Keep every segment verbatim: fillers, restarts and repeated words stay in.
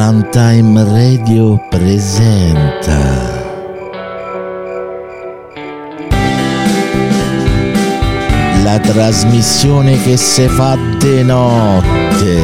Runtime Radio presenta la trasmissione che se fa de notte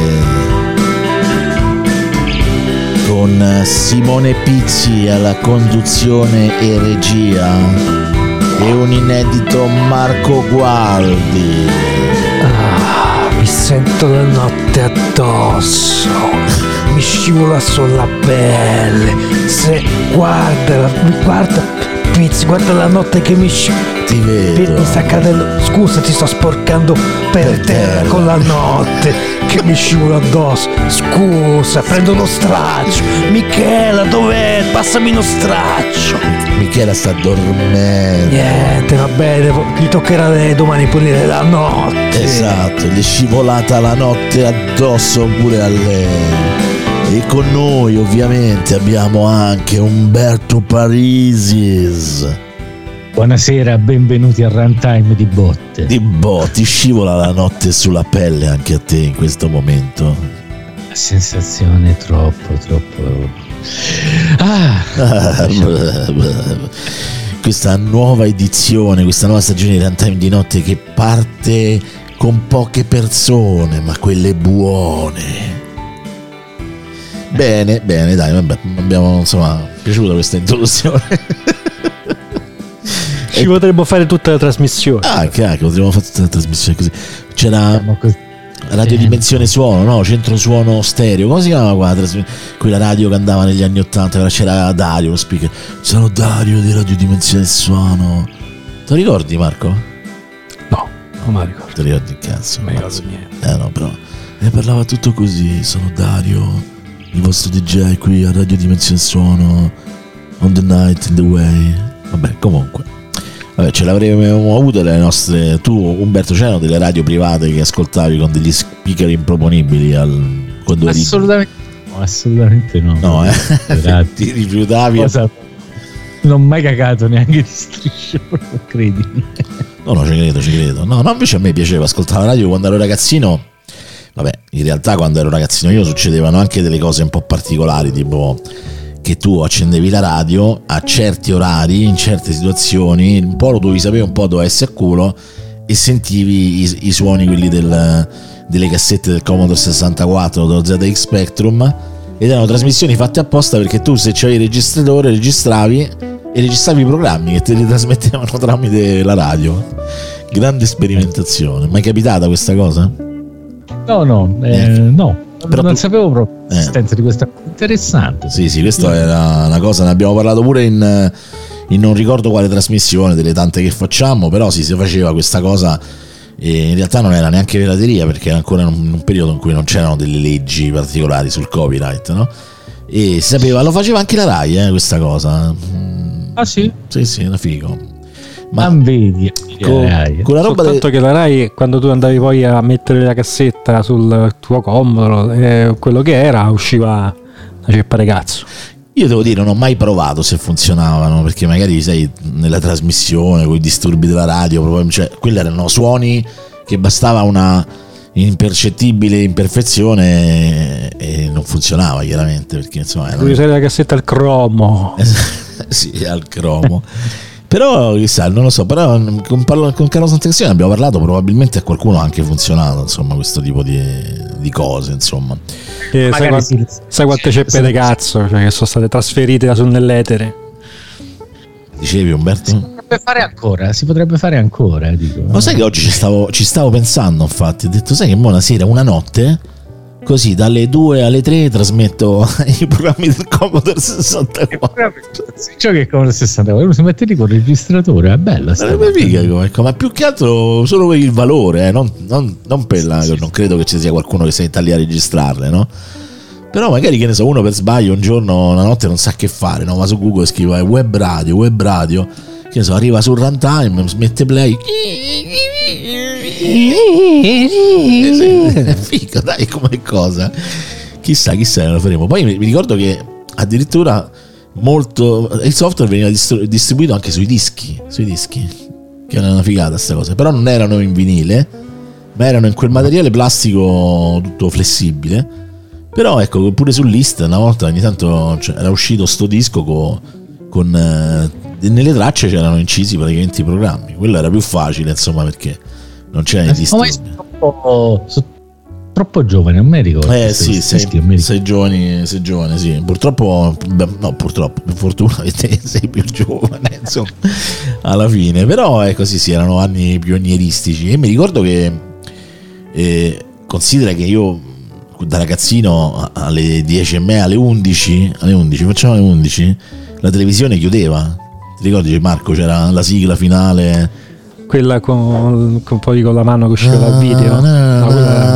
con Simone Pizzi alla conduzione e regia e un inedito Marco Gualdi. Ah, mi sento la notte addosso, mi scivola sulla pelle. Se guarda, guarda, Pizzi, guarda la notte che mi scivola. Ti vedo. Mi sta cadendo. Scusa, ti sto sporcando per, per terra, terra con la notte che mi scivola addosso. Scusa, prendo uno straccio. Michela, dov'è? Passami uno straccio. Michela sta dormendo. Niente, va bene, gli toccherà domani pulire la notte. Esatto, gli è scivolata la notte addosso pure a lei. E con noi ovviamente abbiamo anche Umberto Parisis. Buonasera, benvenuti a Runtime di botte. Di botti, scivola la notte sulla pelle anche a te in questo momento. La sensazione troppo, troppo... Ah! ah questa nuova edizione, questa nuova stagione di Runtime di notte che parte con poche persone, ma quelle buone. Bene, bene, dai, vabbè, abbiamo, insomma, piaciuta questa introduzione. Ci potremmo fare tutta la trasmissione. Ah, cacchio, potremmo fare tutta la trasmissione così. C'era Radio Dimensione Suono, no? Centro Suono Stereo. Come si chiamava qua? Quella radio che andava negli anni ottanta. C'era Dario, lo speaker. Sono Dario di Radio Dimensione Suono. Te lo ricordi, Marco? No, non me lo ricordo. Te lo ricordi il cazzo? Non mi ricordo niente. Eh no, però. E parlava tutto così. Sono Dario, il vostro D J qui a Radio Dimensione Suono. On the night, in the way. Vabbè, comunque. Vabbè, ce l'avremmo avuto le nostre. Tu, Umberto, c'erano delle radio private che ascoltavi con degli speaker improponibili al, quando assolutamente eri... no, assolutamente no. No, eh? Ti rifiutavi. Cosa? Non ho mai cagato neanche di striscio, credi? No, no, ci credo, ci credo. No, no, invece a me piaceva ascoltare la radio quando ero ragazzino. Vabbè, in realtà quando ero ragazzino io succedevano anche delle cose un po' particolari, tipo che tu accendevi la radio a certi orari, in certe situazioni, un po' lo dovevi sapere, un po' doveva essere a culo, e sentivi i, i suoni, quelli del, delle cassette del Commodore sessantaquattro, dello Z X Spectrum, ed erano trasmissioni fatte apposta perché tu, se c'avevi il registratore, registravi e registravi i programmi che te li trasmettevano tramite la radio. Grande sperimentazione. Mai capitata questa cosa? No, no, eh, no. Però non tu... sapevo proprio eh. l'esistenza di questa cosa interessante. Sì, sì, questa era una cosa, ne abbiamo parlato pure in, in non ricordo quale trasmissione delle tante che facciamo, però sì, si faceva questa cosa e in realtà non era neanche verateria perché era ancora in un, in un periodo in cui non c'erano delle leggi particolari sul copyright, no? E si sapeva, lo faceva anche la Rai, eh, questa cosa. Ah sì? Sì, sì, era figo. Ma vedi, con, con la roba soltanto de... che la Rai, quando tu andavi poi a mettere la cassetta sul tuo Commodore, eh, quello che era, usciva una ceppa di cazzo. Io devo dire, non ho mai provato se funzionavano, perché magari sei nella trasmissione con i disturbi della radio, cioè quelli erano suoni che bastava una impercettibile imperfezione e non funzionava chiaramente, perché insomma devi usare la cassetta al cromo. Sì, al cromo. Però chissà, non lo so, però con, con Carlo Sant'Agostino abbiamo parlato, probabilmente a qualcuno ha anche funzionato, insomma, questo tipo di, di cose, insomma. Eh, sai, quant- sì. sai quante ceppe di cazzo, cioè, che sono state trasferite su nell'etere. Dicevi, Umberto? Si potrebbe fare ancora, si potrebbe fare ancora, dico. Ma sai che oggi ci stavo, ci stavo pensando, infatti, ho detto, sai che una sera, una notte, così dalle due alle tre trasmetto i programmi del Commodore sessantaquattro. Ciò che è Commodore sessantaquattro, si mette lì con il registratore, è bella sta cosa. Ma più che altro solo per il valore, eh, non, non, non per la, non credo che ci sia qualcuno che si metta lì a registrarle, no? Però magari, che ne so, uno per sbaglio un giorno, una notte non sa che fare, no? Ma su Google scrive web radio, web radio, che ne so, arriva sul runtime, mette play. È figo, dai, come cosa. Chissà, chissà, lo faremo. Poi mi ricordo che addirittura molto il software veniva distribuito anche sui dischi, sui dischi, che era una figata sta cosa. Però non erano in vinile, ma erano in quel materiale plastico tutto flessibile, Però ecco, pure su List una volta ogni tanto, cioè, era uscito sto disco co, con eh, nelle tracce c'erano incisi praticamente i programmi. Quello era più facile, insomma, perché non c'era eh, distinzione. sono troppo, sono troppo giovane, non mi ricordo. Eh sì, sei, sei giovane, sei giovane, sì. Purtroppo, beh, no, purtroppo, per fortuna te sei più giovane, insomma, alla fine. Però ecco, sì, sì, erano anni pionieristici. E mi ricordo che eh, considera che io da ragazzino alle dieci e mezza, alle undici, alle undici, facciamo alle undici, la televisione chiudeva. Ti ricordi, Marco, c'era la sigla finale? Quella con, con poi con la mano che usciva dal video. No,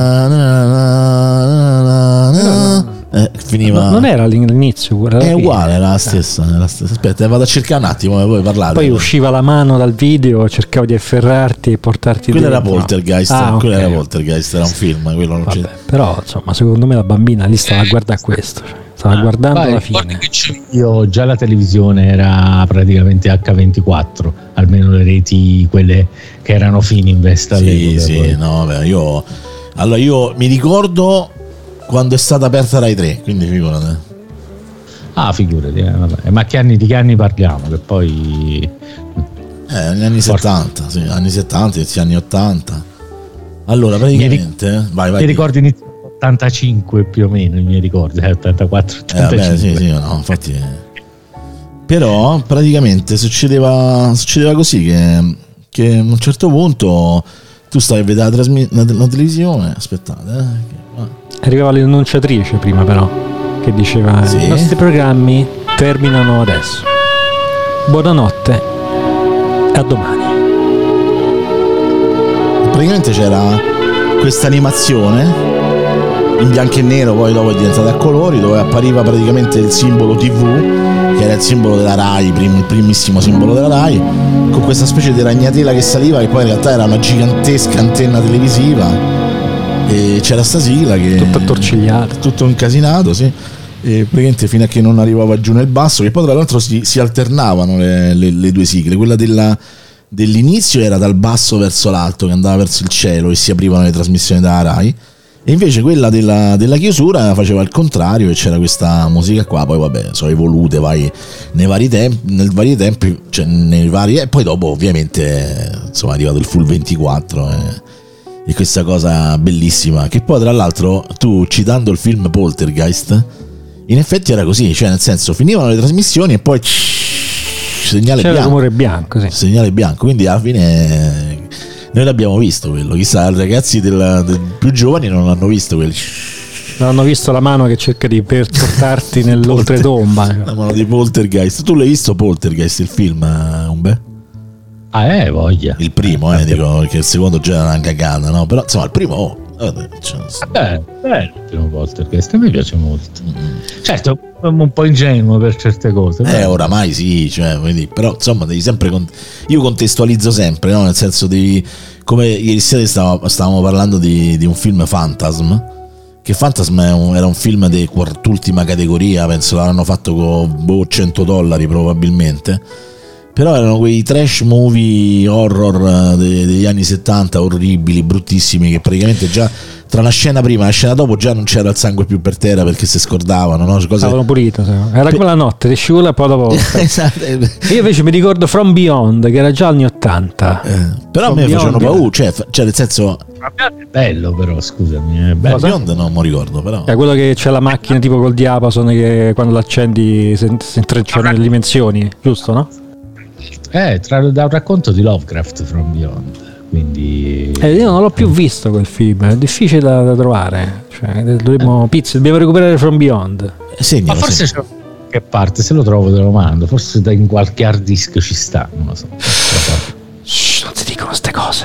eh, finiva. No, non era all'inizio, era è uguale, era la stessa, era la stessa. Aspetta, vado a cercare un attimo e poi parlate. Poi usciva la mano dal video, cercava di afferrarti e portarti quello dentro. Era Poltergeist, ah, quello okay. era Poltergeist, era un film, quello non Vabbè, c'è. però insomma, secondo me la bambina lì stava a guardare questo, cioè, stava ah, guardando vai, la fine. Io già la televisione era praticamente acca ventiquattro, almeno le reti quelle che erano Fininvest all'epoca. Sì, sì, no, vabbè, io allora io mi ricordo quando è stata aperta Rai tre, quindi figurati. Ah, figurati, eh, vabbè. Ma che anni, di che anni parliamo? Che poi eh, negli anni Forse. settanta, sì, anni settanta, inizio anni ottanta. Allora, praticamente, mi, vai, vai. Mi ricordo inizio ottantacinque più o meno, i miei ricordi, eh, ottantaquattro, ottantacinque. Eh, vabbè, sì, sì, no, infatti. Però praticamente succedeva succedeva così che che a un certo punto tu stavi a vedere la, trasmi- la, la televisione, aspettate, eh. Arrivava l'annunciatrice prima però che diceva sì. I nostri programmi terminano adesso. Buonanotte, a domani. Praticamente c'era questa animazione in bianco e nero, poi dopo è diventata a colori, dove appariva praticamente il simbolo tivù, che era il simbolo della Rai, il primissimo simbolo della Rai, con questa specie di ragnatela che saliva, che poi in realtà era una gigantesca antenna televisiva. E c'era sta sigla che tutto attorcigliato, tutto incasinato, sì. E praticamente fino a che non arrivava giù nel basso, che poi tra l'altro si, si alternavano le, le, le due sigle. Quella della, dell'inizio era dal basso verso l'alto, che andava verso il cielo e si aprivano le trasmissioni della Rai, e invece quella della, della chiusura faceva il contrario e c'era questa musica qua. Poi vabbè, sono evolute vai, nei vari tempi, nel vari tempi, cioè nei vari, e poi dopo ovviamente insomma è arrivato il full ventiquattro e, e questa cosa bellissima, che poi tra l'altro tu, citando il film Poltergeist, in effetti era così, cioè nel senso finivano le trasmissioni e poi segnale c'era bianco, rumore bianco, sì. segnale bianco, quindi alla fine noi l'abbiamo visto quello, chissà i ragazzi del, del più giovani non l'hanno visto quelli. Non hanno visto la mano che cerca di per portarti nell'oltretomba, la mano di Poltergeist. Tu l'hai visto Poltergeist il film, Umbe? Ah, eh, voglia. Il primo, eh, dico, perché il secondo già era una cagata, no? Però insomma il primo, oh, vabbè, cioè, eh, bello il primo Poltergeist, a me piace molto. Mm-hmm. Certo, un po' ingenuo per certe cose. Eh, però. Oramai sì, cioè, quindi, però insomma devi sempre cont- io contestualizzo sempre, no? Nel senso devi, come ieri sera stavamo, stavamo parlando di, di un film Phantasm, che Phantasm è un, era un film di quart'ultima categoria, penso l'hanno fatto con boh, cento dollari probabilmente. Però erano quei trash movie horror de- degli anni settanta, orribili, bruttissimi, che praticamente già tra una scena prima e una scena dopo già non c'era il sangue più per terra perché si scordavano, no? Cose... Stavano pulito, era come la notte, ti scivola e poi dopo. Esatto. Io invece mi ricordo From Beyond, che era già anni ottanta. Eh, però From a me facevano paura, cioè, cioè nel senso... È bello però, scusami, è bello. From Beyond non mi ricordo però. È quello che c'è la macchina tipo col diapason che quando l'accendi si, si intrecciano le dimensioni, giusto, no? Eh, tra, da un racconto di Lovecraft, From Beyond, quindi eh, io non l'ho più visto quel film, è difficile da, da trovare, cioè dovremmo eh. pizza, dobbiamo recuperare From Beyond. Segnalo, ma forse c'è che parte, se lo trovo te lo mando, forse da in qualche hard disk ci sta, non lo so. Shh, non si dicono ste cose,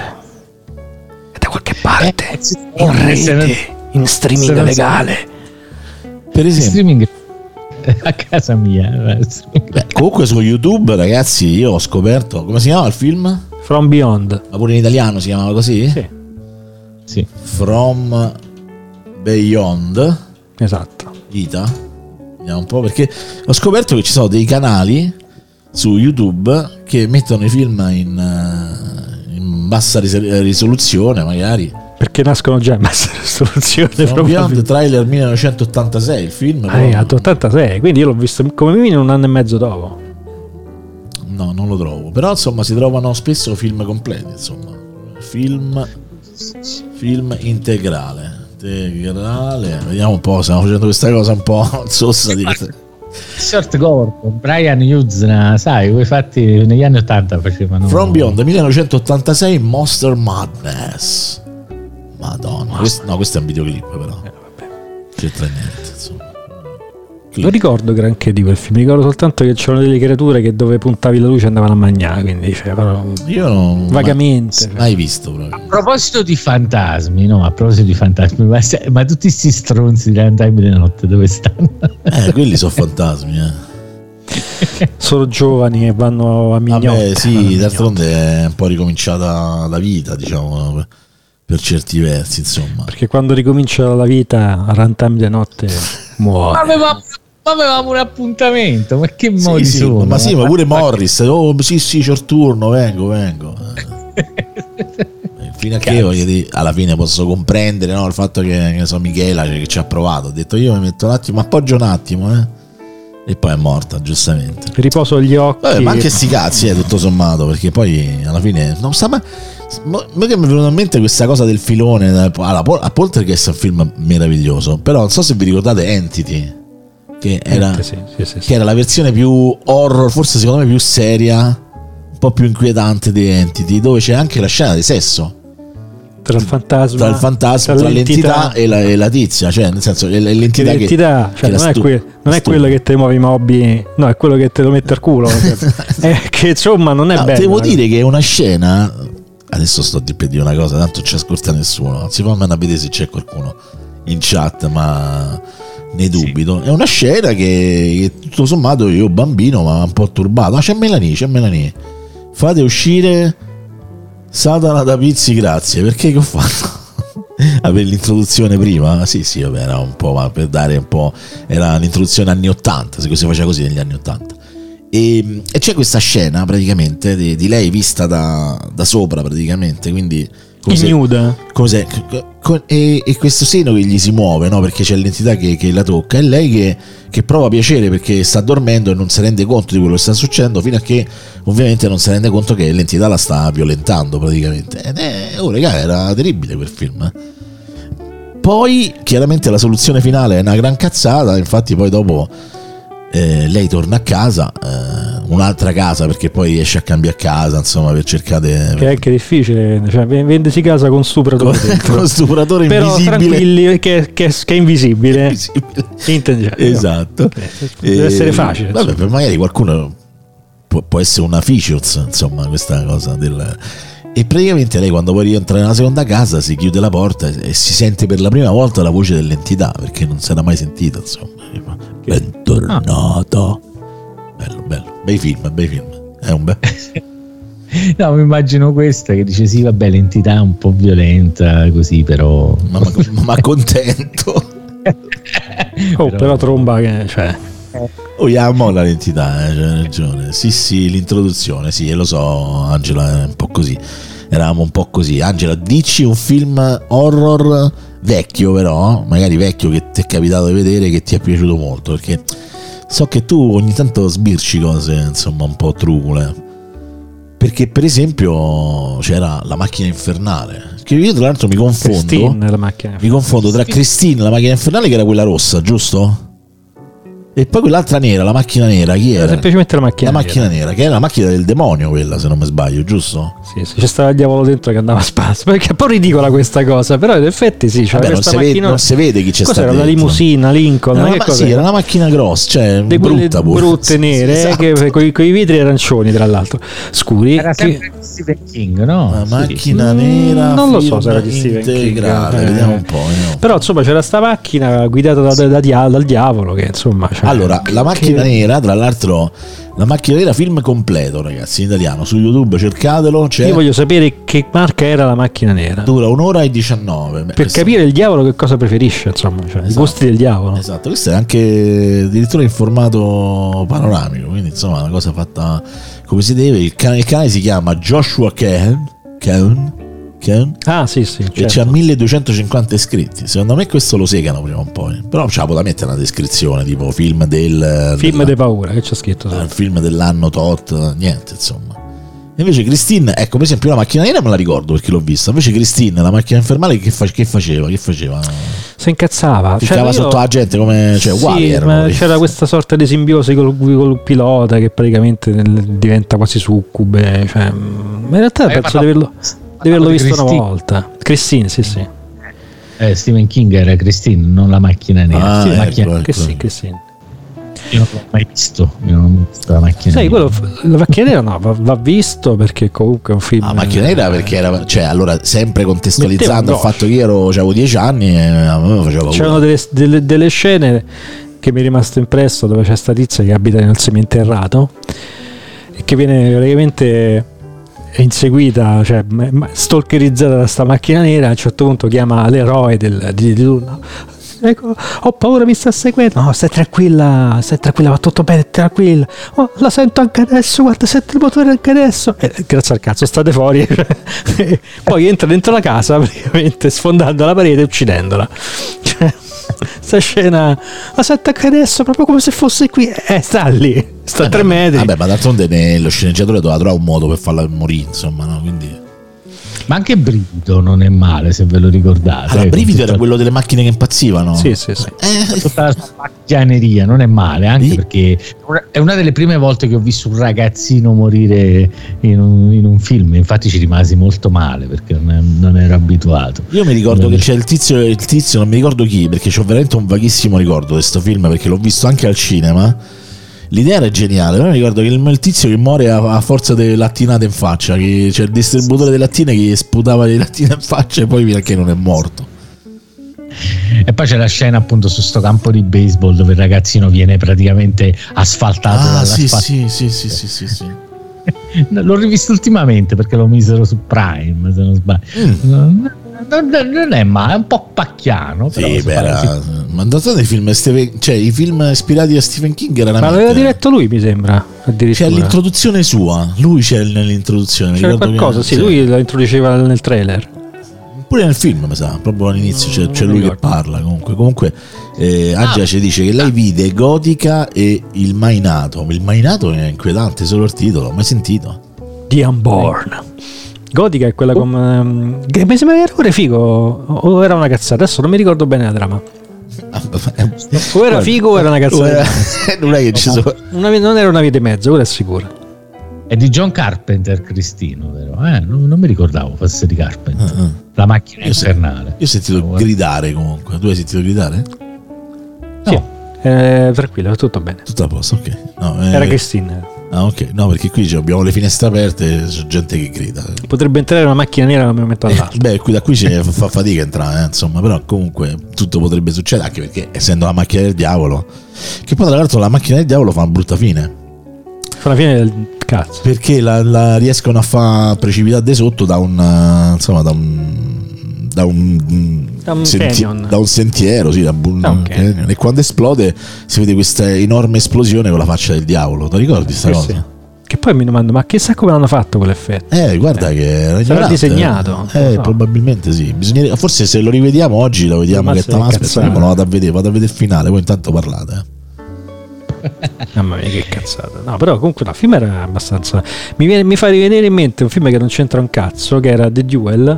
è da qualche parte, eh, in rete, non, in streaming legale, per esempio streaming a casa mia. Beh, comunque su YouTube, ragazzi, io ho scoperto, come si chiama il film? From Beyond. Ma pure in italiano si chiamava così? Sì. Sì. From Beyond. Esatto. Vita. Vediamo un po', perché ho scoperto che ci sono dei canali su YouTube che mettono i film in, in bassa risoluzione, magari. perché nascono già in massa risoluzione. From Beyond, trailer millenovecentottantasei il film. Ah, è ottantasei, quindi io l'ho visto come minimo un anno e mezzo dopo. No, non lo trovo, però insomma si trovano spesso film completi, insomma film film integrale integrale vediamo un po', stiamo facendo questa cosa un po' sossa di questa... Short Gordon, Brian Yuzna, sai, quei fatti negli anni ottanta facevano. From Beyond millenovecentottantasei, Monster Madness. Madonna, questo, no, questo è un videoclip però eh, c'entra niente, insomma. Non ricordo granché di quel film, ricordo soltanto che c'erano delle creature che dove puntavi la luce andavano a mangiare, quindi cioè, però io non vagamente mai, mai visto proprio. A proposito di fantasmi, no, a proposito di fantasmi, ma, se, ma tutti sti stronzi di Runtime di notte dove stanno? Eh, quelli sono fantasmi, eh. Sono giovani e vanno a mignotta. Vabbè, sì, d'altronde è un po' ricominciata la vita, diciamo, per certi versi, insomma. Perché quando ricomincia la vita a Runtime di notte muore. Aveva, avevamo un appuntamento, ma che sì, modi sì, sono? ma sì, ma pure Morris, oh sì sì c'ho il turno, vengo, vengo. Fino a che voglio dire, alla fine posso comprendere, no, il fatto che, che ne so, Michela che ci ha provato, ha detto io mi metto un attimo, appoggio un attimo, eh. E poi è morta, giustamente. Riposo gli occhi. Vabbè, ma anche sti cazzi, eh, tutto sommato, perché poi alla fine non sa mai. Ma che mi è venuta in mente questa cosa del filone. Allora, a Poltergeist è un film meraviglioso, però non so se vi ricordate Entity, che era, sì, sì, sì, che sì. era la versione più horror, forse secondo me più seria, un po' più inquietante di Entity, dove c'è anche la scena di sesso tra il fantasma, tra il fantasma, tra, tra l'entità, l'entità e, la, e la tizia, cioè nel senso è l'entità che, l'entità, che cioè, non, è, que- non è quello che te muovi i mobili, no, è quello che te lo mette al culo. È che insomma non è no, bello. Devo eh. dire che è una scena. Adesso sto di per dire una cosa, tanto non ci ascolta nessuno, non si può andare a vedere se c'è qualcuno in chat, ma ne dubito. Sì. È una scena che, che tutto sommato io bambino ma un po' turbato. Ah, c'è Melanie, c'è Melanie. Fate uscire Satana da Pizzi, grazie. Perché che ho fatto? Avere l'introduzione prima? Sì, sì, vabbè, era un po', ma per dare un po', era l'introduzione anni ottanta, se si faceva così negli anni ottanta. E, e c'è questa scena praticamente di, di lei vista da, da sopra praticamente, quindi come se, nuda come se, con, e, e questo seno che gli si muove, no? Perché c'è l'entità che, che la tocca, e lei che, che prova piacere perché sta dormendo e non si rende conto di quello che sta succedendo, fino a che ovviamente non si rende conto che l'entità la sta violentando praticamente. Ed è, oh regà, era terribile quel film, eh? Poi chiaramente la soluzione finale è una gran cazzata, infatti poi dopo Eh, lei torna a casa, eh, un'altra casa, perché poi riesce a cambiare casa, insomma, per cercare. Che è anche difficile, cioè vendesi casa con stupratore con, con stupratore però invisibile, tranquilli, che, che, che è invisibile, invisibile. Intendibile. Esatto, deve eh, essere facile. Vabbè, per magari qualcuno può, può essere una features, insomma, questa cosa del. E praticamente lei quando poi rientra nella seconda casa si chiude la porta e, e si sente per la prima volta la voce dell'entità, perché non si era mai sentita, insomma. Bentornato. Ah. Bello, bello, bei film, bei film. È un bel. No, mi immagino questa che dice sì, vabbè, l'entità è un po' violenta così, però ma, ma, ma contento. Oh, però, però tromba che, cioè oh, yeah, molla l'entità, eh, c'è ragione. Sì, sì, l'introduzione, sì, lo so, Angela, è un po' così. Eravamo un po' così. Angela, dici un film horror vecchio, però magari vecchio, che ti è capitato di vedere, che ti è piaciuto molto, perché so che tu ogni tanto sbirci cose insomma un po' trucule, perché per esempio c'era La macchina infernale, che io tra l'altro mi confondo Christine, la macchina mi confondo tra Christine, la macchina infernale, che era quella rossa, giusto? E poi quell'altra nera, la macchina nera, chi era? Semplicemente la macchina la macchina nera. nera, che era la macchina del demonio, quella, se non mi sbaglio, giusto? Sì, sì, c'è stava il diavolo dentro che andava a spasso, perché è un po' ridicola questa cosa, però in effetti sì, c'era Vabbè, questa non, si macchina... vede, non si vede chi c'è stato. Cos'era, una limusina, Lincoln? Era che una, cos'era? Sì, era una macchina grossa, cioè de brutta pure. Brutte, nere, sì, esatto. eh, che, con i vitri arancioni, tra l'altro, scuri. Era che... sempre Stephen King, no? Una sì. macchina nera, non lo so se era di Stephen King, eh. Vediamo un po'. Vediamo. Però insomma c'era sta macchina guidata da, da, da, da, dal diavolo, che insomma... Cioè, allora, la macchina che... nera, tra l'altro, la macchina nera film completo, ragazzi, in italiano, su YouTube cercatelo. C'è... Io voglio sapere che marca era la macchina nera. Dura un'ora e diciannove. Per questo... capire il diavolo che cosa preferisce, insomma, cioè, esatto. I gusti del diavolo. Esatto, questo è anche addirittura in formato panoramico, quindi insomma una cosa fatta come si deve. Il canale, il canale si chiama Joshua Cohen, Cohen, Nick, ah sì sì, che certo. c'ha milleduecentocinquanta iscritti. Secondo me questo lo segano prima o poi, però ce la può da mettere una descrizione tipo film del film di paura, che c'è scritto il film dell'anno tot, niente insomma. Invece Christine, ecco per esempio la macchina nera me la ricordo perché l'ho vista. Invece Christine, la macchina infernale, che, fa- che faceva? Che faceva? Si incazzava, Ficcava cioè, sotto io... la gente come, cioè, uguali sì, erano. ma c'era questa sorta di simbiosi col, col pilota che praticamente diventa quasi succube, cioè, ma in realtà eh, penso di averlo, di averlo di visto Christine. una volta. Christine, sì sì. Eh, Stephen King era Christine, non la macchina nera. Ah, Sì, ecco, macchina... ecco. Christine, Christine. Io non l'ho mai visto, io non ho visto la macchina Sai, nera. quello, la macchina nera no, va, va visto perché comunque è un film. La macchina nera perché era, cioè allora sempre contestualizzando il Metteva un fatto che io ero, avevo dieci anni e a me faceva paura. C'erano delle, delle, delle scene che mi è rimasto impresso dove c'è sta tizia che abita nel seminterrato e che viene praticamente inseguita, cioè stalkerizzata da sta macchina nera. A un certo punto chiama l'eroe del, di, di turno. Ecco, ho paura, mi sta seguendo. No, stai tranquilla, stai tranquilla, va tutto bene, tranquilla. Oh, la sento anche adesso, guarda, sento il motore anche adesso. Eh, grazie al cazzo, state fuori. Poi entra dentro la casa, praticamente sfondando la parete e uccidendola. Cioè, sta scena la sento anche adesso, proprio come se fosse qui. Eh, sta lì, sta a tre metri. Vabbè, ma d'altronde nello sceneggiatore doveva trovare un modo per farla morire, insomma, no? Quindi... Ma anche Brivido non è male, se ve lo ricordate. Allora, eh, Brivido tutta... era quello delle macchine che impazzivano. Sì, sì, sì. Eh, tutta la sua macchianeria non è male, anche Sì. perché è una delle prime volte che ho visto un ragazzino morire in un, in un film. Infatti ci rimasi molto male perché non, è, non ero abituato. Io mi ricordo Non che è- c'è il tizio, il tizio, non mi ricordo chi, perché c'ho veramente un vaghissimo ricordo di questo film, perché l'ho visto anche al cinema. L'idea era geniale, però mi ricordo che il, il tizio che muore a, a forza delle lattinate in faccia, che c'è il distributore delle lattine che gli sputava le lattine in faccia e poi perché non è morto. E poi c'è la scena appunto su sto campo di baseball dove il ragazzino viene praticamente asfaltato Ah, dall'asfalto. sì, sì, sì, sì, sì, sì, sì. L'ho rivisto ultimamente perché lo misero su Prime, se non sbaglio. Mm. Non, non- non è male, è un po' pacchiano. Però Sì, si beh, fa- era... si- ma d'altronde i film Stephen... cioè i film ispirati a Stephen King erano Ma l'aveva diretto lui, mi sembra. c'è Addirittura. l'introduzione sua, lui c'è nell'introduzione, mi C'era ricordo qualcosa, che- sì, lui la introduceva nel trailer. pure nel film mi sa, proprio all'inizio c'è, c'è Non mi lui che ricordo. parla. Comunque, comunque eh, Angela ci dice che lei vide Gotica e Il Mai Nato. Il Mai Nato è inquietante, solo il titolo, mai sentito? The Unborn. Gotica è quella con. ehm, che mi sembra che era pure figo. O era una cazzata, adesso non mi ricordo bene la trama. O era figo o era una cazzata. non è che ci sono. Una vi- non era una via di mezzo, quello è sicuro. È di John Carpenter, Cristino, vero? Eh, non, non mi ricordavo fosse di Carpenter. Ah, ah. La macchina Io se- infernale. Io ho sentito Guarda. gridare comunque. Tu hai sentito gridare? Sì. No. Eh, tranquillo, va tutto bene. Tutto a posto, ok. No, eh, Era Christine. ah, ok. No, perché qui cioè, abbiamo le finestre aperte, c'è gente che grida. Potrebbe entrare una macchina nera da un momento all'altro. Beh, qui, da qui ci fa fatica a entrare, eh, insomma, però comunque tutto potrebbe succedere, anche perché essendo la macchina del diavolo, che poi tra l'altro la macchina del diavolo fa una brutta fine, Fa la fine del cazzo. perché la, la riescono a far precipitare di sotto da un, eh, insomma, da un da un, Da un senti- canyon. da un sentiero, sì, da un, Da un canyon. canyon. E quando esplode si vede questa enorme esplosione con la faccia del diavolo. Ti ricordi sta Sì, cosa? sì. Che poi mi domando, ma chissà come l'hanno fatto quell'effetto? Eh, guarda che era ignorante. disegnato, non Eh, lo so. probabilmente sì. Bisognerebbe- forse se lo rivediamo oggi lo vediamo Ma che sei sta aspetta, incazzato. prima lo vado a vedere, vado a vedere il finale, poi intanto parlate. eh. Mamma mia, che cazzata. No, però comunque il film era abbastanza. Mi, viene, mi fa rivedere in mente un film che non c'entra un cazzo, che era The Duel.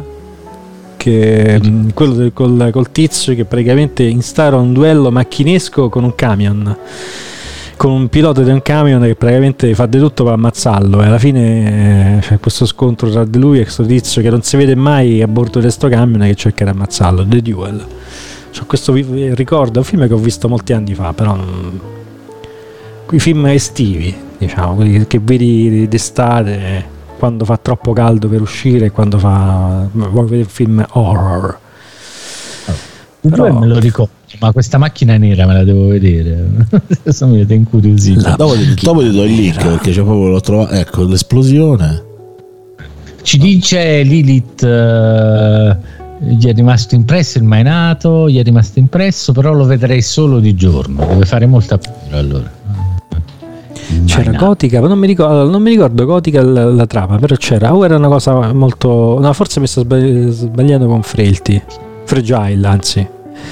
Che mh, quello del- col, col tizio che praticamente instaura un duello macchinesco con un camion. Con un pilota di un camion che praticamente fa di tutto per ammazzarlo. E alla fine eh, c'è questo scontro tra di lui e questo tizio che non si vede mai a bordo di questo camion che cerca di ammazzarlo. The Duel. C'ho questo vi- ricordo, è un film che ho visto molti anni fa, però non- quei film estivi, diciamo, quelli che vedi d'estate quando fa troppo caldo per uscire, quando fa vuoi vedere un film horror. Però... Però- me lo ricordo, ma questa macchina nera me la devo vedere. Adesso mi avete incuriosito. La dopo, ti, dopo ti do il link nera. perché c'è proprio l'ho trovato. Ecco l'esplosione. Ci dice Lilith, eh, gli è rimasto impresso il mai nato, gli è rimasto impresso, però lo vedrei solo di giorno, deve fare molta paura allora. C'era nato. Gotica, ma non mi ricordo, non mi ricordo Gotica la, la trama, però c'era, o era una cosa molto, no, forse mi sto sbagli- sbagliando con Frailty, Fragile, anzi.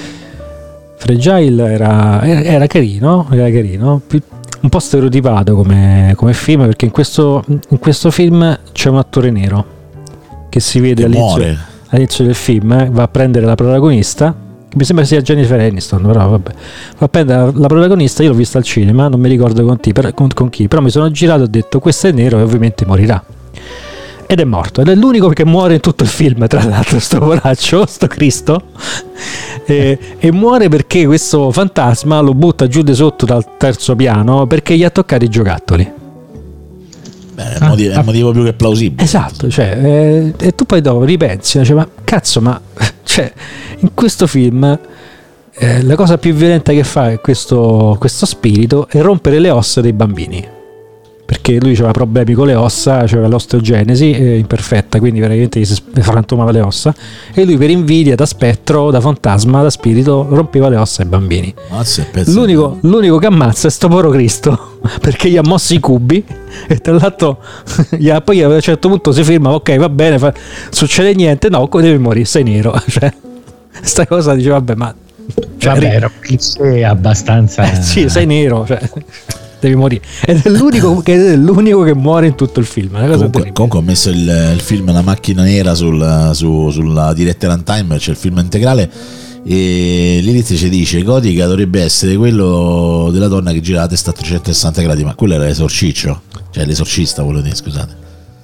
Fragile era, era, era carino, era carino, più, un po' stereotipato come, come film, perché in questo, in questo film c'è un attore nero che si vede Che all'inizio, muore. all'inizio del film, eh, va a prendere la protagonista, mi sembra sia Jennifer Aniston, però vabbè, va a prendere la, la protagonista, io l'ho vista al cinema, non mi ricordo con, ti, per, con, con chi, però mi sono girato e ho detto questo è nero e ovviamente morirà. Ed è morto, ed è l'unico che muore in tutto il film, tra l'altro, sto poraccio, sto Cristo, e, e muore perché questo fantasma lo butta giù di sotto dal terzo piano perché gli ha toccato i giocattoli. Beh, è, motivo, è un motivo più che plausibile. Esatto, cioè, eh, e tu poi dopo ripensi, cioè, ma cazzo, ma cioè, in questo film eh, la cosa più violenta che fa questo, questo spirito è rompere le ossa dei bambini. Perché lui aveva problemi con le ossa, aveva l'osteogenesi eh, imperfetta, quindi praticamente gli si frantumava le ossa, e lui per invidia, da spettro, da fantasma, da spirito, rompeva le ossa ai bambini. Mazza, pezzo. L'unico, l'unico che ammazza è sto povero Cristo, perché gli ha mossi i cubi e tra l'altro gli ha, poi a un certo punto si ferma, ok va bene, fa, succede niente, no, devi morire, sei nero. Cioè, sta cosa dice vabbè, ma cioè, Vabbè, era un cliché abbastanza. eh, sì, sei nero, cioè, devi morire. Ed è l'unico che, è l'unico che muore in tutto il film. Una cosa Comunque, comunque ho messo il, il film La macchina nera sul, su, sulla diretta runtime, c'è il film integrale, e Lilith ci dice Gotica dovrebbe essere quello della donna che gira la testa a trecentosessanta gradi, ma quello era l'esorciccio, cioè l'esorcista, volevo dire, scusate.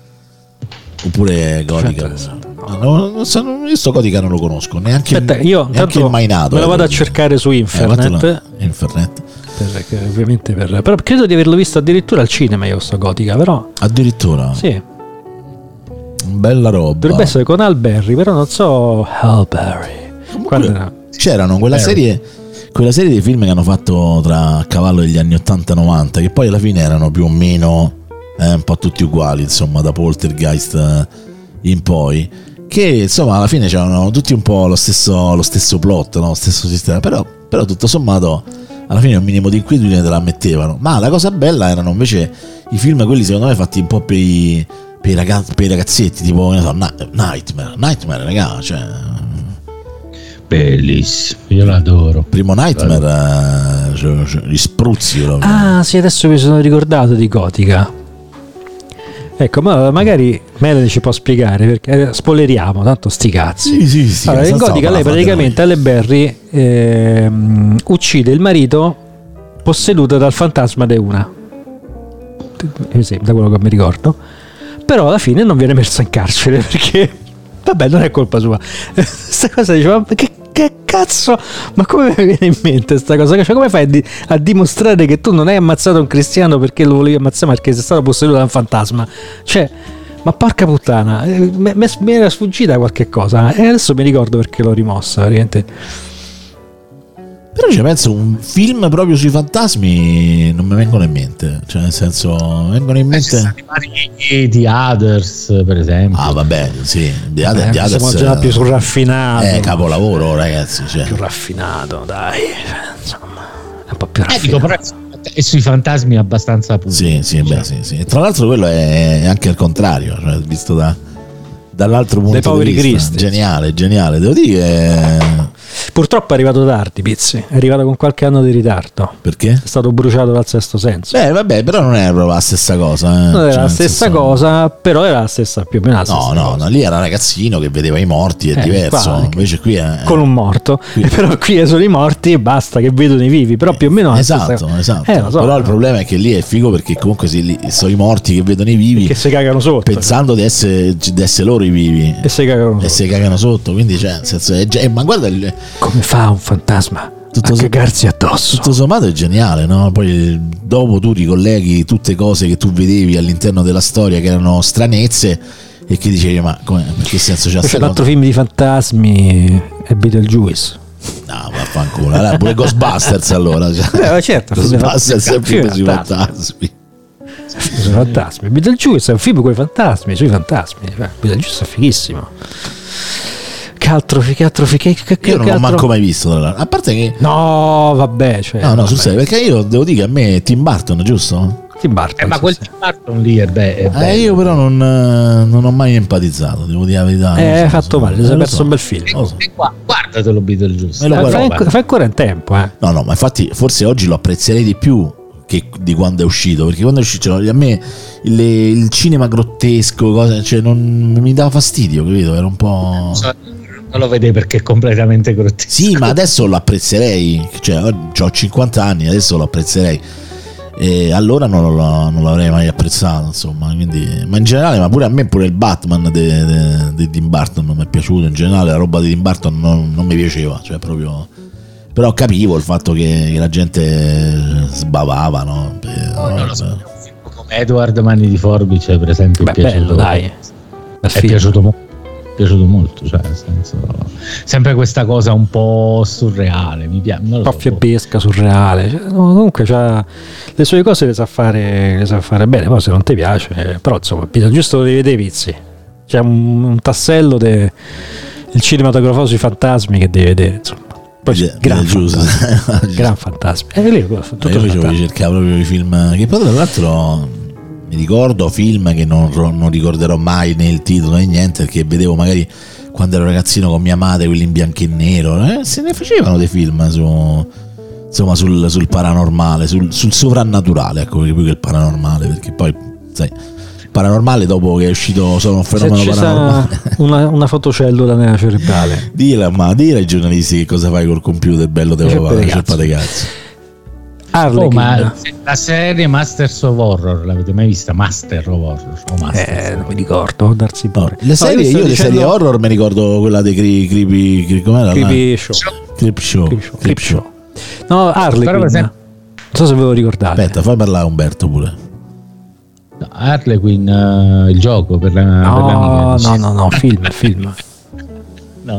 Oppure Gotica. No, non so, io sto Gotica non lo conosco, neanche, Aspetta, io neanche il mai nato. me lo eh, vado a per- cercare su eh, Internet. fatelo- Internet. Per, ovviamente per, però credo di averlo visto addirittura al cinema io sto Gotica, però Addirittura. sì, Bella roba. dovrebbe essere con Al Berry, però non so Al Berry. Quando era? C'erano quella serie, quella serie di film che hanno fatto tra a cavallo degli anni ottanta novanta, che poi alla fine erano più o meno eh, un po' tutti uguali, insomma, da Poltergeist eh, in poi, che insomma alla fine c'erano tutti un po' lo stesso, lo stesso plot, no? Lo stesso sistema, però, però tutto sommato alla fine un minimo di inquietudine te la mettevano. Ma la cosa bella erano invece i film, quelli secondo me fatti un po' per i, per i, ragazzi, per i ragazzetti, tipo ne so, Nightmare, Nightmare, raga, cioè Bellissimo, io l'adoro. primo Nightmare, eh, cioè, cioè, gli spruzzi proprio. Ah sì, adesso mi sono ricordato di Gotica. Ecco, ma magari Melanie ci può spiegare, perché eh, spoileriamo, tanto sti cazzi. Sì, sì, sì, Allora, in senza Gotica lei fate praticamente noi. Halle Berry ehm, uccide il marito posseduto dal fantasma di una, mi sembra, da quello che mi ricordo, però alla fine non viene messa in carcere perché vabbè, non è colpa sua. Questa cosa diceva, ma che, che cazzo, ma come mi viene in mente sta cosa? Cioè, come fai a, di- a dimostrare che tu non hai ammazzato un cristiano perché lo volevi ammazzare, ma perché sei stato posseduto da un fantasma? Cioè, ma porca puttana, eh, mi mi era sfuggita qualche cosa e adesso mi ricordo perché l'ho rimossa, veramente. Però ci penso, un film proprio sui fantasmi non mi vengono in mente, cioè nel senso vengono in mente Di Others, per esempio. ah vabbè, sì, di Others, Eh, di Others, siamo già più sul raffinato. eh, capolavoro ragazzi, cioè. Più raffinato, dai, insomma, è un po' più Eh, dico, raffinato. però è sui fantasmi abbastanza puro. Sì, sì, beh, sì, sì. E tra l'altro quello è anche il contrario, cioè visto da, dall'altro punto Dei poveri di vista. cristi. Geniale, geniale, devo dire che... Purtroppo è arrivato tardi, Pizzi, è arrivato con qualche anno di ritardo. Perché? È stato bruciato dal sesto senso. Beh, vabbè, però non era proprio la stessa cosa. Eh. Non era Cioè, la nel stessa senso- cosa, però era la stessa, più o meno la No, stessa no, cosa. no, lì era un ragazzino che vedeva i morti, è Eh, diverso. qua- Invece qui è... Con un morto, Qui- e però qui sono i morti e basta che vedono i vivi, però più o meno è la stessa Esatto, cosa. esatto. Eh, lo so, Però il problema è che lì è figo perché comunque si, lì sono i morti che vedono i vivi che si cagano sotto, pensando di essere, di essere loro i vivi e si cagano e sotto. si cagano sotto. Quindi, cioè, nel senso, è, ge- ma guarda, il- Come fa un fantasma Tutto a so- cagarsi addosso? tutto sommato è geniale, no? Poi dopo tu ricolleghi tutte cose che tu vedevi all'interno della storia che erano stranezze e che dicevi, ma come, che senso c'ha C'è sta l'altro cosa? film di fantasmi è Beetlejuice. No, vaffanculo. Allora, pure Ghostbusters allora. Cioè. Eh, ma certo, film di Ghostbusters è un fantasmi, film sui fantasmi. fantasmi. Sui fantasmi. Beetlejuice è un film con i fantasmi, sui fantasmi. Cioè, Beetlejuice è fighissimo. Che altro, che altro, che, che, che, Io non che l'ho altro? manco mai visto, tra l'altro. A parte che No, vabbè, cioè, no, no, sul vabbè. serio, perché io devo dire che a me Tim Burton, giusto? Tim Burton, Eh, ma sì, quel sì. Tim Burton lì è, be- è Eh, bello. io però non, eh, non ho mai empatizzato, devo dire la verità. Eh, non hai so, fatto so, male, ti eh, sei lo perso so. un bel film. Lo so. E qua, guardatelo Beetlejuice. Me lo Eh, guardo. Fai, vabbè. fai ancora in tempo, eh. No, no, ma infatti forse oggi lo apprezzerei di più che di quando è uscito, perché quando è uscito, cioè, a me il, il cinema grottesco, cose, cioè, non mi dava fastidio, capito? Era un po'... Non lo vede perché è completamente grottesco. Sì, ma adesso lo apprezzerei, cioè ho cinquanta anni, adesso lo apprezzerei. E allora non, lo, non l'avrei mai apprezzato, insomma, quindi, ma in generale, ma pure a me pure il Batman di Tim Burton non mi è piaciuto, in generale la roba di Tim Burton non, non mi piaceva, cioè proprio, però capivo il fatto che, che la gente sbavava, no? Eh, No, non lo so. vabbè. Un film come Edward Mani di Forbice, per esempio, Beh, è piaciuto. bello, dai. Bel È film. piaciuto molto. Piaciuto molto, cioè, nel senso, sempre questa cosa un po' surreale, mi piace, non Un lo po' so. fiabesca, surreale. Cioè, no, comunque c'ha le sue cose le sa fare, le sa fare bene. Poi se non ti piace, eh, però insomma, giusto lo devi vedere i pizzi. C'è un, un tassello del cinematografo sui fantasmi che devi vedere. Insomma, poi Vede- gran, vede giusto. fantasmi, gran fantasmi. E lì, tutto Eh, io facevo fantasmi. ricercare proprio i film che poi tra l'altro mi ricordo film che non, non ricorderò mai né il titolo né niente, perché vedevo magari quando ero ragazzino con mia madre quelli in bianco e nero, eh, se ne facevano dei film su, insomma, sul, sul paranormale, sul, sul sovrannaturale, ecco, più che il paranormale, perché poi sai, il paranormale dopo che è uscito Sono un Se fenomeno ci sta paranormale. una, una fotocellula nella cerebrale. Dile, ma dire ai giornalisti che cosa fai col computer bello te Ceppa papà, dei ceppa cazzi. dei cazzi. Harlequin. Oh, ma la serie Masters of Horror l'avete mai vista? Master of Horror o Masters? Eh, non mi ricordo, darsi No, pure. le serie, sto io le dicendo- serie horror mi ricordo quella dei cri, creepy, cri- com'era? Creepy Show. Creep Show. Creep Show. Creep Creep Show. Show. No, Harlequin. Però, per esempio- Non so se ve lo ricordate. Aspetta, fai parlare Umberto pure. No, Harlequin, eh, il gioco per la, per No, l'amica. no, no, no, film, film. No.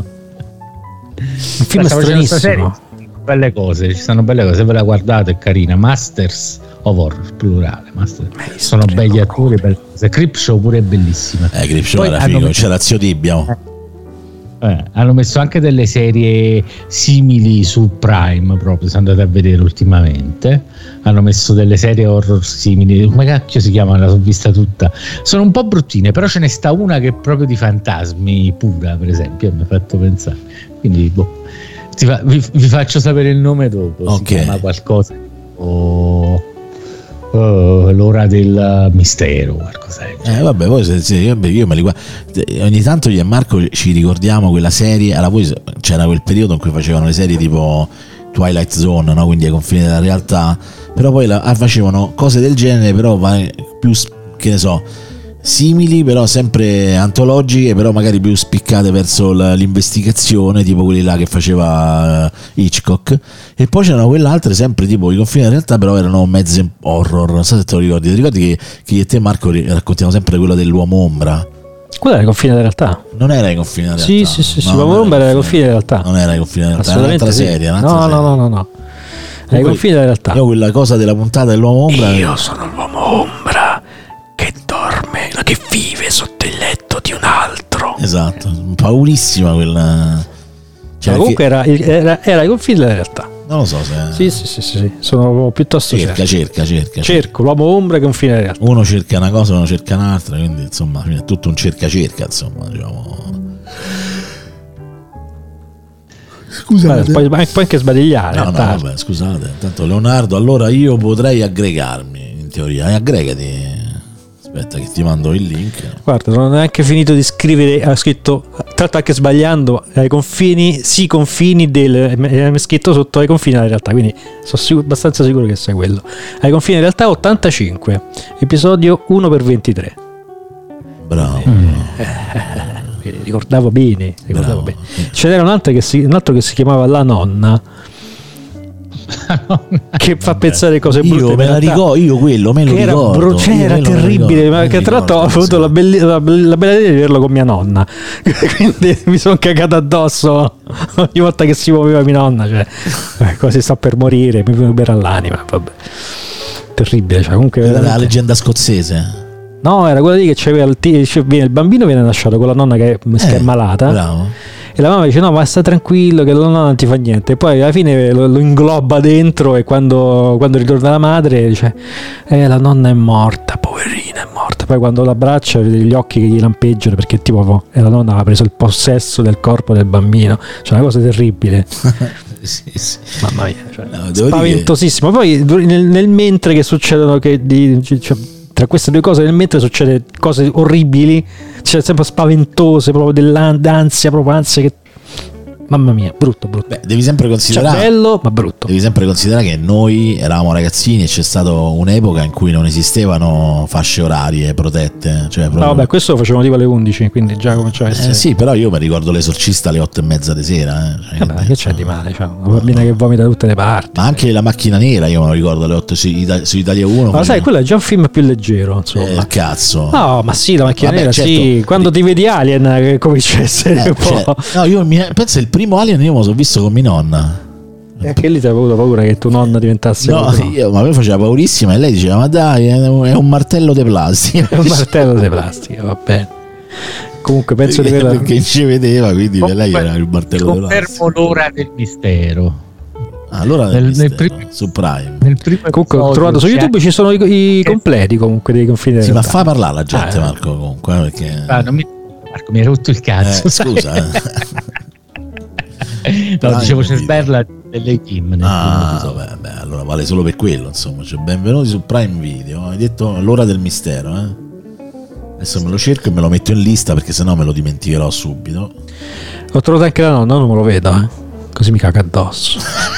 Un film Stavo facendo sta stranissimo. serie, belle cose, ci stanno belle cose, se ve la guardate è carina. Masters of Horror, plurale. Master. Sono begli attori, belle cose. Creep Show pure è bellissima. Eh, Creep Show Poi era hanno figo, messo- c'era Zio Tibbia. Eh, hanno messo anche delle serie simili su Prime, proprio se andate a vedere ultimamente. Hanno messo delle serie horror simili. Come cacchio si chiama? La so vista tutta. Sono un po' bruttine, però ce ne sta una che è proprio di fantasmi pura, per esempio, e mi ha fatto pensare. Quindi, boh. Ti fa- vi, vi faccio sapere il nome dopo. Ok. Si chiama qualcosa. O oh, l'ora del mistero, qualcosa del genere. Eh vabbè, poi se, se- io, io me li guardo. Ogni tanto io e Marco ci ricordiamo quella serie. Allora, poi c'era quel periodo in cui facevano le serie tipo Twilight Zone, no? Quindi ai confini della realtà. Però poi la, facevano cose del genere, però va- più, che ne so, simili, però sempre antologiche, però magari più spiccate verso la- l'investigazione, tipo quelli là che faceva eh, Hitchcock. E poi c'erano quell'altre sempre tipo i confini della realtà, però erano mezze horror. Non so se te lo ricordi. Ti ricordi che, che io e te, Marco, ri- raccontiamo sempre quello dell'uomo ombra? Quella era il confine della realtà. Non era i confini della Sì, realtà. sì, sì, sì, No, ma non Bomber era i i confini della realtà. Non era i confini della realtà, era Assolutamente un'altra sì. serie. Un'altra No, serie. no, no, no, no. Era i confini della realtà. Io quella cosa della puntata dell'uomo ombra. Io sono l'uomo ombra che dorme, che vive sotto il letto di un altro. Esatto, paurissima quella. Cioè, Ma comunque era, era, era i confini della realtà. non lo so se. Sì, sì, sì, sì, sì. Sono piuttosto cerca, certo. cerca, cerca. Cerco l'uomo ombra che è un fine della realtà. Uno cerca una cosa, uno cerca un'altra, quindi insomma è tutto un cerca-cerca, insomma, diciamo. Scusate. Poi, puoi anche sbadigliare. No, no, tardi. vabbè, scusate. Intanto Leonardo, allora io potrei aggregarmi, in teoria. E aggregati. Aspetta che ti mando il link. Guarda, non ho neanche finito di scrivere. Ha scritto, tra l'altro anche sbagliando, ai confini, sì, confini del. È scritto sotto ai confini della realtà. Quindi sono sicuro, abbastanza sicuro che sia quello. Ai confini della realtà ottantacinque, episodio uno per ventitré. Bravo. Mm. Quindi ricordavo bene, ricordavo Bravo. bene. Ce n'era un altro che si, un altro che si chiamava La Nonna, che fa pensare cose brutte. Io in me la realtà. ricordo, io quello me lo Che era, ricordo. bru- cioè, io era quello me lo terribile, ricordo, ma me che lo tra l'altro ho ricordo, avuto sì. la, belli- la, la bella idea di vederlo con mia nonna. Quindi mi sono cagato addosso ogni volta che si muoveva mia nonna, cioè eh, quasi sta per morire, mi viene bere all'anima, vabbè. Terribile, cioè, comunque Era la veramente- leggenda scozzese. No, era quella lì che c'aveva il, ti- cioè, viene- il bambino viene lasciato con la nonna che, che è Eh, malata. Bravo. e la mamma dice no ma sta tranquillo che la nonna non ti fa niente, e poi alla fine lo, lo ingloba dentro, e quando, quando ritorna la madre dice eh la nonna è morta, poverina, è morta. Poi quando l'abbraccia vede gli occhi che gli lampeggiano, perché tipo e la nonna aveva preso il possesso del corpo del bambino, cioè una cosa terribile. Sì, sì. Mamma mia, cioè, no, spaventosissimo. Poi nel, nel mentre che succedono che di, cioè, tra queste due cose, nel mentre succede cose orribili, c'è sempre spaventose, proprio dell'ansia, proprio ansia che mamma mia, brutto, brutto. Beh, devi sempre considerare, cioè, bello ma brutto. Devi sempre considerare che noi eravamo ragazzini e c'è stata un'epoca in cui non esistevano fasce orarie protette, cioè proprio... No, vabbè, questo lo facevamo tipo alle undici, quindi già cominciava a essere... Eh, sì, però io mi ricordo L'Esorcista alle otto e mezza di sera. Eh. Cioè, vabbè, che c'è di male? Cioè, una bambina che vomita da tutte le parti. Ma anche La Macchina Nera, io me lo ricordo alle otto su, su Italia uno. Ma sai, quello è già un film più leggero, insomma. Eh, cazzo. No, ma sì, La Macchina Vabbè, Nera, certo. sì. Quando ti vedi Alien, che comincia a essere Eh, un po'... cioè, no, io mi, penso il primo Alien io me lo sono visto con mia nonna. E anche lì ti avevo avuto paura che tua nonna diventasse... No, io, ma a me faceva paurissima, e lei diceva ma dai, è un, è un martello di plastica. È un martello di plastica, va bene. Comunque penso di averla... Perché ci vedeva, quindi per lei era il martello di plastica. Confermo L'ora del mistero. Ah, allora nel, nel nel primo, su Prime. Nel primo comunque ho trovato su YouTube ci sono i, i completi comunque dei confini della sì, ma realtà. fa parlare la gente, ah, Marco, comunque, perché... Ah, non mi... Marco, mi hai rotto il cazzo. Eh, scusa, eh. No, Dai, dicevo c'è dite. Sberla delle Kim nel Ah, primo vabbè, beh, allora vale solo per quello, insomma. Cioè, benvenuti su Prime Video. Hai detto L'ora del mistero, eh? Adesso me lo cerco e me lo metto in lista, perché sennò me lo dimenticherò subito. Ho trovato anche la nonna, non me lo vedo, eh. Così mi caga addosso.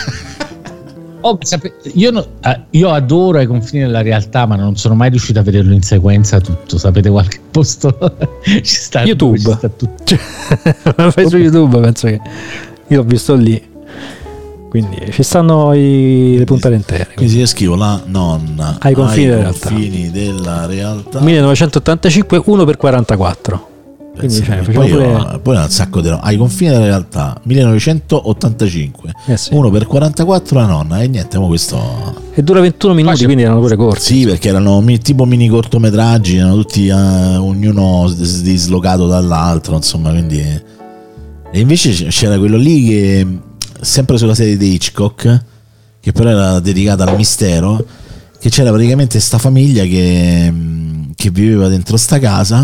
Oh, sape- io, no, eh, io adoro Ai confini della realtà, ma non sono mai riuscito a vederlo in sequenza tutto. Sapete qualche posto? Ci sta YouTube. Ci sta tutto. Cioè, lo fai su YouTube, penso che io l'ho visto lì. Quindi ci stanno i, le puntate intere. Quindi io scrivo La nonna Ai confini della confini della realtà. millenovecentottantacinque uno per quarantaquattro. Quindi Sì, cioè, poi, facciamo pure... io, poi ha un sacco di no- Ai confini della realtà millenovecentottantacinque eh sì. uno per quarantaquattro la nonna, e niente, mo questo E dura ventuno minuti, Faccio... quindi erano pure corti. sì, perché erano mi- tipo mini cortometraggi, erano tutti eh, ognuno s- dislocato dall'altro, insomma, quindi. E invece c- c'era quello lì che sempre sulla serie di Hitchcock, che però era dedicata al mistero, che c'era praticamente sta famiglia che, che viveva dentro sta casa,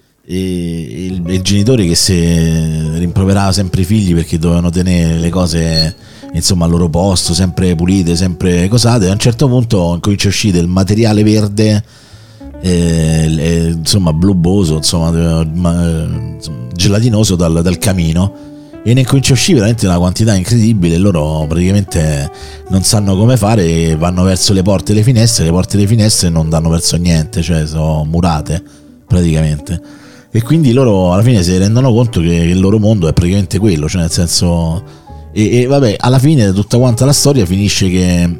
e il, il genitore che si rimproverava sempre i figli perché dovevano tenere le cose, insomma, al loro posto, sempre pulite, sempre cosate. A un certo punto comincia a uscire il materiale verde, eh, eh, insomma bluboso, insomma, ma, gelatinoso dal, dal camino, e ne comincia a uscire veramente una quantità incredibile. Loro praticamente non sanno come fare, vanno verso le porte e le finestre, le porte e le finestre non danno verso niente, cioè sono murate praticamente, e quindi loro alla fine si rendono conto che il loro mondo è praticamente quello, cioè nel senso, e, e vabbè, alla fine tutta quanta la storia finisce che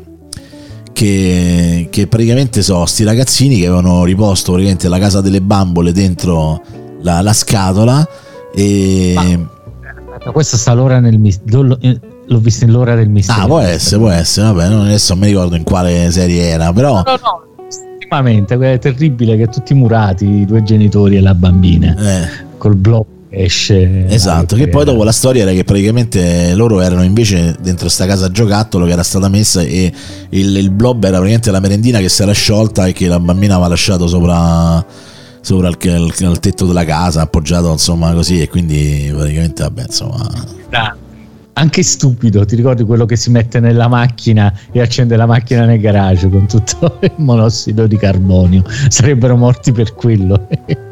che, che praticamente sono sti ragazzini che avevano riposto praticamente la casa delle bambole dentro la, la scatola, e Ma, questa sta l'ora nel mistero. L'ho visto in L'ora del mistero. ah, può essere, può essere, vabbè, non, adesso non mi ricordo in quale serie era, però No, no, ultimamente quella terribile che tutti murati, i due genitori e la bambina, eh. col blocco che esce. Esatto, che poi dopo la storia era che praticamente loro erano invece dentro sta casa giocattolo che era stata messa, e il, il blob era praticamente la merendina che si era sciolta e che la bambina aveva lasciato sopra sopra il, il, il tetto della casa, appoggiato, insomma, così, e quindi praticamente vabbè, insomma. Ah, anche stupido, ti ricordi quello che si mette nella macchina e accende la macchina nel garage con tutto il monossido di carbonio? Sarebbero morti per quello.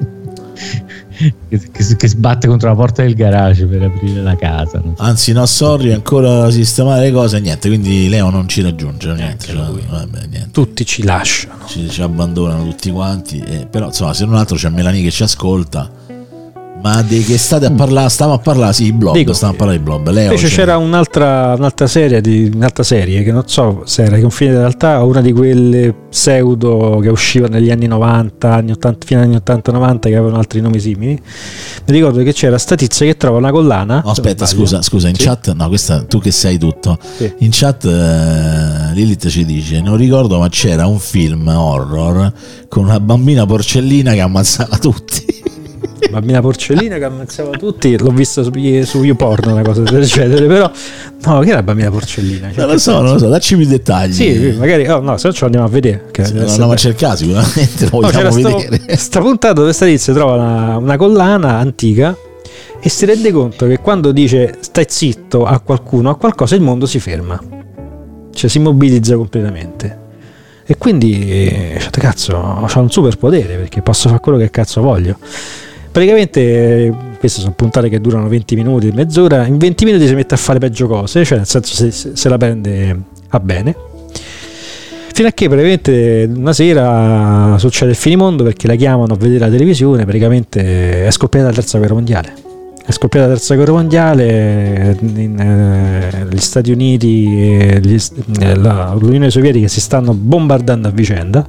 Che, che, che sbatte contro la porta del garage per aprire la casa, non so. Anzi no, sorry, ancora da sistemare le cose, niente, quindi Leo non ci raggiunge, niente, cioè, vabbè, niente. Tutti ci lasciano, ci, ci abbandonano tutti quanti, eh, però insomma, se non altro c'è Melanie che ci ascolta. Ma di che state a parlare? Stiamo a parlare, sì, blob, Dico, stiamo a parlare di blob. Leo, invece cioè... c'era un'altra, un'altra serie di un'altra serie che non so se era Ai confini della realtà o una di quelle pseudo che usciva negli anni novanta, anni ottanta, fino agli anni ottanta novanta, che avevano altri nomi simili. Mi ricordo che c'era sta tizia che trova una collana. Oh, aspetta, scusa, scusa, in sì? chat, no, questa tu che sai tutto. Sì. In chat eh, Lilith ci dice: non ricordo, ma c'era un film horror con una bambina porcellina che ammazzava tutti. Bambina porcellina che ammazzava tutti, l'ho vista su, su YouPorn una cosa del genere, però no, che era Bambina porcellina? Cioè, non lo so, non lo so, dacci più dettagli. Sì, magari, oh, no, se no ce lo andiamo a vedere. Sì, non andiamo a cercare sicuramente, lo no, vogliamo sto, vedere. Sta puntata dove sta tizia trova una, una collana antica e si rende conto che quando dice stai zitto a qualcuno, a qualcosa, il mondo si ferma, cioè si immobilizza completamente. E quindi, cioè, cazzo, ho un superpotere perché posso fare quello che cazzo voglio. Praticamente, queste sono puntate che durano venti minuti, mezz'ora. In venti minuti si mette a fare peggio cose, cioè nel senso se, se la prende a bene. Fino a che praticamente una sera succede il finimondo perché la chiamano a vedere la televisione. Praticamente è scoppiata la terza guerra mondiale. È scoppiata la terza guerra mondiale, in, eh, gli Stati Uniti e gli, eh, la, l'Unione Sovietica si stanno bombardando a vicenda,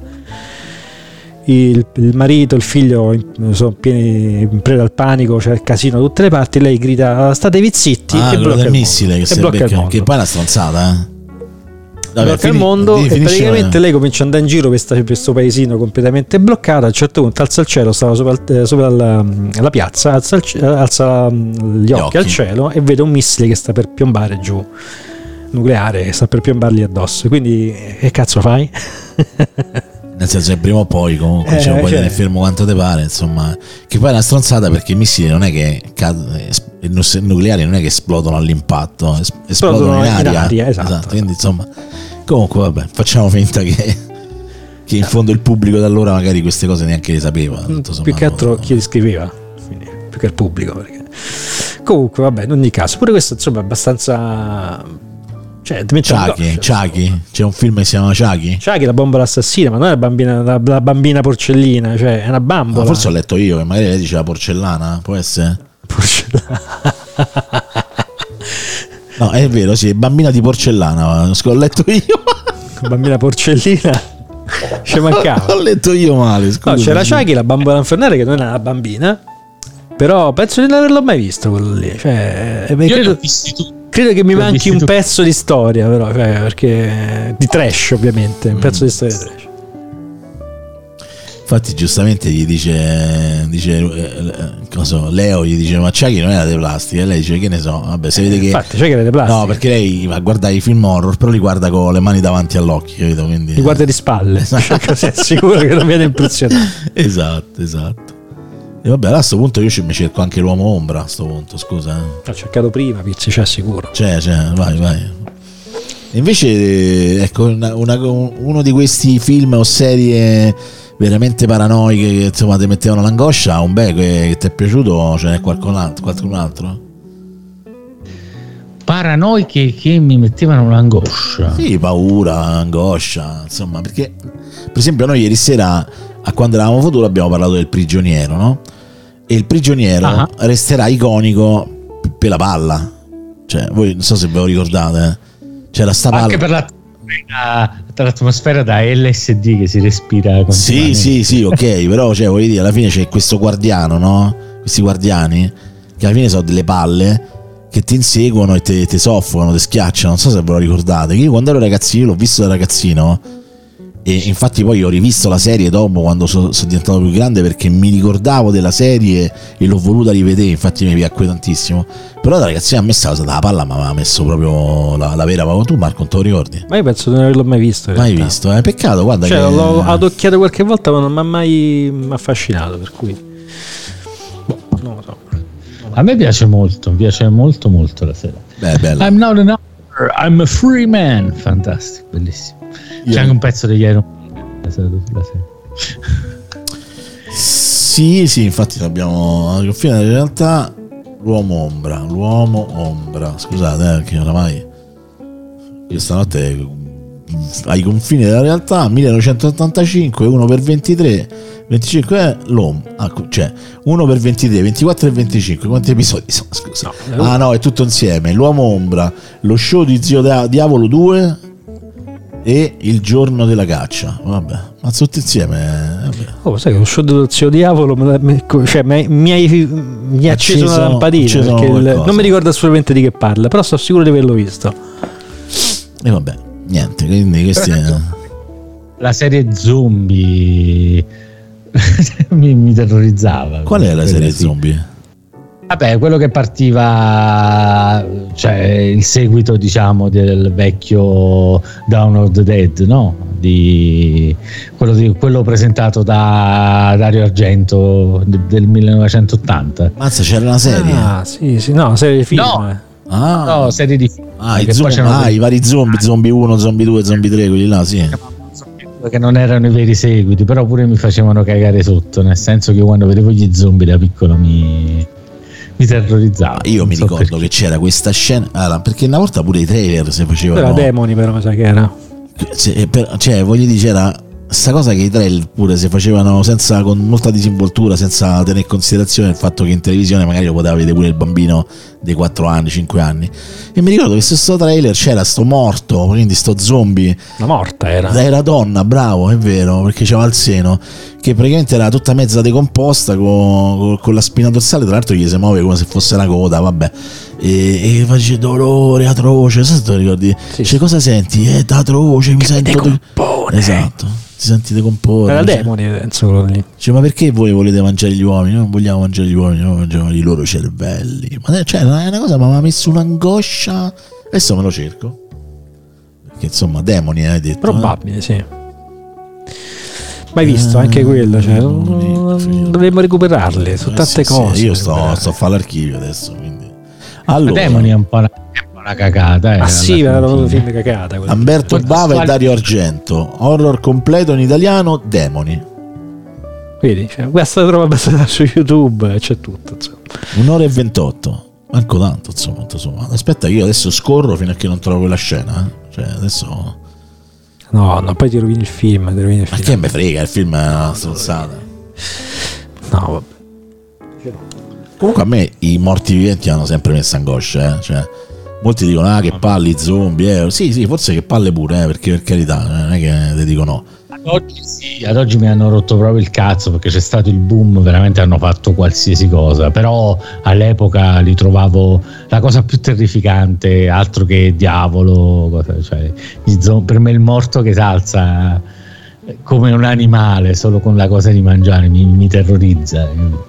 il, il marito, il figlio sono pieni in preda al panico, c'è il casino da tutte le parti, lei grida statevi zitti ah, e blocca il missile mondo, che, e blocca il mondo. Che poi è una stronzata, eh? Vabbè, blocca fini, il mondo e praticamente bene. Lei comincia ad andare in giro per questo paesino completamente bloccato. A un certo punto alza il cielo, stava sopra, sopra la, la piazza, alza, il, alza gli, gli occhi, occhi al cielo e vede un missile che sta per piombare giù, nucleare, che sta per piombargli addosso. Quindi che cazzo fai? Nel senso che prima o poi comunque eh, cioè, puoi tenere fermo quanto te pare, insomma, che poi è una stronzata perché i missili non è che i nucleari non è che esplodono all'impatto, esplodono, esplodono in aria, in aria esatto. esatto. Quindi insomma, comunque vabbè, facciamo finta che, che in fondo il pubblico da allora magari queste cose neanche le sapeva, tutto più che altro chi le scriveva, quindi, più che il pubblico, perché comunque vabbè, in ogni caso pure questo insomma è abbastanza. Cioè, Chucky, Chucky, c'è un film che si chiama Chucky. Chucky, la bombola assassina, ma non è la bambina, la, la bambina porcellina, cioè è una bambola. Ma forse ho letto io che magari lei diceva porcellana, può essere? Porcellana. No, è vero, sì, bambina di porcellana, l'ho letto io. Bambina porcellina. Ci mancava. L'ho letto io male, scusa. No, c'era Chucky, la bambola infernale, che non è una bambina, però penso di non averlo mai visto quello lì, cioè, io credo, visti tu. Credo che mi L'ho manchi un tu. pezzo di storia, però, cioè, perché di trash, ovviamente, un pezzo mm. di storia di trash. Infatti, giustamente gli dice, dice eh, cosa, Leo gli dice: ma Chucky non era di plastica, e lei dice: che ne so, vabbè, se vede che. Infatti, Chucky era di plastica. No, perché lei va a guardare i film horror, però li guarda con le mani davanti all'occhio, capito? Quindi, li guarda di spalle, cioè, così è sicuro che non viene impressionato. Esatto, esatto. E vabbè, a questo punto io mi cerco anche l'uomo ombra a questo punto, scusa. Eh. Ho cercato prima, Pizzi, c'è sicuro. C'è, c'è, vai, vai. Invece, ecco, una, una, uno di questi film o serie veramente paranoiche che insomma ti mettevano l'angoscia, un bel che, che ti è piaciuto, ce n'è qualcun altro? Qualcun altro? Paranoiche che mi mettevano l'angoscia? Sì, paura, angoscia, insomma, perché per esempio noi ieri sera a Quando Eravamo Futuro abbiamo parlato del prigioniero, no? E il prigioniero uh-huh. resterà iconico per la palla, cioè voi non so se ve lo ricordate, eh? C'era sta palla anche per la, per l'atmosfera da L S D che si respira. Sì, sì, sì, ok, però cioè voglio dire, alla fine c'è questo guardiano, no? Questi guardiani che alla fine sono delle palle che ti inseguono e ti soffocano, ti schiacciano, non so se ve lo ricordate. Io quando ero ragazzino, l'ho visto da ragazzino. E infatti poi ho rivisto la serie dopo quando sono so diventato più grande perché mi ricordavo della serie e l'ho voluta rivedere, infatti mi piacque tantissimo. Però da ragazzina a me stava stata la palla, ma aveva messo proprio la, la vera. Ma tu Marco non te lo ricordi? Ma io penso di non averlo mai visto. Mai visto, eh? Peccato, guarda cioè, che... l'ho adocchiato qualche volta ma non mi ha mai affascinato, per cui boh, non lo so. A me piace molto, mi piace molto molto la serie. Beh, bella. I'm not an other, I'm a free man. Fantastico, bellissimo. C'è anche un pezzo degli Iron Man sulla serie. Sì, sì, infatti abbiamo al confine della realtà l'uomo ombra, l'uomo ombra. Scusate, eh, perché oramai io stanotte ai confini della realtà, millenovecentottantacinque, uno per ventitré, venticinque è l'uomo, ah, cioè uno per ventitré, ventiquattro e venticinque. Quanti episodi sono? Scusa. No, ah no, è tutto insieme. L'uomo ombra, lo show di Zio Diavolo due e il giorno della caccia. Vabbè, ma tutti insieme. Vabbè. Oh, sai che lo show dello Zio Diavolo cioè, mi, mi hai mi ha acceso, acceso una lampadina acceso perché il, non mi ricordo assolutamente di che parla, però sono sicuro di averlo visto. E vabbè, niente, quindi questi è... La serie zombie mi, mi terrorizzava. Qual è la serie zombie? Vabbè, quello che partiva, cioè il seguito, diciamo, del vecchio Dawn of the Dead, no? Di quello, di, quello presentato da Dario Argento de, del millenovecentottanta. Mazza, c'era una serie? Ah, sì, sì, no, serie di film. No, ah. no, serie di film. Ah, i, zoom, ah i vari zombie, zombie uno, zombie due, zombie tre, quelli là, sì. Che non erano i veri seguiti, però pure mi facevano cagare sotto, nel senso che quando vedevo gli zombie da piccolo mi... mi terrorizzava. Io mi so ricordo perché. che c'era questa scena, allora, perché una volta pure i trailer si facevano. Era Demoni, però mi sa che era. Cioè, voglio dire, c'era sta cosa che i trailer pure si facevano senza, con molta disinvoltura, senza tenere in considerazione il fatto che in televisione magari lo poteva vedere pure il bambino dei quattro anni, cinque anni. E mi ricordo che su sto trailer c'era sto morto, quindi sto zombie. La morta era. Era donna, bravo, è vero, perché c'aveva il seno, che praticamente era tutta mezza decomposta con, con, con la spina dorsale, tra l'altro gli si muove come se fosse una coda, vabbè. E, e face dolore atroce, sai se ti ricordi? Sì. Cioè, cosa senti? È atroce, mi che sento decompone. Esatto, ti senti decomporre. Era Demoni, penso quello lì. Cioè, ma perché voi volete mangiare gli uomini? Noi non vogliamo mangiare gli uomini, noi mangiamo i loro cervelli. Ma cioè, è una cosa, ma mi ha messo un'angoscia. Adesso me lo cerco. Perché insomma, Demoni, hai detto. Probabile, eh? sì. Mai visto eh, anche quello, cioè, Demoni, dovremmo recuperarle, su tante eh, sì, cose. Sì, io sto, sto a fare l'archivio adesso, quindi. Allora, Demoni è un po' una, una cagata. Eh, ah sì, era un film cagata. Umberto Bava e Dario Argento, horror completo in italiano, Demoni. Vedi, cioè, questa trova basta su YouTube, c'è tutto, insomma. Un'ora e ventotto. Manco tanto, insomma, insomma. Aspetta, io adesso scorro fino a che non trovo quella scena. Eh? Cioè, adesso. No, no, poi ti rovini il film. Ti rovini il Ma film. che me frega, il film è una stronzata. No, vabbè. Comunque a me i morti viventi hanno sempre messo angoscia, eh? Cioè, molti dicono, ah, che palle, zombie. Eh. Sì, sì, forse che palle pure, eh, perché per carità, non è che ti dico no. Ad oggi sì, ad oggi mi hanno rotto proprio il cazzo perché c'è stato il boom, veramente hanno fatto qualsiasi cosa, però all'epoca li trovavo la cosa più terrificante, altro che diavolo, cosa, cioè, per me il morto che si alza come un animale solo con la cosa di mangiare mi, mi terrorizza.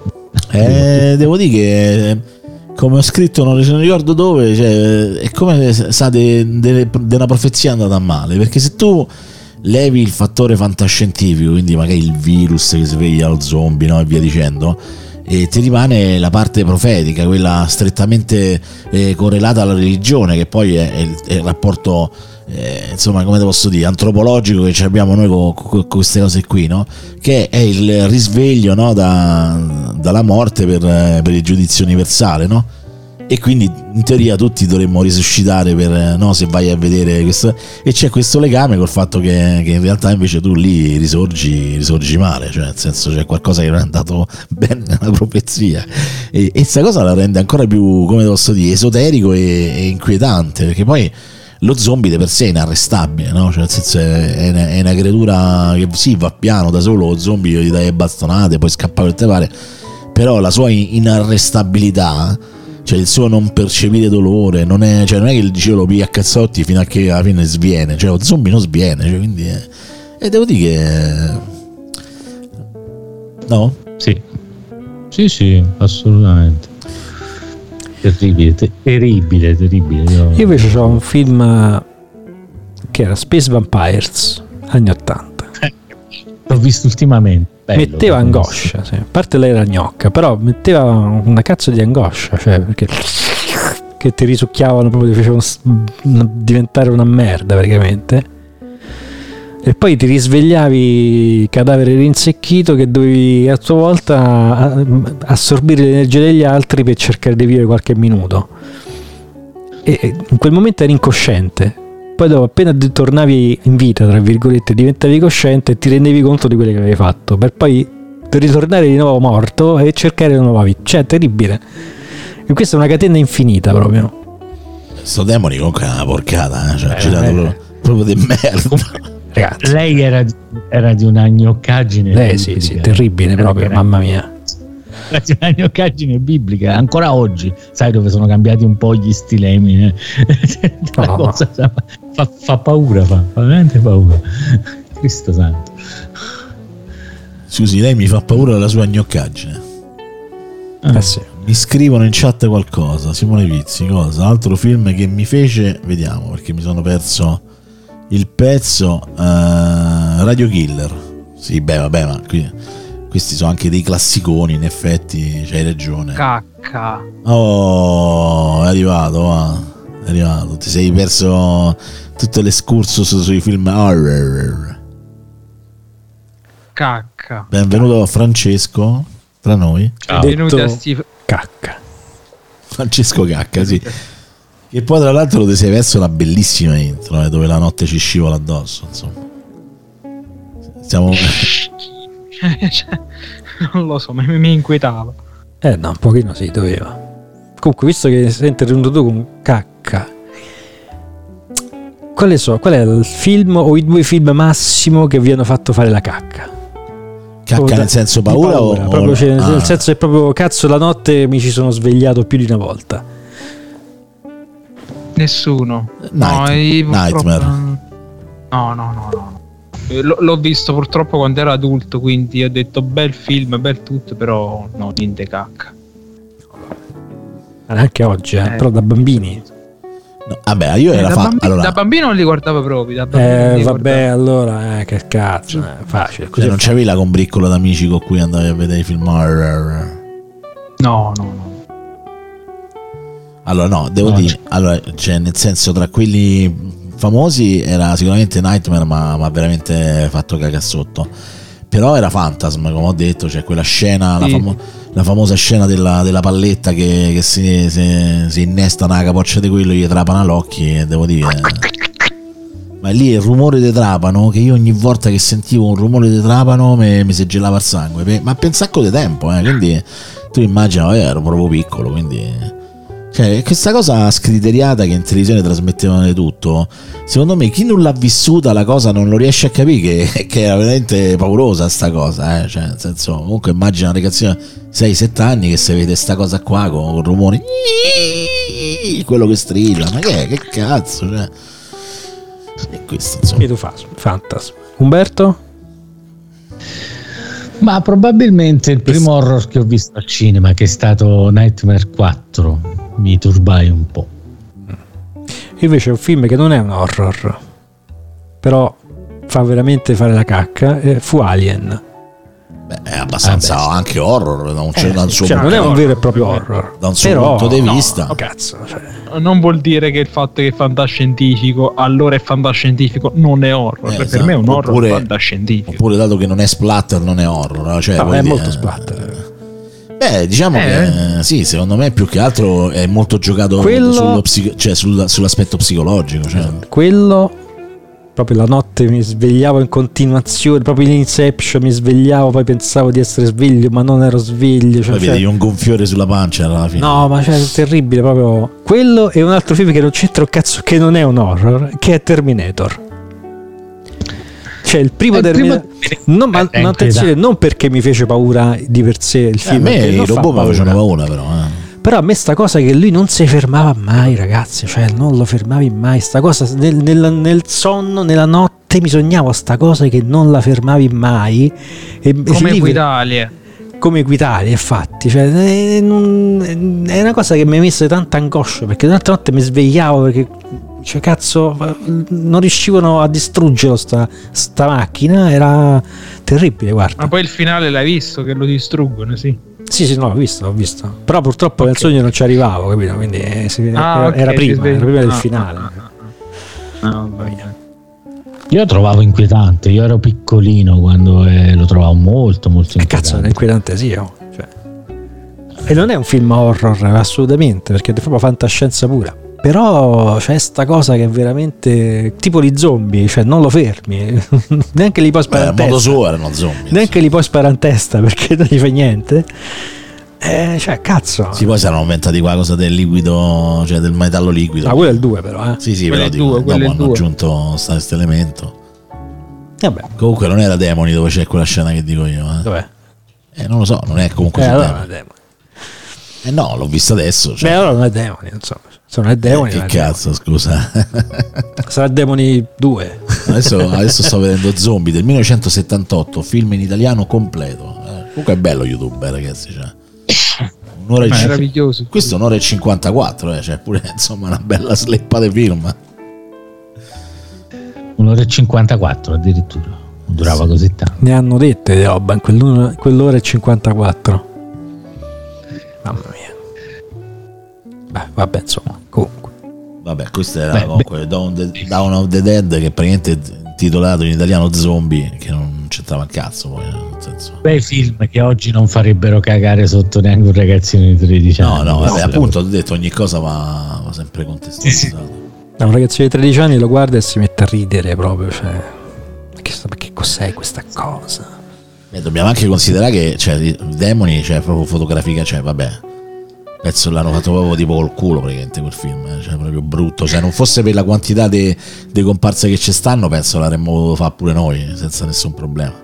Eh, devo dire che, come ho scritto, non ricordo dove, cioè, è come sa di de, de una profezia andata a male, perché se tu levi il fattore fantascientifico, quindi magari il virus che sveglia lo zombie, no, e via dicendo, e ti rimane la parte profetica, quella strettamente eh, correlata alla religione, che poi è, è, è il rapporto eh, insomma, come te posso dire, antropologico che abbiamo noi con, con, con queste cose qui, no? Che è il risveglio, no, da, dalla morte per, per il giudizio universale, no? E quindi in teoria tutti dovremmo risuscitare per, no, se vai a vedere questo, e c'è questo legame col fatto che, che in realtà invece tu lì risorgi, risorgi male, cioè nel senso c'è qualcosa che non è andato bene nella profezia, e questa cosa la rende ancora più, come posso dire, esoterico e, e inquietante, perché poi lo zombie di per sé è inarrestabile, no? Cioè nel senso è una, è una creatura che sì, va piano da solo, lo zombie gli dai le bastonate, poi scappa per te pare, però la sua inarrestabilità, cioè il suo non percepire dolore, non è, cioè non è che il dicevo lo piglia a cazzotti fino a che alla fine sviene, cioè lo zombie non sviene, cioè, quindi è, e devo dire che no? Sì, sì, sì, assolutamente. Terribile, te- terribile, terribile. Io, Io invece ho un film che era Space Vampires, anni ottanta. L'ho visto ultimamente. Bello, metteva angoscia, sì. A parte lei era gnocca, però metteva una cazzo di angoscia, cioè perché che ti risucchiavano proprio, ti facevano diventare una merda praticamente, e poi ti risvegliavi cadavere rinsecchito che dovevi a tua volta assorbire l'energia degli altri per cercare di vivere qualche minuto, e in quel momento eri incosciente, poi dopo appena tornavi in vita tra virgolette diventavi cosciente e ti rendevi conto di quello che avevi fatto, per poi ritornare di nuovo morto e cercare una nuova vita, cioè terribile, e questa è una catena infinita proprio. Sto Demoni comunque è una porcata, eh? Cioè, eh, ha girato eh. proprio, proprio di merda. Ragazzi, lei era, era di una gnoccaggine lei sì, sì, terribile proprio, era, mamma mia, era di una gnoccaggine biblica, ancora oggi sai dove sono cambiati un po' gli stilemi, eh? La no, cosa no. Fa, fa paura, fa, fa veramente paura. Cristo santo. Scusi, lei mi fa paura la sua gnoccaggine. Eh sì. Mi scrivono in chat qualcosa. Simone Pizzi, cosa? Altro film che mi fece, vediamo perché mi sono perso il pezzo. uh, Radio Killer. Sì, beh, vabbè, ma qui, questi sono anche dei classiconi, in effetti, c'hai ragione. Cacca. Oh, è arrivato, va. È arrivato. Ti sei perso tutto l'escursus sui film horror. Cacca. Benvenuto Francesco tra noi. Benvenuti a Steve. Cacca. Francesco Cacca, sì. E poi tra l'altro ti sei perso una bellissima intro, eh, dove la notte ci scivola addosso, insomma. Stiamo... non lo so, mi, mi inquietava. Eh no, un pochino sì, doveva. Comunque, visto che sei intervenuto tu con Cacca, quale so, qual è il film o i due film massimo che vi hanno fatto fare la cacca? Cacca nel senso paura, paura o proprio, cioè, ah. nel senso è proprio cazzo, la notte mi ci sono svegliato più di una volta. Nessuno. Night, no, io Nightmare. No, no, no, no. L- l'ho visto purtroppo quando ero adulto, quindi ho detto bel film, bel tutto, però no, niente cacca. Anche oggi, eh, eh. però da bambini. No, vabbè, io Eh, era da, fa- bambi- allora, da bambino non li guardavo proprio. Da bambino non Eh, li vabbè, guardavo. allora, eh, che cazzo, eh, facile. Così cioè, non c'avevi la combriccola d'amici con cui andavi a vedere i film horror? No, no, no. Allora no, devo No, dire, allora, cioè, nel senso, tra quelli famosi era sicuramente Nightmare, ma, ma veramente fatto caca sotto. Però era Phantasm, come ho detto, cioè quella scena, Sì. la, famo- la famosa scena della, della palletta che, che si, si, si innesta nella capoccia di quello, gli trapana l'occhio, e devo dire... Ma lì il rumore di trapano, che io ogni volta che sentivo un rumore di trapano mi, mi si gelava il sangue, Pe- ma per un sacco di tempo, eh, quindi tu immagina, eh, ero proprio piccolo, quindi... Cioè, questa cosa scriteriata che in televisione trasmettevano di tutto, secondo me chi non l'ha vissuta la cosa non lo riesce a capire che, che era veramente paurosa sta cosa, eh? Cioè, nel senso, comunque immagina una ragazzina sei sette anni che se vede sta cosa qua con il rumore, quello che strilla, ma che è? Che cazzo, cioè? E questo, insomma. E tu fai Fantasma. Umberto? Ma probabilmente il primo horror che ho visto al cinema, che è stato Nightmare quattro, mi turbai un po'. Invece è un film che non è un horror, però fa veramente fare la cacca, eh, fu Alien. Beh, è abbastanza Ah, beh, sì. anche horror da un, Eh, da un suo cioè, non punto, è un vero e proprio horror, da un suo però, punto di no, vista. no, cazzo, cioè. Non vuol dire che il fatto che è fantascientifico allora è fantascientifico, non è horror. Eh, per esatto. me è un horror Oppure- fantascientifico. Oppure dato che non è splatter non è horror, cioè, No, voglio è dire, molto splatter. Beh, diciamo Eh. che eh, sì, secondo me più che altro è molto giocato Quello- sullo psico- cioè, sul- sull'aspetto psicologico, cioè. Quello, proprio la notte mi svegliavo in continuazione, proprio in Inception mi svegliavo, poi pensavo di essere sveglio ma non ero sveglio, cioè, Poi cioè- vedevi un gonfiore sulla pancia alla fine. no, ma cioè, è terribile proprio. Quello è un altro film che non c'entra un cazzo, che non è un horror, che è Terminator. Cioè il primo Eh, il primo- Terminator, non, ma, Eh, ma attenzione, anche non perché mi fece paura di per sé il Eh, a film, me perché i non fa robot mi paura. facevano paura però, eh. Però a me sta cosa che lui non si fermava mai, ragazzi, cioè non lo fermavi mai, sta cosa nel, nel- nel sonno, nella notte mi sognavo sta cosa che non la fermavi mai. E, Come e lì- Equitalia. come Equitalia, infatti, cioè, eh, non- è una cosa che mi ha messo tanta angoscia, perché l'altra notte mi svegliavo perché, cioè, cazzo, non riuscivano a distruggerlo sta, sta macchina, era terribile, guarda. Ma poi il finale l'hai visto che lo distruggono, sì. Sì, sì, no, l'ho visto, l'ho visto. Però purtroppo nel sogno non ci arrivavo, capito? Quindi eh, si- Ah, era, ok, era ci prima, svegli- era prima del ah, finale. ah, ah, ah. Ah, vabbè. Io trovavo inquietante, io ero piccolino quando eh, lo trovavo molto molto Che cazzo, è inquietante. inquietante, sì, oh. Cioè. E non è un film horror, assolutamente, perché è proprio fantascienza pura. Però c'è sta cosa che è veramente tipo gli zombie, cioè non lo fermi, neanche li puoi Beh, sparare a in modo testa. suo erano zombie. Neanche li puoi sparare in testa perché non gli fai niente. Eh, cioè, cazzo. Sì, poi si erano inventati qua cosa del liquido, cioè del metallo liquido. Ma quello è il due però, eh. Sì, sì, Quello però è dico, due, quello dopo è hanno due. aggiunto questo elemento. Vabbè, Comunque non era Demoni dove c'è quella scena che dico io, eh. dov'è? Eh, non lo so, non è comunque Eh, su allora Demoni. non è Demoni. Eh no, l'ho vista adesso. Cioè. Beh, allora non è Demoni, insomma. Se non è Demoni, Eh, non che è cazzo, scusa. Demoni. Sarà Demoni due. Adesso, adesso sto vedendo Zombie del millenovecentosettantotto, film in italiano completo. Eh, comunque è bello YouTube, eh, ragazzi. Cioè. Un'ora e Ma è cinquanta meraviglioso. Questo è un'ora e cinquantaquattro, eh, cioè pure insomma una bella sleppa di film. Un'ora e cinquantaquattro addirittura. Non durava Sì. così tanto. Ne hanno dette di roba in quell'ora, quell'ora e cinquantaquattro. Mamma mia. Beh, vabbè, insomma, comunque. Vabbè, questo era Beh, comunque Dawn, the- Dawn of the Dead, che praticamente è titolato in italiano Zombie, che non c'entrava un cazzo poi, nel senso. Bei film che oggi non farebbero cagare sotto neanche un ragazzino di tredici No, anni. no, vabbè, Questo è- appunto, ho detto ogni cosa va, va sempre contestualizzato. Un ragazzino di tredici anni lo guarda e si mette a ridere proprio, cioè. Che, che cos'è questa cosa? Beh, dobbiamo anche considerare che cioè, i demoni, cioè proprio fotografica, cioè vabbè, penso l'hanno fatto proprio tipo col culo praticamente quel film, eh, cioè proprio brutto, cioè non fosse per la quantità di comparse che ci stanno, penso l'avremmo voluto fare pure noi senza nessun problema,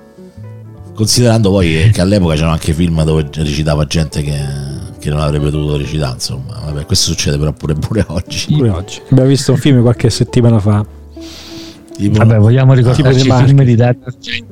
considerando poi che, che all'epoca c'erano anche film dove recitava gente che, che non avrebbe dovuto recitare, insomma, vabbè, questo succede però pure, pure oggi. Pure oggi. Abbiamo visto un film qualche settimana fa. Tipo, Vabbè, vogliamo ricordarci Tipo i di film di Dario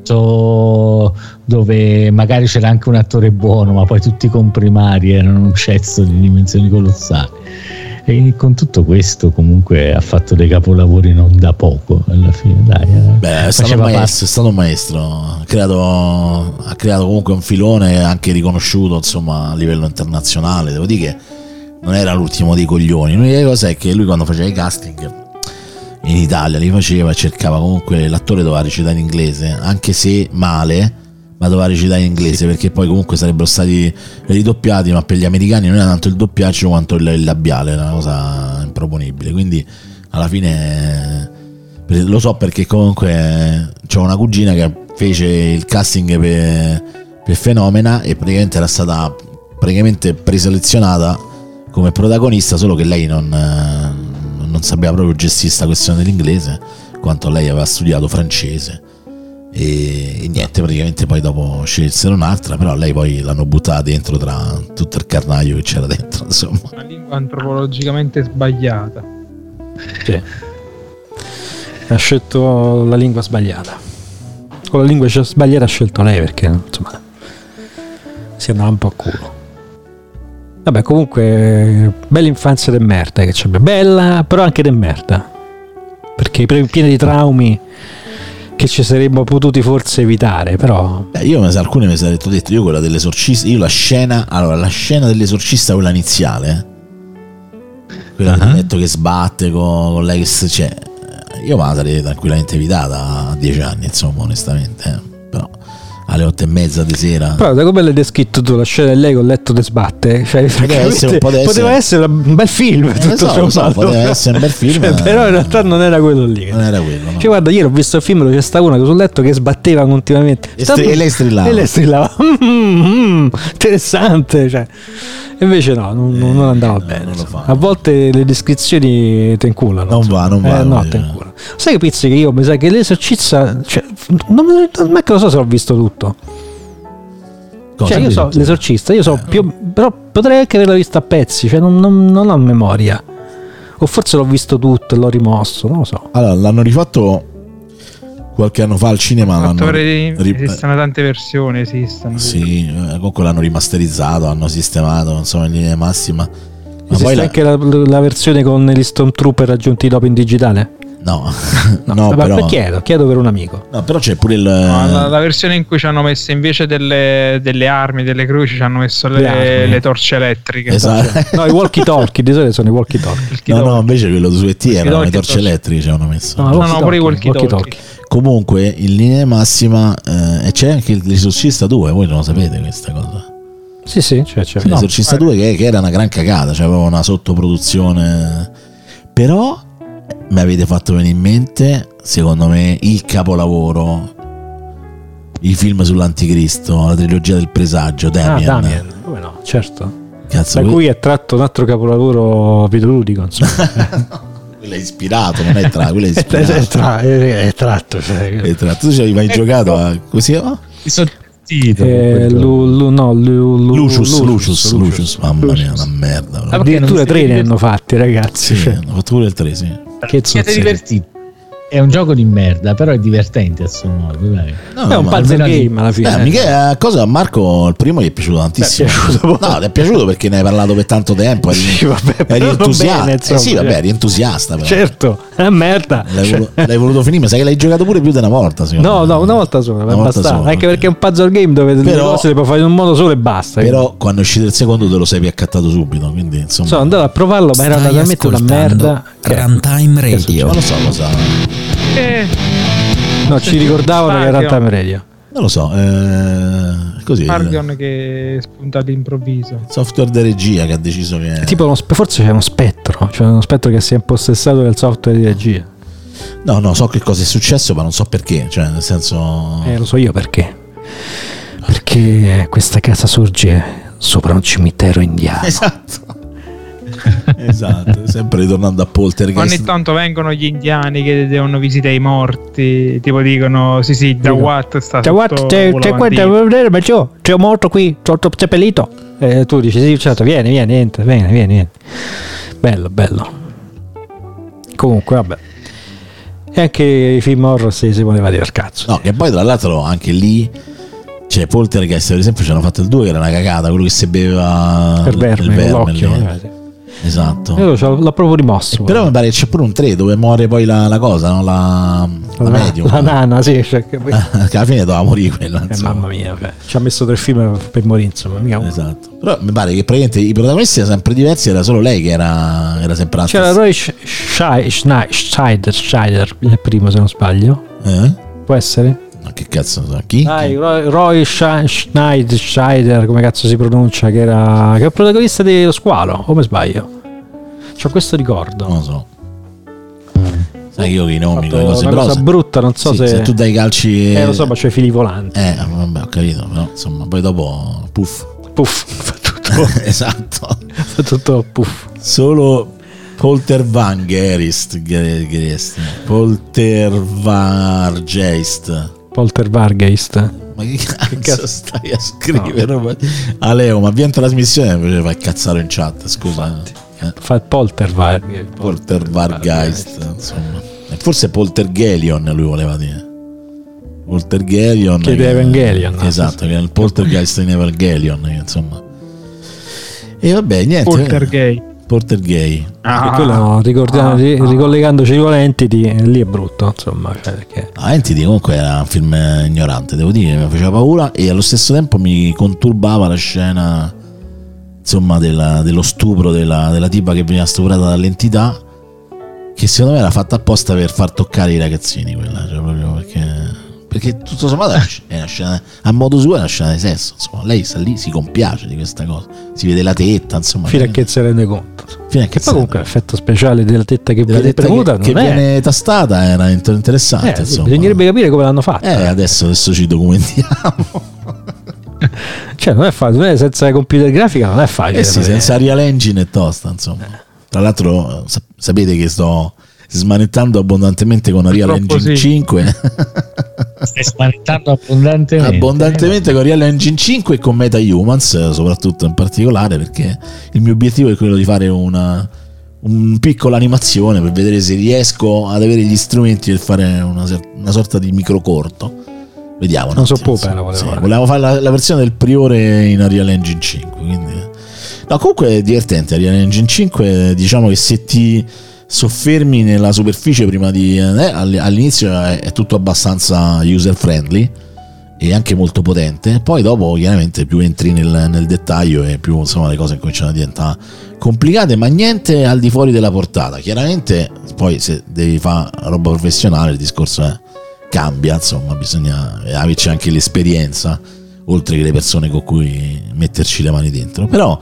Argento dove magari c'era anche un attore buono, ma poi tutti i comprimari erano un cesso di dimensioni colossali. E con tutto questo comunque ha fatto dei capolavori non da poco alla fine, dai. eh. Beh, è stato, un maestro, è stato un maestro, ha creato, ha creato comunque un filone anche riconosciuto insomma a livello internazionale. Devo dire che non era l'ultimo dei coglioni. L'unica cosa è che lui quando faceva i casting in Italia li faceva e cercava comunque l'attore doveva recitare in inglese, anche se male, ma doveva recitare in inglese, sì, perché poi comunque sarebbero stati ridoppiati, ma per gli americani non era tanto il doppiaggio quanto il, il labiale, era una cosa improponibile. Quindi alla fine lo so perché comunque c'ho una cugina che fece il casting per, per Fenomena e praticamente era stata praticamente preselezionata come protagonista, solo che lei non, non sapeva proprio gestire questa questione dell'inglese, quanto lei aveva studiato francese. E, e niente, praticamente poi dopo scelsero un'altra, però lei poi l'hanno buttata dentro tra tutto il carnaio che c'era dentro, insomma. Una lingua antropologicamente sbagliata. Sì. Ha scelto la lingua sbagliata. Con la lingua sbagliata ha scelto lei perché insomma si andava un po' a culo. Vabbè, comunque bella infanzia de merda che c'è, bella però anche de merda, perché pieni di traumi che ci saremmo potuti forse evitare, però eh, io alcune mi sarei detto io quella dell'esorcista, io la scena allora la scena dell'esorcista, quella iniziale, quella uh-huh. del letto che sbatte con, con lei che cioè, io me la sarei tranquillamente evitata a dieci anni, insomma, onestamente, eh. Però alle otto e mezza di sera. Però da come l'hai descritto tu la scena di lei con il letto che sbatte, cioè, poteva, essere, poteva, poteva essere un bel film, eh, tutto so, so, poteva essere un bel film, cioè, però in realtà non era quello lì. Non era quello, no. Cioè, guarda, ieri ho visto il film dove c'è sta una sul letto che sbatteva continuamente e, stri- e lei strillava. E lei strillava. Mm-hmm, interessante, cioè. Invece no, non, eh, non andava no, bene. non A volte le descrizioni te inculano. Non va, non va. Eh, no, te inculano. Sai che pizzi che io mi sa che l'esorcista, cioè, non, non è che lo so se l'ho visto tutto. Cosa Cioè io so l'esorcista, io so eh, più, però potrei anche averla vista a pezzi, cioè non, non, non ho memoria. O forse l'ho visto tutto e l'ho rimosso, non lo so. Allora, l'hanno rifatto qualche anno fa al cinema. L'hanno ri- esistono tante versioni, esistono. Sì, comunque l'hanno rimasterizzato, hanno sistemato, insomma, in linea massima. Ma esiste poi anche la, la versione con gli Stormtrooper aggiunti dopo in digitale? No, no, no vabbè, però chiedo, chiedo per un amico. No, però c'è pure il no, la, la versione in cui ci hanno messo invece delle, delle armi, delle croci, ci hanno messo le, le, le torce elettriche. Esatto. No, i walkie talkie, di solito sono i walkie talkie. No, no, invece quello su E T erano le torce elettriche, ci hanno messo. No, no, no, pure i walkie talkie. Comunque, in linea massima, eh, e c'è anche l'Esorcista due, voi non lo sapete questa cosa? Sì, sì, c'è, c'è. Sì, l'Esorcista no. due che, che era una gran cagata, cioè aveva una sottoproduzione, però mi avete fatto venire in mente, secondo me, il capolavoro, i film sull'Anticristo, la trilogia del presagio, Damien. Ah, Damien, come no, certo. Cazzo, da que- cui è tratto un altro capolavoro videoludico, insomma. Quello è ispirato, non è tratto, quello è ispirato. è, tra- è, è tratto, cioè. È tratto. Tu ci avevi giocato a così? Oh? Mi sono Eh, lu, lu, no, lu, lu, Lucius, Lucius, Lucius, Lucius, Lucius, mamma Lucius. mia, una merda. Addirittura tre ne hanno fatti, ragazzi. Sì, cioè. hanno fatto pure il tre, sì. Che siete divertiti? è un gioco di merda, però è divertente a suo modo, dai. No, è un puzzle game alla fine. Eh, Michele, cosa a Marco il primo gli è piaciuto tantissimo. È piaciuto. No, ti è piaciuto perché ne hai parlato per tanto tempo. Eri, sì, vabbè, eri entusiasta. Bene, insomma, eh sì, vabbè, eri entusiasta. Però. Certo, è merda. L'hai, cioè. voluto, l'hai voluto finire, ma sai che l'hai giocato pure più di una volta. No, no, una volta sola, una volta sola, anche okay. Perché è un puzzle game dove però, le cose le puoi fare in un modo solo e basta. Però quindi. Quando è uscito il secondo te lo sei piaccattato subito, quindi insomma. Sono andato a provarlo, ma era talmente una merda. Runtime Radio. Non lo so cosa. Eh. No, ci ricordavano che era Runtime Radio. Non lo so, eh, così. Argon che spunta all'improvviso. Software di regia che ha deciso che. Tipo uno, forse c'è uno spettro, cioè uno spettro che si è impossessato del software di regia. No, no, so che cosa è successo, ma non so perché. Cioè, nel senso. Eh, lo so io perché. Perché questa casa sorge sopra un cimitero indiano. Esatto. Esatto, sempre ritornando a Poltergeist. Ogni tanto vengono gli indiani che devono visitare i morti, tipo dicono sì sì, Jawat sta Jawat, c'è quello, ma c'è c'è un morto qui, sotto seppellito. E tu dici sì, certo, vieni, vieni, entra, vieni, vieni, vieni. Bello, bello. Comunque, vabbè. E anche i film horror si, si poteva dire al cazzo. No, che poi tra l'altro anche lì cioè Poltergeist per esempio ci hanno fatto il due che era una cagata, quello che si beveva per verme, il verme l'occhio, lì. Eh, sì. Esatto. Io l'ho proprio rimosso. Eh, però mi pare che c'è pure un tre dove muore poi la, la cosa, no? La, la, la medium. La nana, sì. Cioè che, poi... che alla fine doveva morire quella. Eh, mamma mia, beh. Ci ha messo tre film per morire, insomma. Mica... Esatto. Però mi pare che praticamente i protagonisti erano sempre diversi, era solo lei che era, era sempre la C'era Roy Scheider, Scheider nel primo, se non sbaglio. Eh? Può essere? Ma che cazzo so? Chi? Dai, Roy, Roy Schneider, Scheider, come cazzo si pronuncia, che era che è il protagonista dello Squalo, come sbaglio? C'ho questo ricordo. Non lo so. Sai che io i nomi, le cose una cosa se, brutta, non so sì, se... se tu dai calci Eh, lo so, ma c'è i fili volanti. Eh, vabbè, ho capito, però insomma, poi dopo puff. Puff, fa tutto. Esatto. Fa tutto puff. Solo Poltervangerist, Gerist. Poltervargeist. Poltervargeist. Ma che cazzo, che cazzo stai a scrivere? No. Aleo, ma via in trasmissione invece fai cazzare in chat, scusa. Eh. Fa il Poltervargeist. Poltervargeist, insomma. E forse Poltergelion lui voleva dire. Poltergelion. Che, che di Evangelion. Esatto, che è il Poltergeist in Evangelion, insomma. E vabbè, niente. Poltergay. Poltergay. Ah, quello, ricordiamo, ah, ricollegandoci con Entity, lì è brutto, insomma. Cioè perché... ah, Entity comunque era un film ignorante, devo dire, mi faceva paura e allo stesso tempo mi conturbava la scena, insomma, della, dello stupro della, della tipa che veniva stuprata dall'entità, che secondo me era fatta apposta per far toccare i ragazzini, quella, cioè proprio perché... Perché tutto sommato è una scena, a modo suo è una scena di sesso, insomma, lei sta lì, si compiace di questa cosa, si vede la tetta, insomma, fino a che se rende conto, fino a che, che poi comunque l'effetto speciale della tetta che della viene tetta premuta che, che viene tastata era interessante, eh, insomma. Bisognerebbe capire come l'hanno fatta. Eh, adesso, adesso ci documentiamo. Cioè non è facile, senza computer grafica non è facile. Eh sì, senza Real Engine è tosta, insomma. Eh. Tra l'altro sapete che sto smanettando abbondantemente con Unreal Engine sì. cinque. Stai smanettando abbondantemente abbondantemente con Unreal Engine cinque e con MetaHumans, soprattutto in particolare, perché il mio obiettivo è quello di fare una un piccola animazione per vedere se riesco ad avere gli strumenti per fare una, una sorta di microcorto. Vediamo. Non so può, però sì, volevamo fare la, la versione del Priore in Unreal Engine cinque, quindi no, comunque è divertente. Unreal Engine cinque, diciamo che se ti soffermi nella superficie prima di eh, all'inizio è, è tutto abbastanza user friendly e anche molto potente, poi dopo chiaramente più entri nel, nel dettaglio e più insomma le cose cominciano a diventare complicate, ma niente al di fuori della portata. Chiaramente poi se devi fare roba professionale il discorso è, cambia, insomma bisogna averci anche l'esperienza oltre che le persone con cui metterci le mani dentro, però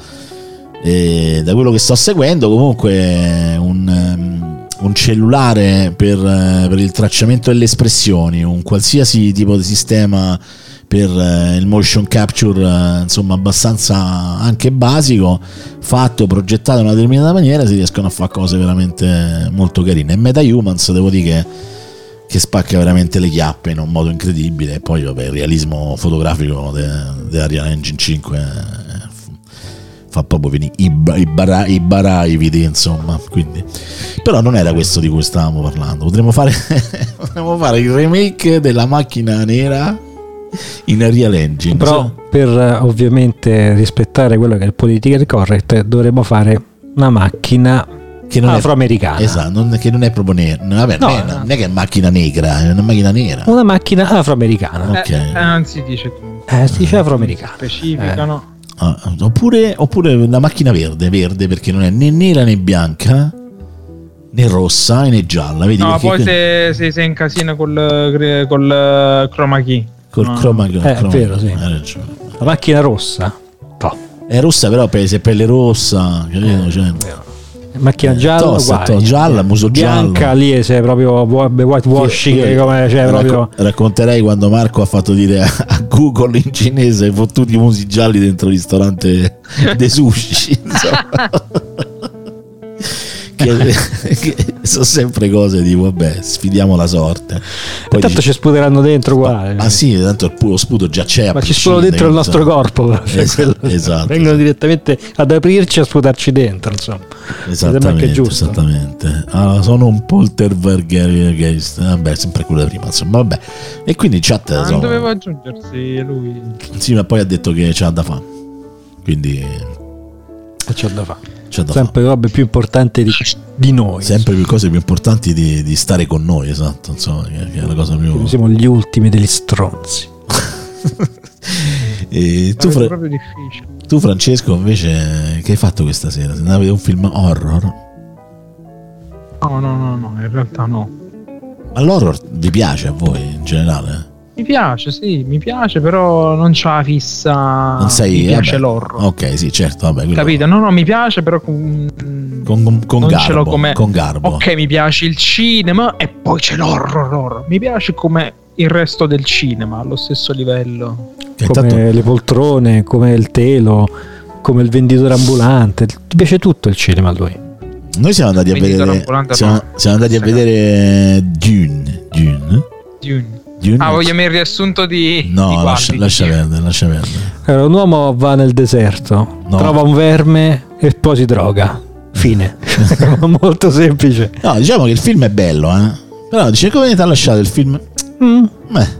e da quello che sto seguendo comunque un, un cellulare per, per il tracciamento delle espressioni, un qualsiasi tipo di sistema per il motion capture, insomma abbastanza anche basico, fatto, progettato in una determinata maniera, si riescono a fare cose veramente molto carine. E MetaHumans devo dire che, che spacca veramente le chiappe in un modo incredibile, e poi vabbè il realismo fotografico della Unreal Engine cinque fa proprio venire i, i, bara, i baraividi, insomma. Quindi, però non era questo di cui stavamo parlando. Potremmo fare, potremmo fare il remake della macchina nera in Unreal Engine. Però per ovviamente rispettare quello che è il political correct dovremmo fare una macchina che non afroamericana. È, esatto, non, che non è proprio nera. Vabbè, no, non, è, no. non è che è macchina negra, è una macchina nera. Una macchina afroamericana. Ok. Eh, eh, non si dice Eh, si dice afroamericana. specificano. Ah, oppure, oppure una macchina verde, verde perché non è né nera né bianca, né rossa né gialla. Vedi, No, perché poi que- se, se si incasina col, col chroma key. col no. chroma, Eh, è chroma- vero, sì. hai ragione. La macchina rossa. No. È rossa, però per- se è pelle rossa, capito? Cioè, Macchina gialla, tosta, uguale. to- gialla, muso bianca giallo. lì sei proprio whitewashing, Io- io- come cioè racco- proprio racconterei quando Marco ha fatto dire a, a Google in cinese fottuti i musi gialli dentro il ristorante dei sushi, insomma. che, che sono sempre cose di vabbè, sfidiamo la sorte. Poi tanto dici, ci sputeranno dentro uguale. ma sì, tanto il puro sputo già c'è, a Ma ci prescindere, sputano dentro il insomma. nostro corpo, però, cioè Esatto, quello- esatto, vengono esatto. direttamente ad aprirci e a sputarci dentro, insomma. Mi sembra Esattamente, anche giusto. esattamente. Ah, sono un poltergeist, vabbè, sempre quello da prima, insomma, vabbè. E quindi in chat Ah, non sono- doveva aggiungersi lui. sì, ma poi ha detto che c'ha da fare. Quindi E c'è da fare. c'ha da Sempre robe più importanti di, di noi. fare. Sempre più cose più importanti di, di stare con noi, esatto, insomma, che, che è la cosa più. Noi siamo gli ultimi degli stronzi. E tu, Tu Fra- proprio difficile. tu, Francesco, invece, che hai fatto questa sera? Se andavi a un film horror? No, no, no, no, in realtà no. Ma l'horror vi piace a voi in generale? Mi piace, sì, mi piace, però non c'ha fissa. Non sei, Mi piace vabbè. l'horror. Ok, sì, certo, vabbè. quello- Capito? No, no, mi piace, però con, Con, con, con non garbo. ce l'ho come. Con garbo. Ok, mi piace il cinema e poi c'è l'horror. horror. Mi piace come il resto del cinema, allo stesso livello. Che Come intanto- le poltrone, come il telo, come il venditore ambulante. Ti piace tutto il cinema a lui? Noi siamo andati a Quindi vedere. Tarantulante Siamo, no. siamo andati a vedere Dune. Dune. Dune. Dune. Ah, vogliamo il riassunto di. No, di lascia, quanti? lascia perdere, lascia perdere. Allora, un uomo va nel deserto, No. trova un verme e poi si droga. Fine. Molto semplice. No, diciamo che il film è bello, eh. Però dice come ti ha lasciato il film? Mm. Beh.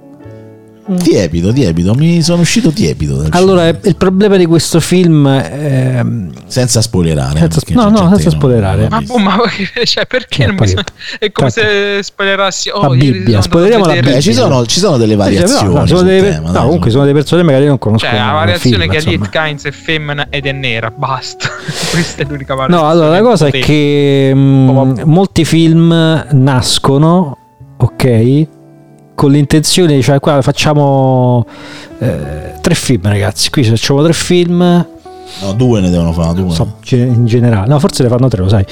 Tiepido, tiepido, mi sono uscito tiepido dal Allora, cinema. il problema di questo film è... Senza spoilerare. Senza- perché no, c'è no, gente senza che non- spoilerare. non l'ha Ma, visto. boh, ma cioè, perché Eh, non poi- mi so- è come Tanto- se spoilerassi. Oh, La ieri Bibbia, sono spoileriamo andato a la Beh, vedere- ci sono, ci sono delle variazioni. No, no, sono sul delle- tema, no, dai, comunque sono delle persone magari non conoscono Cioè, la il variazione film, che insomma. Edith Kynes è femmina ed è nera, basta. Questa è l'unica variazione. No, allora la cosa è che mh, molti film nascono, ok, con l'intenzione, cioè qua facciamo eh, tre film, ragazzi, qui facciamo tre film, No, due ne devono fare, due. so, in generale, no, forse ne fanno tre, lo sai.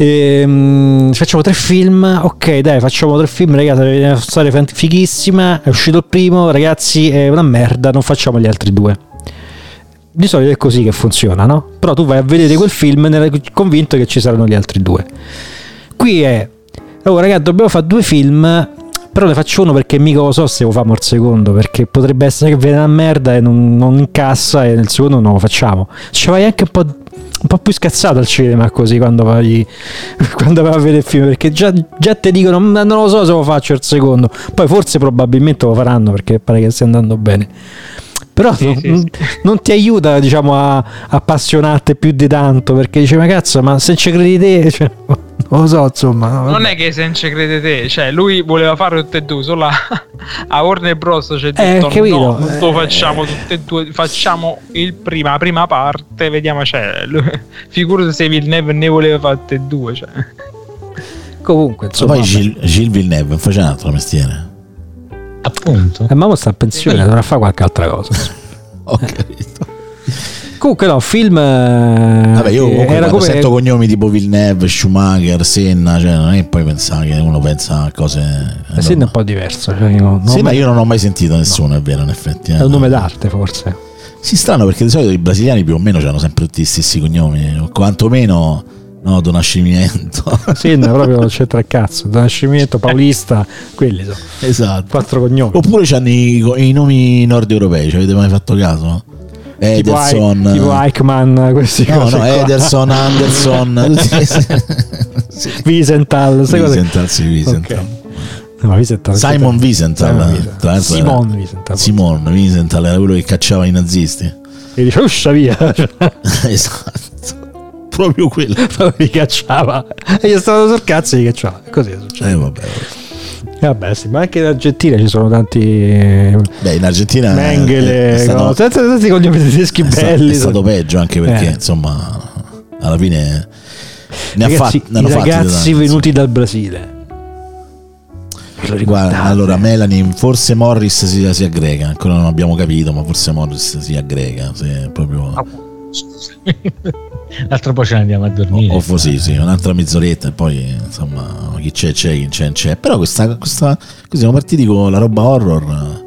Ehm, facciamo tre film, ok, dai, facciamo tre film, ragazzi, è una storia fant- fighissima, è uscito il primo, ragazzi, è una merda, non facciamo gli altri due. Di solito è così che funziona, no? Però tu vai a vedere quel film nel- convinto che ci saranno gli altri due. Qui è, oh ragazzi, dobbiamo fare due film, però ne faccio uno perché mica lo so se lo famo il secondo, perché potrebbe essere che viene una merda e non, non incassa, e nel secondo non lo facciamo. Ci vai anche un po', un po' più scazzato al cinema così quando vai, quando vai a vedere il film, perché già, già ti dicono "Ma non lo so se lo faccio il secondo", poi forse probabilmente lo faranno perché pare che stia andando bene. Però Sì, non, sì, sì. non ti aiuta, diciamo, a appassionarti più di tanto, perché dice ma cazzo, ma se ci credi te, cioè, non lo so, insomma, no, Non vabbè. è che se non ci crede te, cioè lui voleva fare tutte e due, solo a, a Warner Bros. C'è Eh, detto capito? no, non lo Eh. facciamo tutte e due, facciamo il prima, la prima parte, vediamo, cioè, lui, figurati se Villeneuve ne voleva fare tutte e due, cioè. Comunque, So, insomma, poi vabbè. Gilles, Gilles Villeneuve non faceva un altro mestiere. Appunto. Eh, mamma sta a pensione, dovrà fare qualche altra cosa. Ho capito. Comunque no, film eh, Vabbè, io comunque era quando come sento cognomi tipo Villeneuve, Schumacher, Senna, cioè non è che poi pensare che uno pensa a cose. eh, sì, è un po' diverso, cioè, io, non Senna mai- io non ho mai sentito nessuno, è vero, in effetti. eh. è un nome d'arte forse. Sì, strano perché di solito i brasiliani più o meno hanno sempre tutti gli stessi cognomi, o quantomeno no, do nascimento. Sì, no, proprio non c'entra il cazzo, da nascimento, paulista, quelli sono Esatto. quattro cognomi. Oppure c'hanno i, i nomi nord europei, ci avete mai fatto caso? Ederson, tipo, I, tipo Eichmann, questi no, cose no, qua. Ederson, Anderson, Wiesenthal, sai cosa? Wiesenthal, sì, Wiesenthal. Okay. No, Wiesenthal, Simon Wiesenthal, Simon tra l'altro Simon era, Wiesenthal. Simon Wiesenthal era quello che cacciava i nazisti. E dice uscia via. Esatto, proprio quello. Poi li cacciava e gli stavano sul cazzo e li cacciava. Così è successo. Eh, vabbè, Eh, vabbè, sì, ma anche in Argentina ci sono tanti. Beh, in Argentina Mengele, è stato, no, tanti, tanti cognomi tedeschi è sta- belli. è stato peggio, anche perché Eh. insomma alla fine ne Ragazzi, ha fatti, ne hanno i fatti ragazzi tanti, venuti dal Brasile. Ve lo ricordate? Guarda, allora Melanie, forse Morris si, si aggrega, ancora non abbiamo capito, ma forse Morris si aggrega, se proprio l'altro poi ce ne andiamo a dormire. o forse sì, un'altra mezz'oretta e poi insomma chi c'è c'è, chi c'è c'è. Però questa, questa così siamo partiti con la roba horror.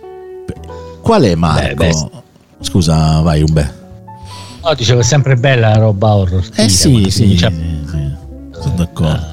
Qual è Marco? Beh, beh. Scusa, vai Umbe. No, dicevo, è sempre bella la roba horror. Eh Tira, sì, quando sì, comincia- sì, sono d'accordo.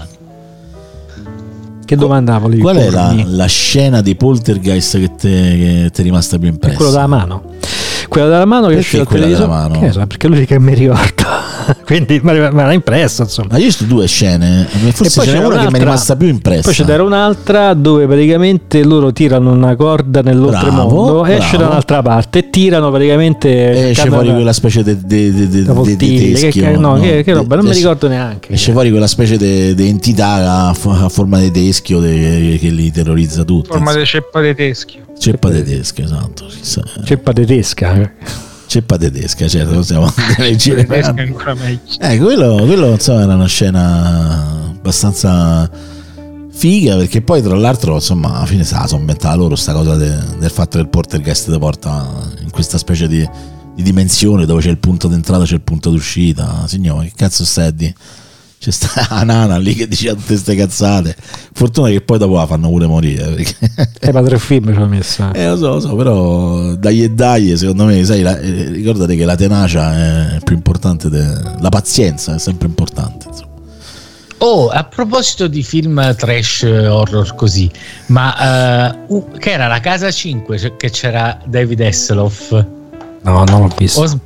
Che domanda volevi Qual è la, pormi? la scena di Poltergeist che ti è rimasta più impressa? È quello dalla mano. Quello dalla mano che Perché esce dal quella televisore. dalla mano? Che ne so, perché lui che mi ricorda. Quindi me l'ha impresso, insomma. Ma io ho visto due scene, forse poi ce n'è c'era una che mi è un'altra- rimasta più impressa. Poi c'è un'altra dove praticamente loro tirano una corda nell'oltremondo, Bravo, esce da bravo. un'altra parte e tirano praticamente. esce cercando fuori da- quella specie di de, de, de, da de, de poltiglie, che, teschio, che- no, che, che roba, non mi esce- ricordo neanche. Esce fuori quella specie di entità a, a forma di teschio de- che li terrorizza tutti. Forma di ceppa di teschio. Ceppa tedesca, esatto. chissà. Ceppa tedesca. Ceppa tedesca, certo, possiamo leggere. Tedesca è ancora meglio. Eh, quello, quello insomma era una scena abbastanza figa, perché poi tra l'altro insomma alla fine sa, sono inventata loro sta cosa de- del fatto che il Poltergeist ti porta in questa specie di, di dimensione dove c'è il punto d'entrata, c'è il punto d'uscita. Signore, che cazzo stai a dire? C'è sta la nana lì che diceva tutte ste cazzate. Fortuna che poi dopo la fanno pure morire, perché E ma tre film ci ho messo. eh, lo so, lo so, però dai e dai, secondo me, sai, la, eh, ricordate che la tenacia è più importante, de- la pazienza è sempre importante, insomma. Oh, a proposito di film trash horror così, ma eh, uh, che era la casa cinque, cioè, che c'era David Hasselhoff. No, non l'ho visto. O sb-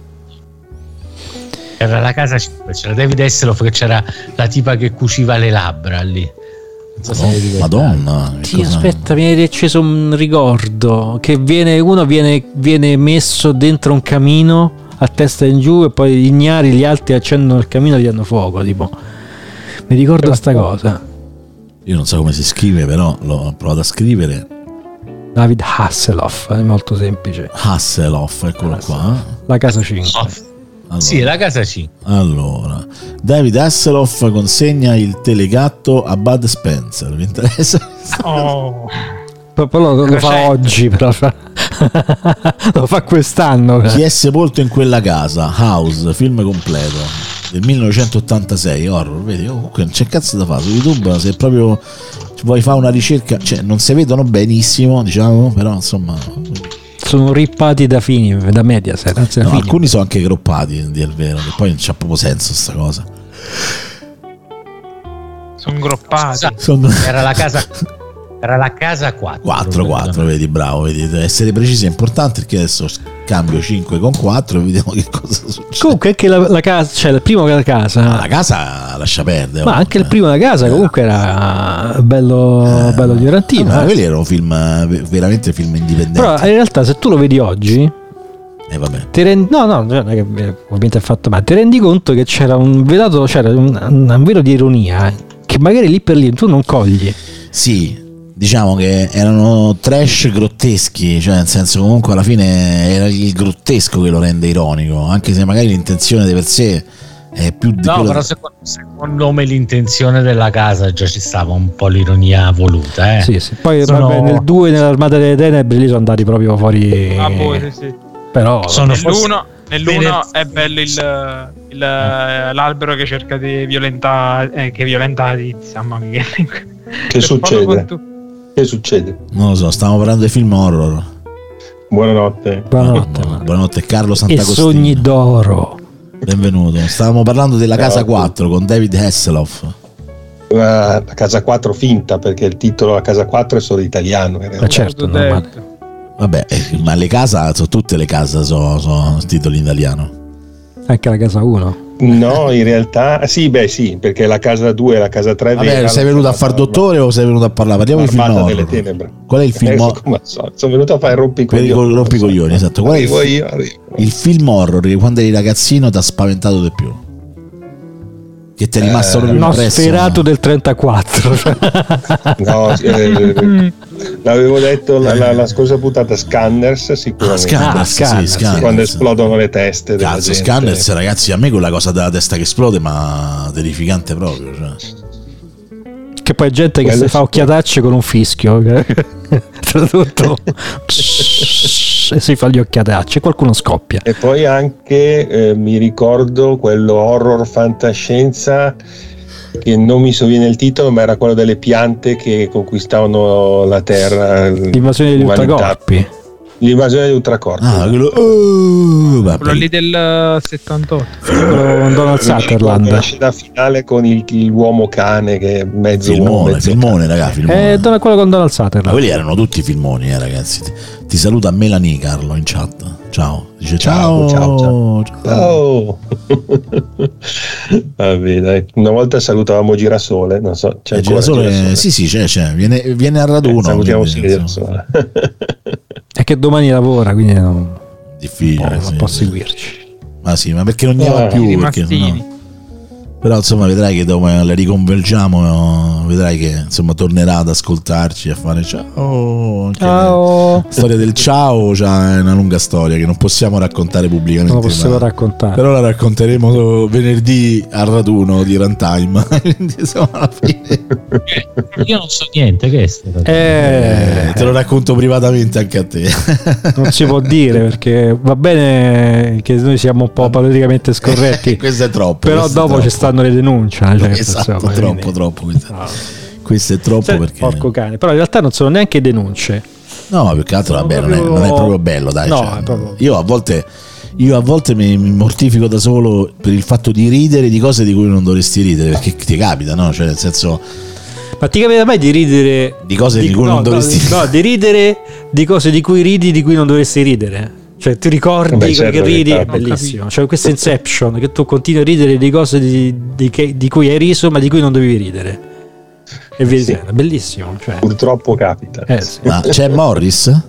Era la casa cinque, c'era David Hasselhoff, che c'era la tipa che cuciva le labbra lì. Non so se vi ricordate. Madonna, che Sì, cosa- aspetta, mi hai acceso un ricordo che viene, uno viene, viene messo dentro un camino a testa in giù e poi gli ignari, gli altri accendono il camino e gli danno fuoco, tipo. Mi ricordo sta cosa. Io non so come si scrive, però l'ho provato a scrivere. David Hasselhoff, è molto semplice. Hasselhoff, eccolo qua. La casa cinque. Oh, Allora, sì, la casa cinque. allora, David Hasselhoff consegna il telegatto a Bud Spencer. Vi interessa? Oh, Proprio lo, lo fa Recente. oggi, però fa- lo fa quest'anno. Chi è sepolto in quella casa? House, film completo del millenovecentottantasei, horror. Vedi, oh, comunque non c'è cazzo da fare su YouTube, se proprio vuoi fare una ricerca, cioè non si vedono benissimo, diciamo, però insomma, Sono rippati da Fini, da Mediaset, anzi da no, Fini. alcuni sono anche groppati, a dire il vero, che poi non c'ha proprio senso sta cosa. sono groppati. Scusa, Sono Era la casa Era la casa quattro. quattro quattro, vedi, bravo, vedi, essere precisi è importante, perché adesso cambio cinque con quattro e vediamo che cosa succede. Comunque anche la, la casa, cioè il primo della casa, Ma la casa lascia perdere. ma oh, anche il eh. primo della casa comunque era bello, bello divertino. Ma eh. quelli erano film, eh, veramente film indipendenti. Però in realtà se tu lo vedi oggi, Eh, vabbè. ti rendi, no, no, non è che eh, ovviamente è fatto male, ti rendi conto che c'era un velato, c'era un, un velo di ironia, eh, che magari lì per lì tu non cogli. Sì, diciamo che erano trash grotteschi, cioè nel senso, comunque alla fine era il grottesco che lo rende ironico, anche se magari l'intenzione di per sé è più di No, quella- però secondo, secondo me l'intenzione della casa già ci stava un po' l'ironia voluta, eh. Sì, sì. Poi Sono- vabbè, nel due nell'Armata delle Tenebre lì sono andati proprio fuori. A voi, sì, sì. Però Sono forse- Nell'uno, nell'uno è bello il, il- l'albero che cerca di violentare, eh, che violenta la tizia, mamma mia. Che succede? Che succede? non lo so, stavamo parlando dei film horror. Buonanotte. buonanotte. Buonanotte, buonanotte Carlo E Sant'Agostino. sogni d'oro. Benvenuto. Stavamo parlando della Ciao. casa quattro con David Hasselhoff. La, la casa quattro finta, perché il titolo La casa quattro è solo italiano. in realtà. Ma certo, L'ho normale. detto. Vabbè, eh, ma le case, so, tutte le case sono so titoli in italiano. Anche la casa uno. No, in realtà sì, beh sì, perché la casa due e la casa tre. Vabbè, sei venuto a far dottore o sei venuto a parlare? Parliamo di film Armata horror. delle tenebre. Qual è il film Eh, horror? come so, sono venuto a fare rompicoglioni. Per i rompicoglioni, esatto. Qual è il, Arrivo io, arrivo. il film horror che quando eri ragazzino ti ha spaventato di più? Che ti è rimasto Eh, proprio impresso? Nosferatu del trentaquattro. No, eh, l'avevo detto la, la, la scorsa puntata, Scanners Ah, sicuramente. Scanners, Ah, sì, Scanners, sì, Scanners. Quando esplodono le teste della Cazzo, gente. Scanners, ragazzi, a me quella cosa della testa che esplode, ma terrificante proprio. Cioè. Che poi è gente che Quello si fa sì. occhiatacce con un fischio. Tradotto. E si fa gli occhiatacci e qualcuno scoppia. E poi anche eh, mi ricordo quello horror fantascienza che non mi sovviene il titolo, ma era quello delle piante che conquistavano la terra. L'invasione degli l'umanità. ultracorpi. L'invasione degli ultracorpi. Ah, quello. Oh, vabbè. Quello lì del settantotto. Quello con Donald Mi ricordo Sutherland. la scena finale con il, l'uomo cane che è mezzo uomo, Filmone, mezzo filmone, raga, filmone. Eh, quello con Donald Ma Sutherland. quelli erano tutti filmoni, eh, ragazzi. Ti, ti saluta Melanie Carlo in chat. Ciao. Dice Ciao, ciao. ciao, ciao. Oh. Vabbè, dai. Una volta salutavamo Girasole, non so, c'è Eh, ancora Girasole, Girasole? sì, sì, c'è, c'è. Viene, viene a raduno. Eh, salutiamo quindi, sì, insomma, Girasole. È che domani lavora, quindi non, difficile. non sì, può sì. seguirci. Ma sì, ma perché non ne va Ah, più? i Perché, mastini. no. Però insomma vedrai che dopo le riconvergiamo, no? Vedrai che insomma tornerà ad ascoltarci e a fare ciao. Anche Ciao. La storia del ciao cioè, è una lunga storia che non possiamo raccontare pubblicamente. Non lo possiamo ma- raccontare. Però la racconteremo venerdì al raduno di Runtime. Quindi insomma alla fine Io non so niente, che è stato? Eh, eh, te lo racconto privatamente anche a te. non si può dire perché va bene che noi siamo un po' politicamente scorretti. Questo è troppo. Però questo è dopo troppo. ci stanno le denunce. Cioè, Esatto, insomma, troppo, quindi- troppo. Questo, No. questo è troppo Sai, perché. porco cane. Però in realtà non sono neanche denunce. No, ma più che altro Sono vabbè, non, è, proprio- non è proprio bello, dai. No, cioè, è proprio- Io a volte. Io a volte mi, mi mortifico da solo per il fatto di ridere di cose di cui non dovresti ridere, perché ti capita, no? Cioè, nel senso, Ma ti capita mai di ridere di cose di, cui no, non dovresti no, no, di ridere di cose di cui ridi di cui non dovresti ridere? Cioè ti ricordi Beh, che certo, ridi, che è capita. bellissimo. Cioè questa Inception che tu continui a ridere di cose di, di che- di cui hai riso ma di cui non dovevi ridere. E via Sì. dicendo, bellissimo. Cioè, Purtroppo capita. eh, sì. Ma c'è Morris?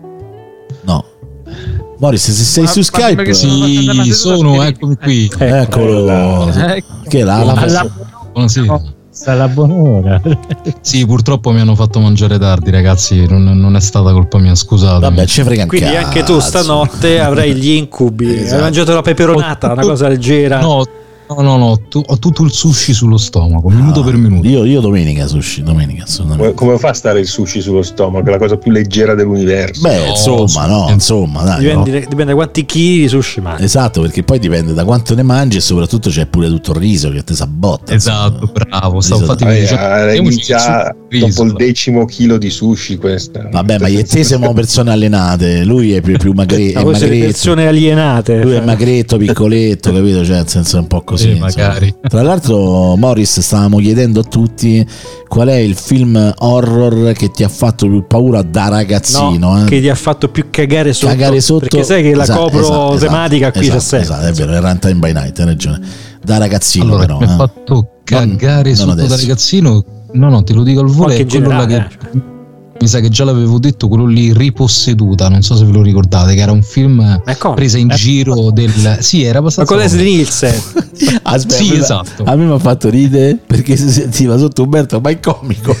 No. Morris, se sei Ma- su ma Skype, sembra che sono- Sì, facendo una sono, seduta eccomi qui. eccolo. Ecco. Che è la, la Alla, Buonasera. alla buon'ora. Sì, purtroppo mi hanno fatto mangiare tardi, ragazzi. Non, non è stata colpa mia, scusate. Vabbè, ci frega un Quindi cazzo. anche tu stanotte avrai gli incubi. Esatto. Hai mangiato la peperonata, una cosa leggera. No, no, no, no, tu- ho tutto il sushi sullo stomaco, minuto Ah, per minuto. Io, io domenica sushi, domenica assolutamente. Come, come fa a stare il sushi sullo stomaco? È la cosa più leggera dell'universo. Beh, No, insomma, no, sì. insomma, dai. no. Dipende, dipende da quanti chili di sushi mangi. Esatto, perché poi dipende da quanto ne mangi e soprattutto c'è pure tutto il riso che ti sabotta. Esatto, bravo. Stavo Riso- infatti Ah, dicendo, eh, mettiamoci inizia il sushi, dopo il riso. decimo chilo di sushi questa. Vabbè, ma io e te siamo persone allenate, lui è più, più magre- Ma è voi siete magretto. persone alienate. Lui è cioè. magretto, piccoletto, capito? Cioè, nel senso è un po' così. Eh, insomma. magari. Tra l'altro, Morris, stavamo chiedendo a tutti qual è il film horror che ti ha fatto più paura da ragazzino. No, eh? che ti ha fatto più cagare sotto, Cagare sotto. perché sai che la Esatto, copro esatto, tematica qui esatto, c'è sempre. Esatto, è vero, è Runtime by Night, hai ragione. Da ragazzino, Allora, però. mi ha eh. fatto cagare non sotto adesso. da ragazzino. No, no, te lo dico al volo. Anche È in quello là generale, che eh, cioè. mi sa che già l'avevo detto, quello lì, Riposseduta. Non so se ve lo ricordate, che era un film Ma come? presa in giro del. Sì, era Ma abbastanza. con Leslie Nielsen. Aspetta, Sì, a me- esatto. A me mi ha fatto ridere perché si sentiva sotto Umberto, ma è comico.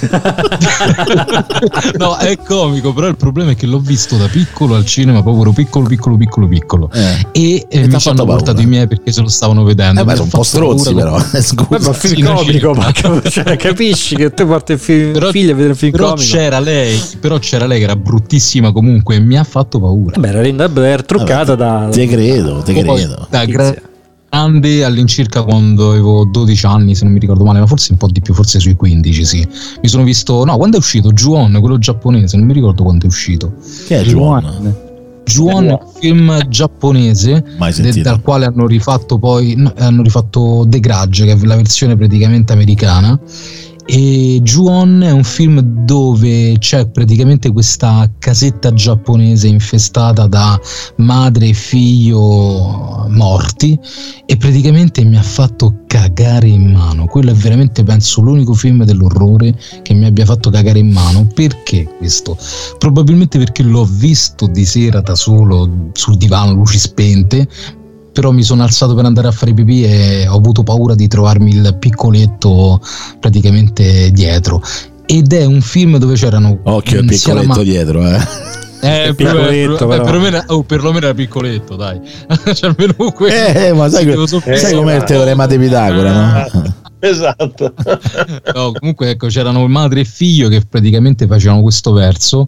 No, è comico, però il problema è che l'ho visto da piccolo al cinema, proprio piccolo, piccolo, piccolo, piccolo. Eh. E, eh, t'ha mi ci fatto hanno paura? portato i miei perché se lo stavano vedendo. Eh, Mi beh, ha sono un po' fatto paura stronzi, però. con- Scusa. Ma è un film Sì, non comico, ci- ma cioè, capisci che tu porti il film, Però- figlio a vedere un film Però comico. c'era lei, però c'era lei che era bruttissima comunque e mi ha fatto paura. Vabbè, era Linda Blair truccata da Te credo, te Poi, credo. da Tizia. grande all'incirca quando avevo dodici anni, se non mi ricordo male, ma forse un po' di più, forse sui quindici, sì. Mi sono visto, no, quando è uscito Ju-On, quello giapponese, non mi ricordo quando è uscito. Che è Juan? Ju-On è un film giapponese Mai de- sentito. dal quale hanno rifatto poi no, hanno rifatto The Grudge, che è la versione praticamente americana. E Ju-On è un film dove c'è praticamente questa casetta giapponese infestata da madre e figlio morti, e praticamente mi ha fatto cagare in mano. Quello è veramente, penso, l'unico film dell'orrore che mi abbia fatto cagare in mano. Perché questo? Probabilmente perché l'ho visto di sera da solo sul divano, luci spente, però mi sono alzato per andare a fare pipì e ho avuto paura di trovarmi il piccoletto praticamente dietro. Ed è un film dove c'erano occhio il piccoletto ma- dietro eh Eh, piccoletto, per, perlomeno, oh, perlomeno era piccoletto, dai. Cioè, almeno eh, ma sai, eh, sai com'è il teorema di Pitagora, no? Esatto. No, comunque ecco, c'erano madre e figlio che praticamente facevano questo verso.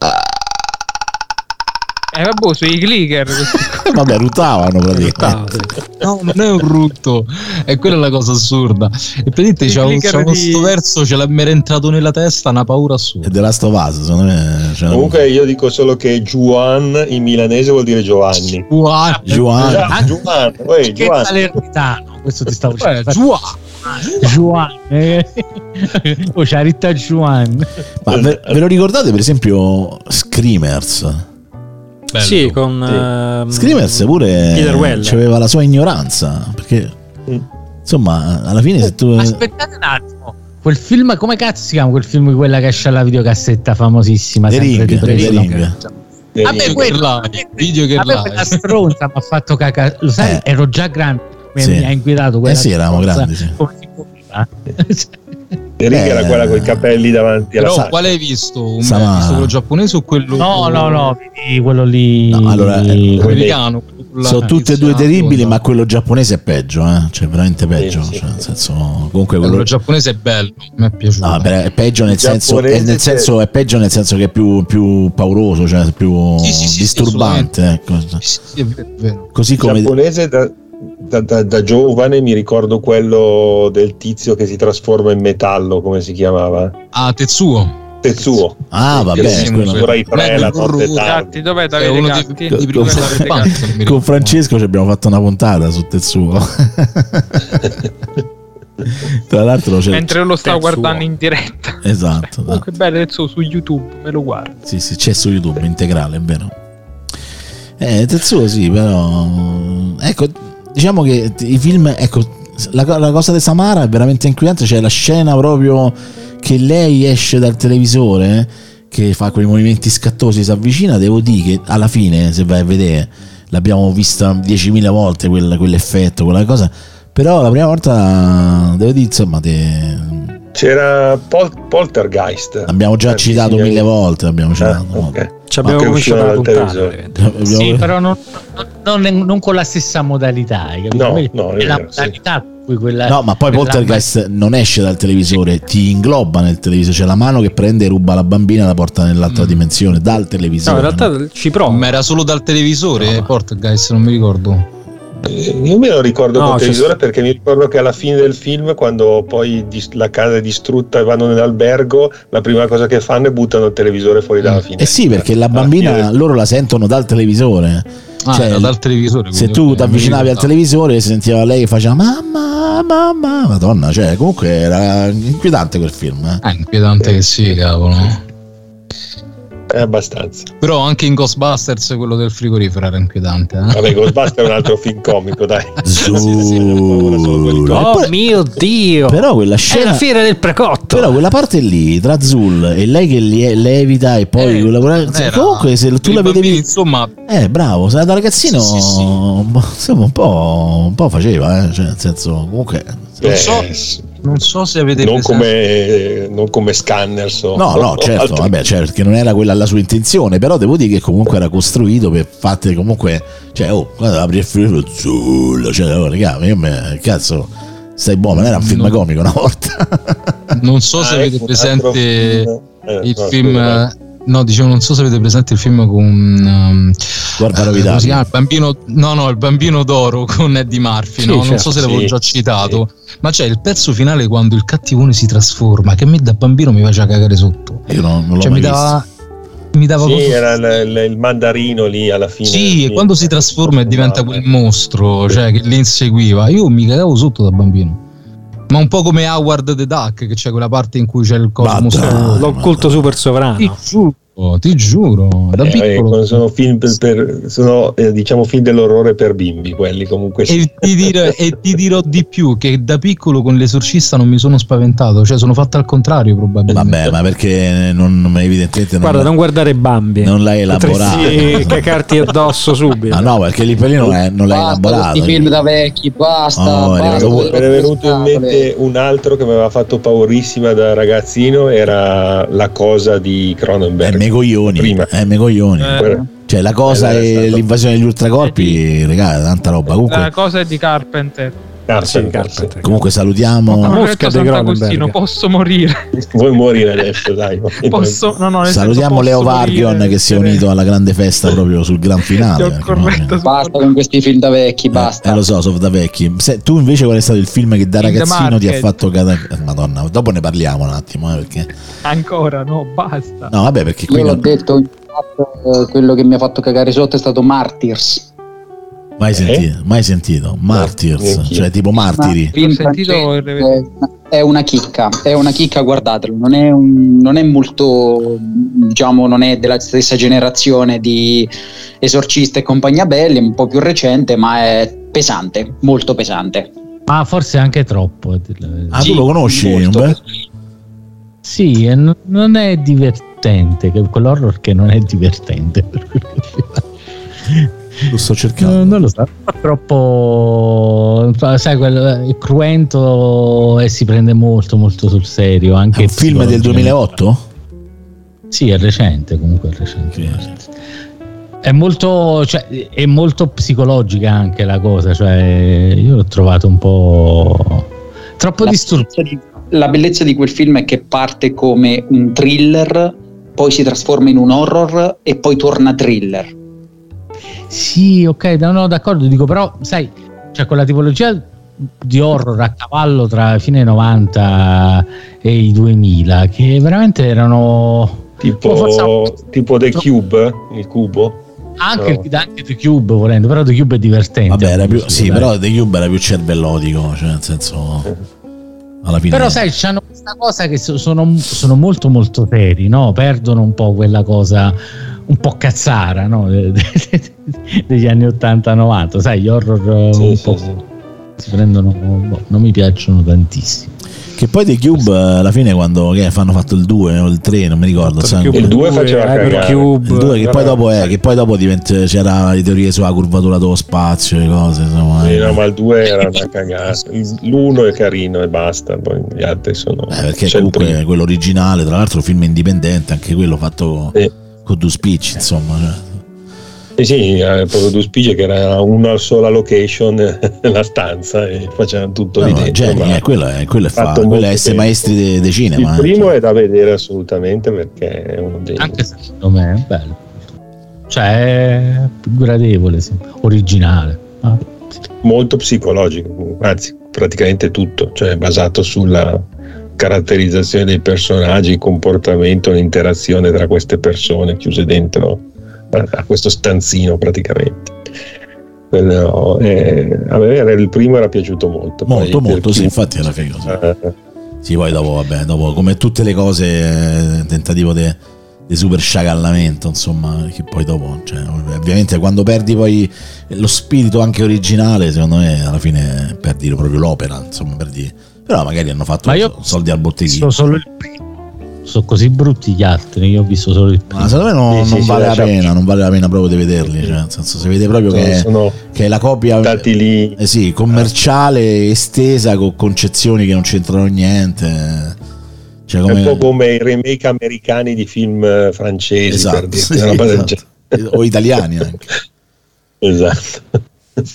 Eh vabbè, sui clicker vabbè, ruttavano praticamente. No, non è un rutto, è quella la cosa assurda. E praticamente c'è questo di... verso, ce l'ha mi era entrato nella testa una paura assurda. E The Last of Us, secondo me. Cioè, comunque io dico solo che Juan in milanese vuol dire Giovanni. Juan, Juan, ah, Juan, poi Juan. Salernitano, questo ti stavo dicendo. Juan. Juan, eh. Oh, c'ha Rita Juan. Ma ve, ve lo ricordate per esempio Screamers? Bello. Sì, con uh, Screamers pure aveva la sua ignoranza, perché mm. insomma alla fine se tu aspettate un attimo, quel film come cazzo si chiama quel film di quella che esce alla videocassetta famosissima The sempre Ring, di The Ring. A me quella video che quella stronza mi ha fatto cacare, lo sai, eh. ero già grande, mi, sì. mi ha inquietato quella eh sì eravamo grandi, sì. Come si poteva? The Ring era quella con i capelli davanti alla però sala. quale hai visto? Un Sama... visto quello giapponese o quello no no no quello lì no, allora americano? Sono tutte e due terribili, ma quello giapponese è peggio, eh? Cioè veramente peggio, sì, sì. Cioè, nel senso, comunque quello... quello giapponese è bello, mi è piaciuto. No, è peggio nel senso, è nel senso è peggio nel senso che è più, più pauroso, cioè più sì, sì, sì, disturbante, ecco. Sì, sì, è vero, è vero. Così come il giapponese da, da, da, da giovane mi ricordo quello del tizio che si trasforma in metallo, come si chiamava? Ah, Tetsuo. Tetsuo. Ah, vabbè, Rai tre, la notte tardi. Dove avete gatti? Con, con, con Francesco ci abbiamo fatto una puntata su Tetsuo. Tra l'altro c'è, mentre io lo stavo Tetsuo. guardando in diretta. Esatto. Oh, che bello Tetsuo su YouTube, me lo guardo. Sì, sì, c'è su YouTube integrale, è vero. Eh, Tetsuo sì, però ecco, diciamo che i film, ecco, la, la cosa di Samara è veramente inquietante, c'è la scena proprio che lei esce dal televisore, che fa quei movimenti scattosi, si avvicina. Devo dire che alla fine, se vai a vedere, l'abbiamo vista diecimila volte quel, quell'effetto, quella cosa, però la prima volta devo dire, insomma, te... c'era Pol- Poltergeist, abbiamo già citato mille volte, l'abbiamo citato, ah, okay. Ci abbiamo cominciato a puntare. Sì, però non, non, non con la stessa modalità, no, no, è la modalità. Sì. Quella, no, ma poi Poltergeist non esce dal televisore, ti ingloba nel televisore, c'è la mano che prende e ruba la bambina e la porta nell'altra mm. dimensione dal televisore. No, in realtà no? ci prova. Ma era solo dal televisore, no. Poltergeist, non mi ricordo. Eh, io me lo ricordo no, col televisore perché mi ricordo che alla fine del film, quando poi dis- la casa è distrutta e vanno nell'albergo, la prima cosa che fanno è buttano il televisore fuori dalla finestra. Eh sì, perché la bambina ah, loro la sentono dal televisore. Ah, cioè, dal televisore, se tu ti avvicinavi al televisore si sentiva lei che faceva mamma mamma madonna, cioè comunque era inquietante quel film, eh. Ah, inquietante eh. che sì, cavolo. È abbastanza. Però anche in Ghostbusters quello del frigorifero era inquietante, eh? Vabbè, Ghostbusters è un altro film comico, dai. Oh poi, mio Dio, però quella scena è la fiera del precotto, però quella parte lì tra Zul e lei che li levita e poi eh, quella, comunque se tu la vedevi, insomma, eh bravo, se da ragazzino sì, sì, sì. Insomma, un po' un po' faceva, eh? Cioè nel senso comunque non so, non so se avete non come, non come Scanners o, no no certo vabbè certo che non era quella la sua intenzione, però devo dire che comunque era costruito per fatte comunque, cioè oh guarda apri il film Zul, cioè oh, raga, io me, cazzo stai buono, non era un film non, comico una volta. Non so se ah, avete presente film, eh, il no, film scusa, no dicevo non so se avete presente il film con um, guarda uh, come si chiama? Il bambino no no il bambino d'oro con Eddie Murphy, sì, no? Certo, non so se l'avevo sì, già citato sì. Ma c'è il pezzo finale quando il cattivone si trasforma che a me da bambino mi faceva cagare sotto. Io non, non l'ho cioè, mai mi dava, visto. mi dava sì proprio... era l- l- il mandarino lì alla fine, sì, e quando si trasforma e diventa quel mostro, cioè che li inseguiva, io mi cagavo sotto da bambino. Ma un po' come Howard the Duck, che c'è quella parte in cui c'è il cosmos, l'occulto super sovrano. Ti giuro, oh, ti giuro da eh, piccolo. sono film per, per sono eh, diciamo film dell'orrore per bimbi, quelli comunque sì. E ti, dirò, e ti dirò di più, che da piccolo con L'Esorcista non mi sono spaventato, cioè sono fatto al contrario probabilmente. Vabbè, ma perché non evidentemente non guarda la, non guardare Bambi, non l'hai elaborato. potresti cacarti addosso subito. Ma no, perché lì per lì non, è, non l'hai Basta elaborato. questi film da vecchi, basta, Oh, basta. dopo- Mi è venuto in mente un altro che mi aveva fatto paurissima da ragazzino, era La cosa di Cronenberg. È me coglioni, Prima. è me coglioni. Eh. Cioè la cosa Eh, è stato- l'invasione degli ultracorpi, regà, tanta roba. Comunque, La cosa è di Carpenter. Carpenter, Sì, Carpenter. comunque salutiamo. La Ho mosca detto di Sant'Agostino, Cronenberg. posso morire. sì. Vuoi morire adesso, dai. Posso, no, no, nel Salutiamo senso, Leo posso Varghion morire, che si è essere- unito alla grande festa proprio sul gran Ti finale. ho perché corretto su- Basta con questi film da vecchi, Eh, basta. eh, lo so, sono da vecchi. Se, tu invece qual è stato il film che da In the ragazzino ti ha Market. fatto cata- eh, Madonna, dopo ne parliamo un attimo, eh, perché Ancora, no, basta. no, vabbè, perché Io qui l'ho non... detto, infatti, quello che mi ha fatto cagare sotto è stato Martyrs. mai sentito, mai sentito. Martyrs, neanch'io. cioè tipo martiri. Film L'ho sentito francese, è una chicca, è una chicca, guardatelo. Non è, un, non è molto, diciamo, non è della stessa generazione di Esorcista e compagnia belli, è un po' più recente, ma è pesante, molto pesante. Ma forse anche troppo. a dire la verità. Ah, tu lo conosci? molto. Beh? Sì, e n- non è divertente, che quell'horror che non è divertente. per quello che- Lo sto No, cercando. non lo so, troppo, sai, quel, è cruento e si prende molto molto sul serio. Anche È un film del psicologicamente. duemilaotto? Sì, è recente, comunque è recente. È molto, cioè, è molto psicologica anche la cosa, cioè io l'ho trovato un po' troppo La disturbante. bellezza di- La bellezza di quel film è che parte come un thriller, poi si trasforma in un horror e poi torna thriller. Sì, ok, no, no, d'accordo, dico però, sai, cioè quella tipologia di horror a cavallo tra fine novanta e i duemila che veramente erano Tipo, forse- tipo The Cube, il cubo. anche, No. anche The Cube volendo, però The Cube è divertente. Vabbè, era più, sì, dai. però The Cube era più cervellotico, cioè nel senso alla fine. Però sai, c'hanno questa cosa che so- sono, sono molto molto seri, no? Perdono un po' quella cosa un po' cazzara, no? De- de- de- degli anni ottanta novanta, sai, gli horror eh, Sì, un sì, po' sì. si prendono, boh, non mi piacciono tantissimo. Che poi The Cube alla fine quando che fanno fatto il due o il tre, non mi ricordo, sai, Il due faceva cagare. il due che poi Però- dopo è che poi dopo diventa, c'era le teorie sulla curvatura dello spazio, le cose, insomma. Sì, eh. no, ma il due era una cagata. L'uno è carino e basta, poi gli altri sono. Eh, perché c'è il comunque primo. quello originale, tra l'altro film indipendente, anche quello fatto Sì. con due speech, insomma, cioè. Sì, sì, eh, proprio due spige che era una sola location la stanza e facevano tutto No, lì no, dentro. genio, ma eh, quello è, quello è, fa, fatto quello è molto essere bene. maestri di de cinema. Il eh, primo cioè. è da vedere assolutamente perché è uno dei. Anche secondo me è bello, cioè è più gradevole, sì. Originale. Ah, sì. molto psicologico, anzi praticamente tutto, cioè basato sulla caratterizzazione dei personaggi, il comportamento, l'interazione tra queste persone chiuse dentro a a questo stanzino praticamente. Quello, eh, a me era- il primo era piaciuto molto. Molto, poi molto, il sì, più- infatti era figo. Sì. eh, Sì, poi dopo, vabbè, dopo come tutte le cose, eh, tentativo di super sciagallamento, insomma, che poi dopo, cioè, ovviamente quando perdi poi lo spirito anche originale, secondo me alla fine perdi proprio l'opera, insomma, perdi. Però magari hanno fatto Ma io soldi al botteghino. So solo il primo. Sono così brutti gli altri, io ho visto solo il primo. Ma secondo me non, Sì, non sì, vale sì, la lascia- pena, non vale la pena proprio di vederli, cioè, nel senso, si vede proprio che, sono che è la copia stati lì. eh sì, commerciale, estesa, con concezioni che non c'entrano niente. Cioè, È come... un po' come i remake americani di film eh, francesi, Esatto, per dirti, sì, una roba del esatto. genere. O italiani anche. Esatto.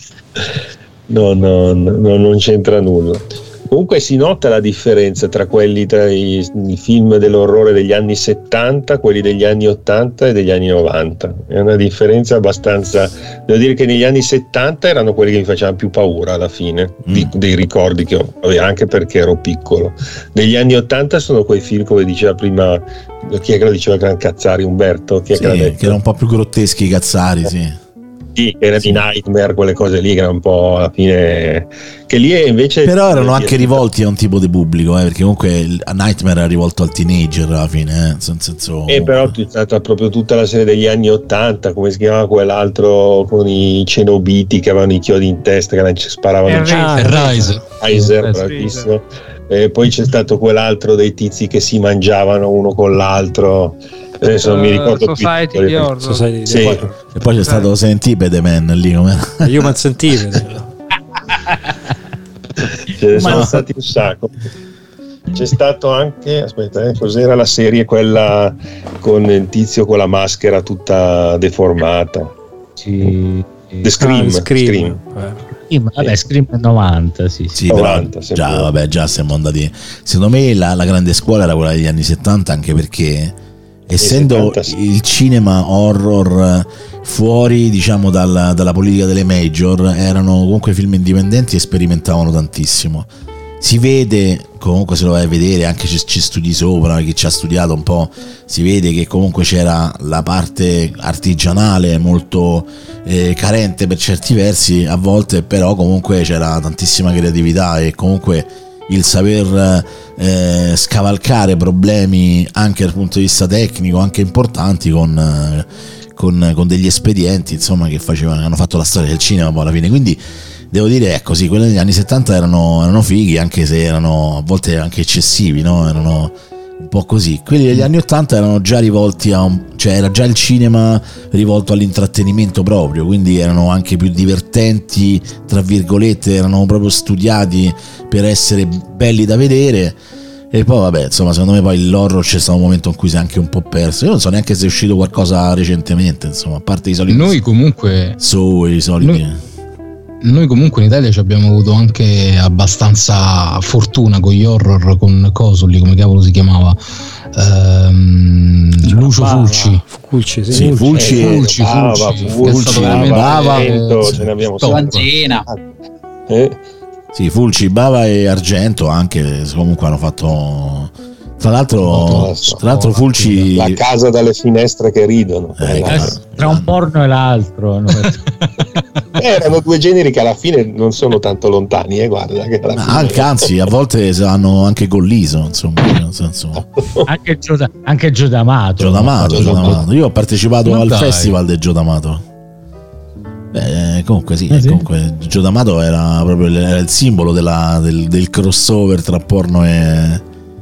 No, no, no, non c'entra nulla. Comunque si nota la differenza tra quelli tra i, i film dell'orrore degli anni settanta, quelli degli anni ottanta e degli anni novanta. È una differenza abbastanza. Devo dire che negli anni settanta erano quelli che mi facevano più paura alla fine, Mm. di- dei ricordi che ho, vabbè, anche perché ero piccolo. Negli anni ottanta sono quei film, come diceva prima, chi è che lo diceva, Gran Cazzari, Umberto? Chi è Sì, che l'ha detto? che erano un po' più grotteschi i cazzari, sì. Sì, che era Sì. di Nightmare, quelle cose lì che era un po' alla fine, che lì è invece Però erano anche rivolti a un tipo di pubblico, eh, perché comunque il- a Nightmare era rivolto al teenager alla fine, eh, nel senso. E però è stata proprio tutta la serie degli anni ottanta, come si chiamava quell'altro con i cenobiti che avevano i chiodi in testa, che ci sparavano in Hellraiser. Hellraiser. Kaiser, Hellraiser. bravissimo. E poi c'è stato quell'altro dei tizi che si mangiavano uno con l'altro, adesso non mi Eh, ricordo Society più. di Horror. Society Sì. di E poi c'è stato Centipede Man lì come. Human Centipede. Ce ne Ma- sono stati un sacco. C'è stato anche, aspetta, eh, cos'era la serie quella con il tizio con la maschera tutta deformata? Sì. The Scream. Ah, Scream. Scream. Eh. Sì, ma vabbè, Scream è novanta, sì, sì. Sì, però novanta, sempre. già, vabbè, già siamo andati. Secondo me la, la grande scuola era quella degli anni settanta, anche perché essendo settanta, sì. il cinema horror fuori, diciamo, dalla, dalla politica delle major, erano comunque film indipendenti e sperimentavano tantissimo. Si vede, comunque se lo vai a vedere, anche ci, ci studi sopra, chi ci ha studiato un po', si vede che comunque c'era la parte artigianale molto eh, carente per certi versi a volte, però comunque c'era tantissima creatività e comunque il saper eh, scavalcare problemi anche dal punto di vista tecnico, anche importanti, con, eh, con, con degli espedienti, insomma, che facevano, hanno fatto la storia del cinema poi alla fine. Quindi devo dire, ecco, sì, quelli degli anni settanta erano, erano fighi, anche se erano a volte anche eccessivi, no? Erano un po' così. Quelli degli anni ottanta erano già rivolti a un, cioè era già il cinema rivolto all'intrattenimento proprio, quindi erano anche più divertenti, tra virgolette, erano proprio studiati per essere belli da vedere. E poi vabbè, insomma, secondo me poi l'horror c'è stato un momento in cui si è anche un po' perso. Io non so neanche se è uscito qualcosa recentemente, insomma, a parte i soliti Noi comunque su i soliti Noi- Noi comunque in Italia ci abbiamo avuto anche abbastanza fortuna con gli horror, con Cosoli, come cavolo si chiamava, ehm, Lucio Bava, Fulci. Fulci, sì. Sì, Fulci, Eh, Fulci, Bava, Fulci, che è Fulci, stato Bava, veramente- Bava, Argento, ce ne abbiamo top. Vanzina. Eh? sì, Fulci, Bava e Argento anche comunque hanno fatto. Tra l'altro, tra l'altro Fulci La casa dalle finestre che ridono. Eh, Eh, Tra un porno e l'altro hanno fatto- erano due generi che alla fine non sono tanto lontani, eh, guarda. Che alla ma fine- anche, anzi, a volte hanno anche colliso, insomma, nel senso. anche Gio, anche Gio D'Amato. Gio D'Amato, Gio Gio D'Amato. D'Amato. Io ho partecipato Ma al dai. festival del Gio D'Amato. Beh, comunque sì, Ah, sì? comunque Gio D'Amato era proprio il, era il simbolo della- del, del crossover tra porno e,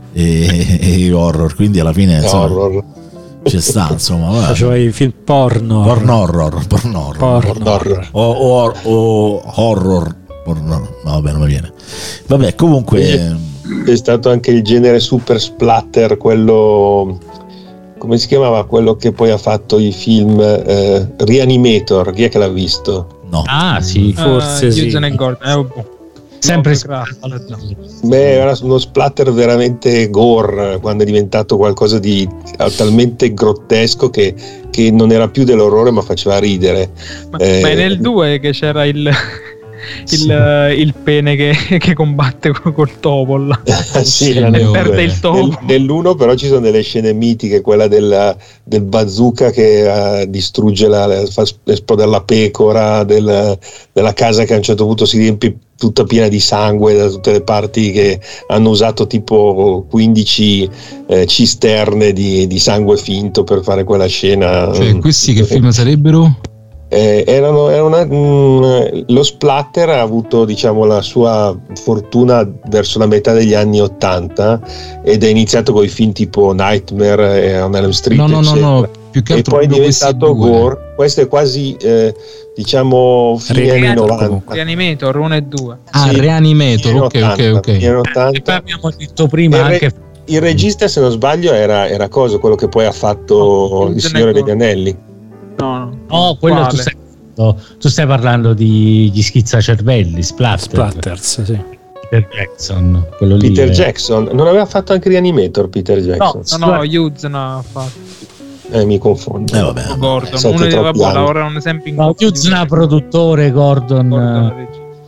e, e horror, quindi alla fine insomma, horror. ci sta, insomma, guarda. Faceva i film porno. Porn horror, porn horror. Porno. Horror. O, o, o horror porn, no vabbè, non mi viene. Vabbè, comunque È stato anche il genere super splatter, quello, come si chiamava, quello che poi ha fatto i film eh, Reanimator, chi è che l'ha visto? no. Ah, sì. Forse Eh, sì. Eugene e Gordon, eh, vabbè. Sempre Lovecraft. Beh, era uno splatter veramente gore, quando è diventato qualcosa di talmente grottesco che, che non era più dell'orrore ma faceva ridere. Ma, Eh, ma è nel due che c'era il, il, eh, il pene che, che combatte col, col topo là. Sì, era E nel perde due. il topo. Nel- nell'uno però ci sono delle scene mitiche, quella del, del bazooka che eh, distrugge la, la- fa esplodere la pecora, del- della casa che a un certo punto si riempie tutta piena di sangue da tutte le parti, che hanno usato tipo quindici eh, cisterne di, di sangue finto per fare quella scena. Cioè, questi che film sarebbero? Eh, erano, era una- mm, lo splatter ha avuto, diciamo, la sua fortuna verso la metà degli anni ottanta ed è iniziato con i film tipo Nightmare e On Elm Street, No, no, no, eccetera. no, più che E altro poi è proprio questi diventato due. gore. Questo è quasi eh, diciamo fine anni Reanimator, novanta. comunque. Reanimator uno e due. Ah, Sì, Reanimator, fine ok, ok, ottanta, ok. fine E poi ottanta. abbiamo detto prima Il re- anche Il regista, se non sbaglio, era, era cosa, quello che poi ha fatto Oh, Il Signore degli Anelli. No, no. no, quello tu Quale? stai, no, tu stai parlando di gli schizzacervelli, Splatter, Splatters, sì. Peter Jackson, quello lì. Peter eh. Jackson, non aveva fatto anche Reanimator Peter Jackson? No, no, Hughes non ha fatto. Eh, mi confondo. Eh, vabbè. Gordon, Sono uno di troppi vabbè, anni. lavorano sempre in No, Hughes è un produttore, Gordon, Gordon, eh, regia.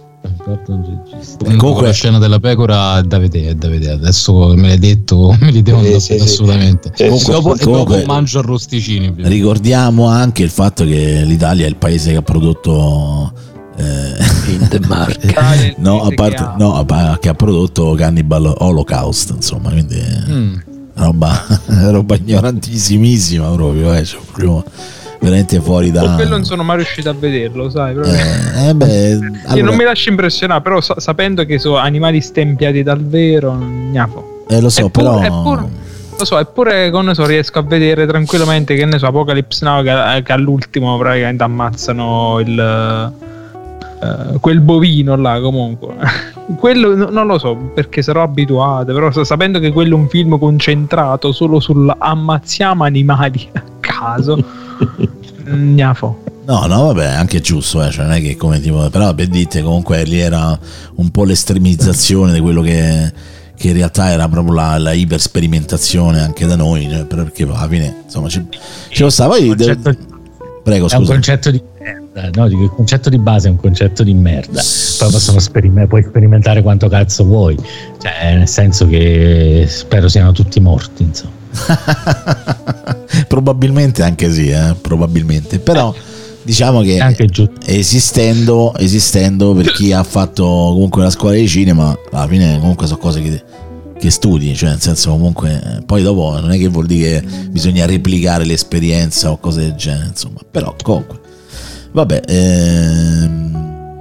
ricordo un regista. Comunque la scena della pecora è da vedere, è da vedere. Adesso me l'hai detto, me li devo andare sì, sì, assolutamente. sì. Comunque, dopo, comunque, dopo mangio arrosticini. Ricordiamo anche il fatto che l'Italia è il paese che ha prodotto eh, In the market. no, a parte, no, a pa- che ha prodotto Cannibal Holocaust, insomma, quindi Mm. roba, roba ignorantissimissima proprio, eh, cioè, proprio veramente fuori da. Per quello non sono mai riuscito a vederlo, sai? proprio. Eh, eh, beh, Io allora, non mi lascio impressionare, però sa- sapendo che sono animali stempiati dal vero, gnafo. eh, lo so, Eppure- però. eppure- lo so, eppure con ne so, riesco a vedere tranquillamente che ne so, Apocalypse Now che, che all'ultimo praticamente ammazzano il eh, quel bovino là comunque. Quello no- non lo so perché sarò abituato, però so- sapendo che quello è un film concentrato solo sul ammazziamo animali a caso. Gnafo. No, no, vabbè, anche giusto, eh, cioè non è che come tipo, però per dite comunque lì era un po' l'estremizzazione di quello che, che in realtà era proprio la, la ipersperimentazione anche da noi, cioè, perché alla fine insomma ci, ci lo sta. Poi de- Concetto- prego, È un scusa. concetto di merda, no? Dico, il concetto di base è un concetto di merda. Poi possono sperimentare, puoi sperimentare quanto cazzo vuoi, cioè nel senso che spero siano tutti morti, insomma. Probabilmente anche sì, eh, probabilmente, però diciamo che È anche giusto. esistendo, esistendo per chi ha fatto comunque la scuola di cinema, alla fine comunque sono cose che, che studi, cioè nel senso comunque eh, poi dopo non è che vuol dire che bisogna replicare l'esperienza o cose del genere, insomma, però comunque vabbè, ehm,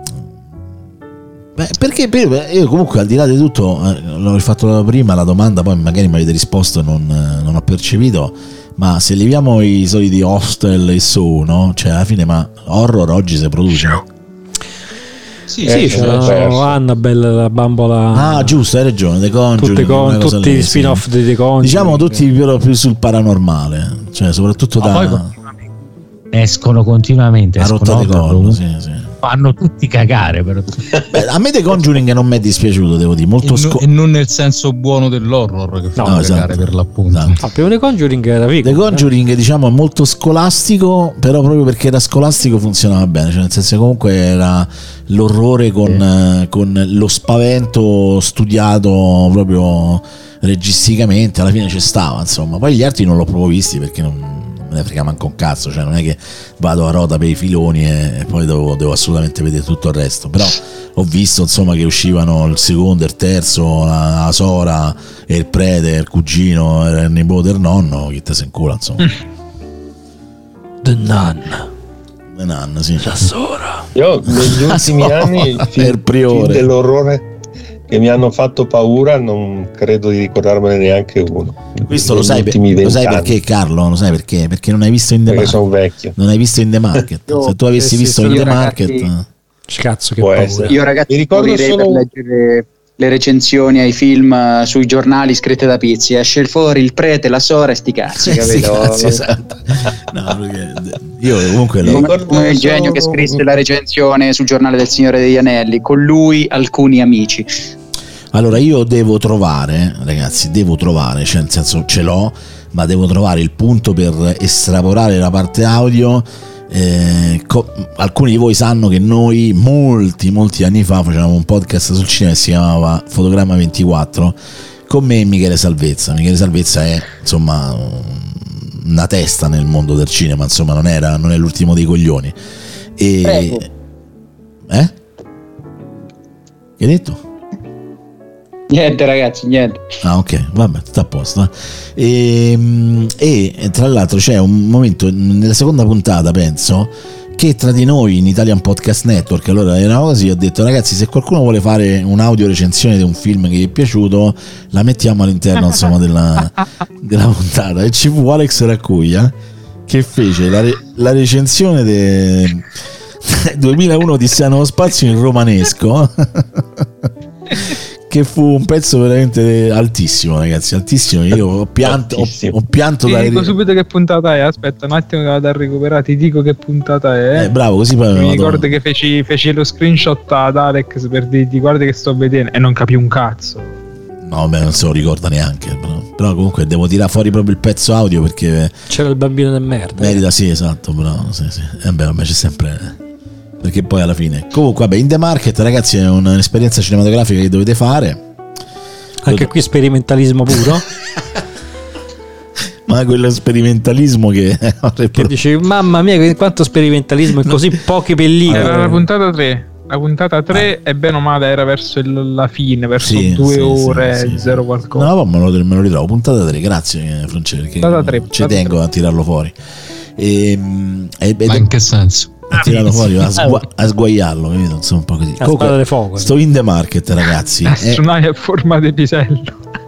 beh, perché per- io comunque al di là di tutto eh, l'ho fatto prima la domanda, poi magari mi avete risposto e non, eh, non ho percepito, ma se leviamo i soliti Hostel e so, no? Cioè alla fine, ma horror oggi si produce? Sì, Eh, Sì, sono c'è perso. Annabelle, la bambola. Ah, giusto, hai ragione, The Conjuring, tutti, con, quella cosa tutti lì, gli sì. spin-off di The Conjuring. Diciamo tutti più, più sul paranormale, cioè soprattutto Ma poi da continuamente escono continuamente, a escono rotta di horror, collo, sì, sì. fanno tutti cagare però. Beh, a me The Conjuring non mi è dispiaciuto, devo dire, molto E, no- sco- e non nel senso buono dell'horror che fa No, cagare esatto. per l'appunto. Esatto. Ah, prima The Conjuring era figo. The Conjuring diciamo è molto scolastico, però proprio perché era scolastico funzionava bene, cioè nel senso che comunque era l'orrore con, eh, con lo spavento studiato proprio registicamente, alla fine ci stava, insomma. Poi gli altri non l'ho proprio visti perché non me ne frega manco un cazzo, cioè non è che vado a rota per i filoni e, e poi devo, devo assolutamente vedere tutto il resto, però ho visto insomma che uscivano il secondo, il terzo, la, la sora e il prete, il cugino e il nipote del nonno, chi te se incula, insomma. The Nun. Le nanne, sì. La Sora. Io negli ultimi Ah, no, anni i per film, priore. film dell'orrore che mi hanno fatto paura non credo di ricordarmene neanche uno. Questo lo Negli sai, per- ultimi lo sai vent'anni, perché, Carlo? Lo sai perché? Perché non hai visto in the perché market. sono vecchio. Non hai visto in the market. Io- Se tu avessi eh sì, visto io in the ragazzi- market, Cazzo, che Può paura. essere. Io ragazzi Mi ricordo morirei solo- per leggere le recensioni ai film eh, sui giornali scritte da Pizzi. Esce fuori il prete, la sora e sti cazzi, Eh, sì, capito? cazzo, esatto. No, perché io comunque lo, Mi Come, ricordo come il solo- genio che scrisse la recensione sul giornale del Signore degli Anelli, con lui alcuni amici. allora io devo trovare, ragazzi, devo trovare, cioè nel senso ce l'ho, ma devo trovare il punto per estrapolare la parte audio. Eh, co- alcuni di voi sanno che noi molti molti anni fa facevamo un podcast sul cinema che si chiamava Fotogramma ventiquattro con me e Michele Salvezza. Michele Salvezza è insomma una testa nel mondo del cinema, insomma non era non è l'ultimo dei coglioni e Prego. eh? Che hai detto? Niente ragazzi, niente. Ah, ok, vabbè, tutto a posto. eh. E, e tra l'altro c'è un momento nella seconda puntata, penso, che tra di noi in Italian Podcast Network, allora era così, ho detto ragazzi, se qualcuno vuole fare un'audio recensione di un film che gli è piaciuto, la mettiamo all'interno insomma della, della puntata. E ci fu Alex Raccuglia che fece la, re- la recensione del duemilauno Odissea nello spazio in romanesco. Che fu un pezzo veramente altissimo, ragazzi, altissimo. Io ho pianto, ho, Altissimo. ho pianto Ti da dico subito che puntata è. Aspetta un attimo che vado a recuperare. Ti dico che puntata è. Eh, bravo, così poi Mi vado- ricordo che feci, feci lo screenshot ad Alex per dirti guarda che sto vedendo e non capì un cazzo. No, beh, non se lo ricorda neanche. Però, però comunque devo tirare fuori proprio il pezzo audio perché C'era il bambino del merda. merita, sì, esatto. Però sì, sì. Eh, beh, vabbè, c'è sempre. perché poi alla fine comunque vabbè, In the Market ragazzi è un'esperienza cinematografica che dovete fare, Anche qui sperimentalismo puro. ma quello sperimentalismo che, Che dici, mamma mia, quanto sperimentalismo e così poche pellicole. Era la puntata tre. La puntata tre e bene o male era verso il- la fine, verso Sì, due sì, ore sì, e sì, zero sì. qualcosa. No, me lo, me lo ritrovo. Puntata tre, grazie Francesco. Perché Puntata tre, ci puntata tengo tre. a tirarlo fuori. E, e, Ma in che senso? a tirarlo fuori, a, sgua- a sguaiarlo, capito? Insomma, un po' così. La spada di fuoco. sto In the Market, ragazzi, è, Tsunami a forma di pisello.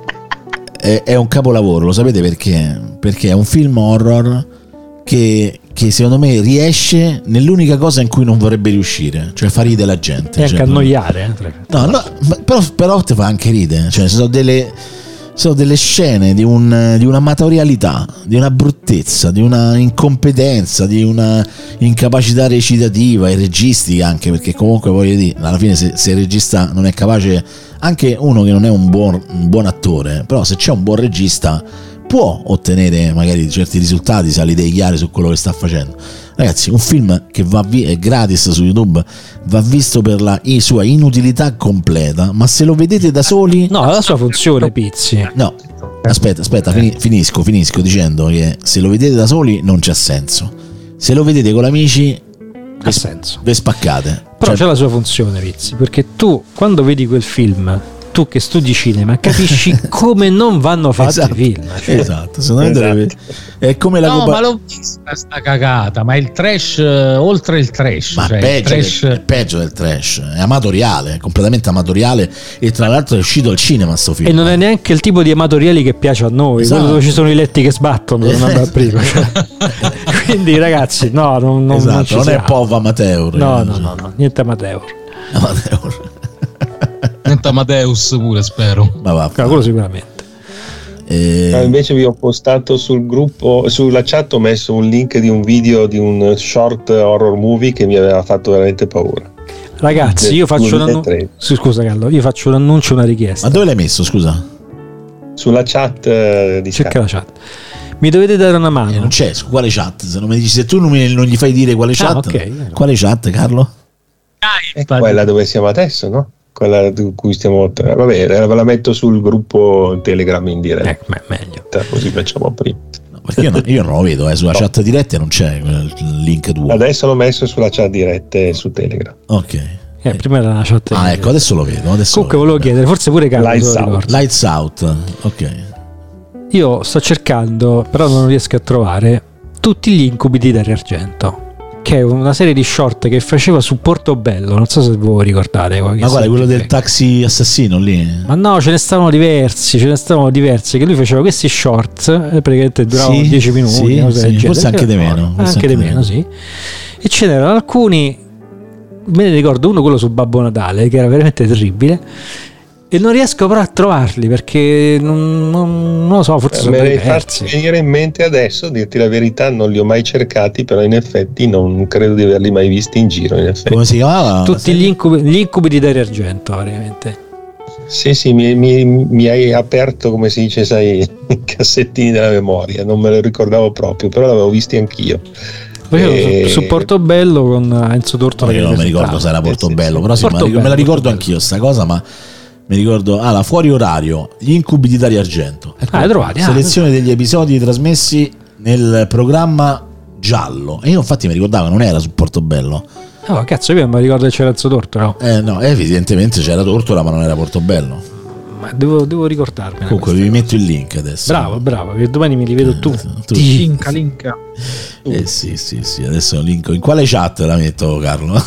è- è un capolavoro, lo sapete perché? Perché è un film horror che, che secondo me riesce nell'unica cosa in cui non vorrebbe riuscire, cioè far ridere la gente. E anche Cioè, annoiare. eh. No, no, ma- però, però ti fa anche ridere, cioè sono delle, sono delle scene di, un, di un'amatorialità, di una bruttezza, di una incompetenza, di una incapacità recitativa e registica anche, perché comunque voglio dire, alla fine se, se il regista non è capace, anche uno che non è un buon, un buon attore, però se c'è un buon regista può ottenere magari certi risultati se ha le idee chiare su quello che sta facendo. Ragazzi, un film che va vi- è gratis su YouTube, va visto per la i- sua inutilità completa, ma se lo vedete da soli... No, la sua funzione, Pizzi. No, aspetta, aspetta, fini- finisco, finisco dicendo che se lo vedete da soli non c'ha senso. Se lo vedete con gli amici, Ha senso. ve spaccate. Però Cioè, c'è la sua funzione, Pizzi, perché tu quando vedi quel film, tu che studi cinema, capisci come non vanno fatti esatto, i film. Cioè, esatto, secondo me Esatto. deve- è come la No, Coppa- ma l'ho vista sta cagata, ma il trash, eh, oltre il trash, Ma cioè è il peggio, trash, del, è peggio del trash, è amatoriale, è completamente amatoriale e tra l'altro è uscito al cinema sto film. e non è neanche il tipo di amatoriali che piace a noi, Esatto. quello dove ci sono i letti che sbattono, non andare a prima. Cioè. Quindi ragazzi, no, non, non, esatto, non ci non è siamo. Pov Amateur. No, eh, no, cioè, no, no, niente amateur. Amateur. Niente Amadeus pure, spero. Ma va. No, quello sicuramente. Eh, No, invece vi ho postato sul gruppo, sulla chat ho messo un link di un video di un short horror movie che mi aveva fatto veramente paura. Ragazzi, Del io faccio un annuncio. duemilatredici. Scusa Carlo, io faccio un annuncio, una richiesta. ma dove l'hai messo, scusa? Sulla chat eh, di Cerca Skype. la chat. Mi dovete dare una Eh, mano. non c'è, su quale chat? Se non mi dici, se tu non, mi- non gli fai dire quale chat, Ah, ok. quale chat, Carlo? È quella dove siamo adesso, no? Quella di cui stiamo. Vabbè, ve la metto sul gruppo Telegram in diretta, Ecco, ma è meglio. così facciamo prima. No, perché io, no- io non lo vedo, eh, sulla No. chat diretta non c'è il il link tuo. Adesso l'ho messo sulla chat diretta e su Telegram. Ok. Eh, prima era una chat. Ah, ecco, adesso lo vedo. Adesso Comunque lo volevo vedo. chiedere, forse pure Carlo. Lights se lo out. ricorda. Lights Out, ok. Io sto cercando, però non riesco a trovare tutti gli incubi di Dario Argento, che è una serie di short che faceva su Portobello. Non so se voi vi ricordate. Ma quale, quello del taxi assassino lì? Ma no, ce ne stavano diversi, ce ne stavano diversi. Che lui faceva questi short, eh, praticamente duravano Sì, dieci minuti, sì, una cosa del sì, genere. forse anche di meno, Ah, forse anche di meno, sì. E ce n'erano alcuni. Me ne ricordo uno, quello su Babbo Natale, che era veramente terribile. E non riesco però a trovarli perché non, non- non lo so, forse sono Me stati l'hai fatto persi. venire in mente adesso, dirti la verità, non li ho mai cercati, però in effetti non credo di averli mai visti in giro. In effetti. Come si chiamava? Tutti gli incubi, gli incubi di Dario Argento, veramente. Sì, sì, mi, mi- mi hai aperto, come si dice, sai, i cassettini della memoria, non me lo ricordavo proprio, però l'avevo visti anch'io. Facevo Eh, su, su Portobello con Enzo Tortora. Io che non mi ricordo presentava. se era Portobello, Sì, sì. però sì, ma Portobello, me la ricordo Portobello. anch'io sta cosa, ma mi ricordo, ah, la fuori orario, gli incubi di Dario Argento. Ecco, Ah, hai trovati, ah. selezione degli episodi trasmessi nel programma giallo. E io infatti mi ricordavo, non era su Portobello. Oh, cazzo, io mi ricordo che c'era Enzo Tortora. Eh no, evidentemente c'era Tortora, ma non era Portobello. Ma devo, devo ricordarmi. Comunque vi metto il link adesso. Bravo, bravo, che domani mi li vedo tu. Tu- Linka, linka. Eh sì, sì, sì, adesso linko. In quale chat la metto, Carlo?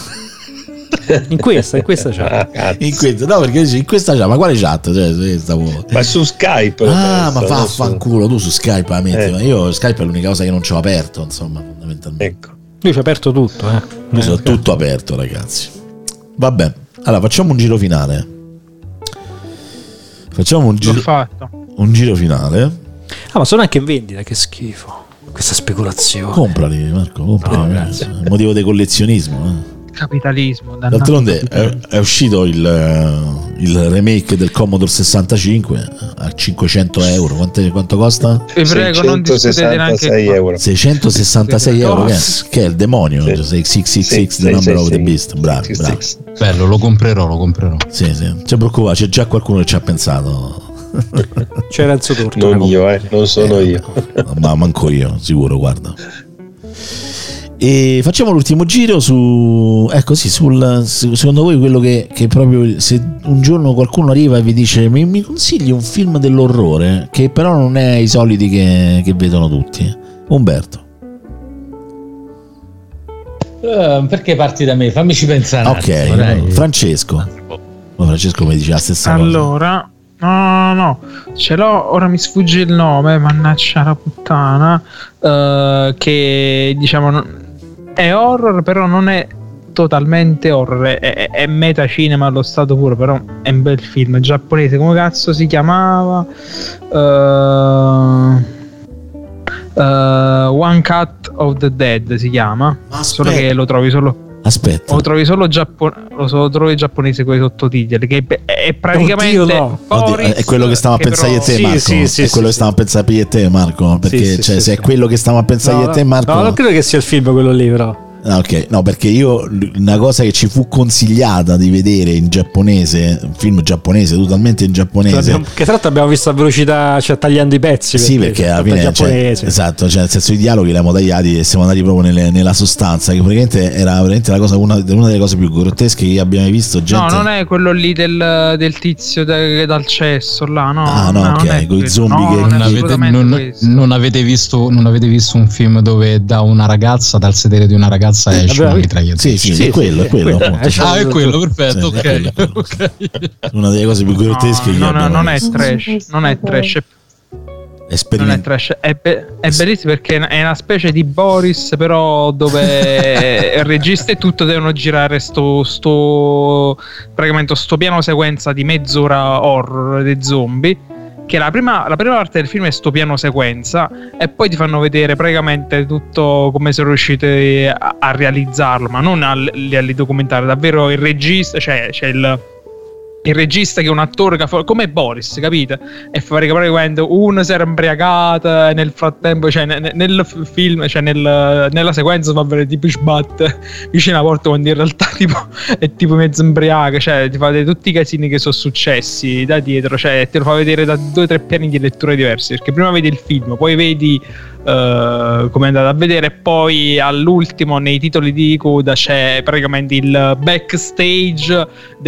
In questa, in questa c'è. Ah, cazzo. In questa, no, perché dici, in questa chat, ma quale chat? Cioè, sì, stavo... Ma su Skype. l'ho Ah, messo, ma non su- vaffanculo, tu su Skype la metti, Eh. ma io Skype è l'unica cosa che non ci ho aperto, insomma, fondamentalmente. Ecco. Lui ci ha aperto tutto, eh. Io sono tutto aperto, ragazzi. Vabbè, allora facciamo un giro finale. Facciamo un L'ho giro, fatto. un giro finale. Ah, ma sono anche in vendita, che schifo. Questa speculazione. Comprali, Marco, comprali. No, ragazzi. Motivo di collezionismo. Eh. Capitalismo. D'altronde è, è uscito il, il remake del Commodore sessantacinque a cinquecento euro. Quanto, quanto costa? Vi prego, non discutete neanche euro. seicentosessantasei euro, che è, che è il demonio. Sì. sei sei sei sei, Sì, the sì, number sì, of the sì. beast. Bravo, Sì, bravo. sì. Bello, lo comprerò, lo comprerò. Sì, sì. Non ti preoccupare, c'è già qualcuno che ci ha pensato. C'è Renzo Torto. Non io, eh, non sono Eh, io. Ma manco io, sicuro, guarda. E facciamo l'ultimo giro su, ecco sì, sul, secondo voi quello che, che proprio, se un giorno qualcuno arriva e vi dice mi, mi consigli un film dell'orrore che però non è i soliti che, che vedono tutti. Umberto. Uh, perché parti da me? Fammici pensare. Ok, un attimo, dai. Francesco. Oh, Francesco mi dice la stessa cosa. Allora, no, no, no, ce l'ho, ora mi sfugge il nome, mannaggia la puttana, eh, che diciamo non- è horror, però non è totalmente horror, è, è, è metacinema allo stato puro, però è un bel film giapponese, come cazzo si chiamava? Eh, eh, One Cut of the Dead si chiama, Ma solo aspetta. che lo trovi solo... Aspetta. Lo trovi solo giappone, lo so- lo trovi giapponese con i sottotitoli, che è, è praticamente Oddio, no. Oddio, Boris, è quello che stiamo a che pensare io e però- te, Sì, Marco. sì, sì, è sì, quello che sì. stiamo a pensare io e te, Marco. Perché Sì, sì, cioè, sì, se è sì. quello che stiamo a pensare io e te, Marco. No, non credo che sia il film quello lì, però. Ah, ok, no, perché io una cosa che ci fu consigliata di vedere in giapponese, un film giapponese, totalmente in giapponese. Abbiamo- che tra l'altro abbiamo visto a velocità, cioè tagliando i pezzi. Sì, perché alla tutto fine cioè, giapponese. esatto, cioè nel senso i dialoghi li abbiamo tagliati e siamo andati proprio nelle- nella sostanza, che praticamente era veramente la cosa, una, una delle cose più grottesche che abbiamo mai visto. Gente... No, non è quello lì del, del tizio de- dal cesso là, no. Ah, no, ok, non è con i quello. zombie No, che- non è Non avete, assolutamente non- questo. non avete visto, non avete visto un film dove da una ragazza, dal sedere di una ragazza esce vabbè, una sì, mitragliatrice? Sì, sì, Sì, è quello, sì, è quello. quello, appunto. eh, cioè- Ah, è quello, perfetto, Sì, ok. è quello, è quello. ok. Una delle cose più grottesche No, che no, abbiamo no, non è visto. trash, non è trash, è- non è Esperiment- trash, è, be- è bellissimo perché è una specie di Boris, però dove il regista e tutto devono girare sto, sto praticamente sto piano sequenza di mezz'ora horror dei zombie. Che la prima, la prima parte del film è sto piano sequenza e poi ti fanno vedere praticamente tutto come sono riusciti a, a realizzarlo, ma non a livelli documentari, davvero il regista, cioè c'è il, il regista che è un attore che fa, come Boris, capite? E fa praticamente uno si era imbriacata e nel frattempo, cioè nel, nel film, cioè nel, nella sequenza fa vedere tipo sbatte vicino alla porta quando in realtà tipo è tipo mezzo imbriaca, cioè ti fa vedere tutti i casini che sono successi da dietro, cioè te lo fa vedere da due o tre piani di lettura diversi, perché prima vedi il film, poi vedi uh, come è andato a vedere e poi all'ultimo nei titoli di coda c'è praticamente il backstage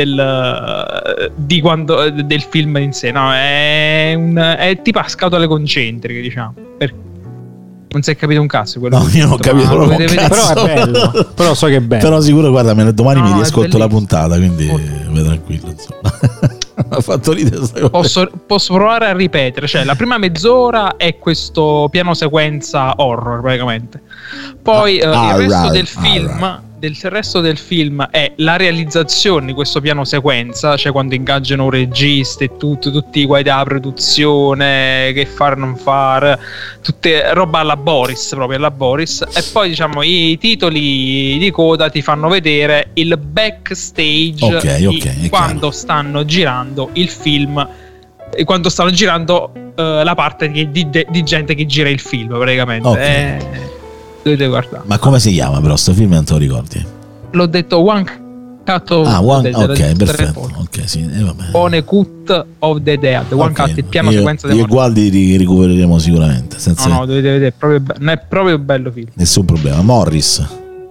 del di quando del film in sé, no? È, un, è tipo a scatole concentriche, diciamo. Per, non si è capito un cazzo quello. No, che io non ho detto, capito ma lo proprio un vedete cazzo. Però è bello. Però so che è bello. Però sicuro, guarda, me ne- domani No, mi è riascolto la bellissimo. puntata, quindi Oh. vai tranquillo, insomma. Ha fatto ridere questa cosa. Posso, posso provare a ripetere, cioè la prima mezz'ora è questo piano sequenza horror praticamente, poi Ah, eh, il resto alright, del film alright. del resto del film è la realizzazione di questo piano sequenza, cioè quando ingaggiano un regista e tutto, tutti i guai della produzione, che fare non fare, tutte roba alla Boris, proprio alla Boris, e poi diciamo i titoli di coda ti fanno vedere il backstage Ok, di ok, è quando stanno girando il film e quando stanno girando eh, la parte di, di- di gente che gira il film praticamente. Ok. Eh, dovete guardare. Ma come si chiama però sto film, non te lo ricordi? L'ho detto One Cut of Ah, one, the Dead. ok, perfetto. Ok, sì, eh, vabbè. One Cut of the Dead. One Ok, Cut, il piano io, sequenza io dei e Gualdi ri- recupereremo sicuramente, senza No, no, dovete vedere, è proprio be- è proprio un bello film. nessun problema. Morris.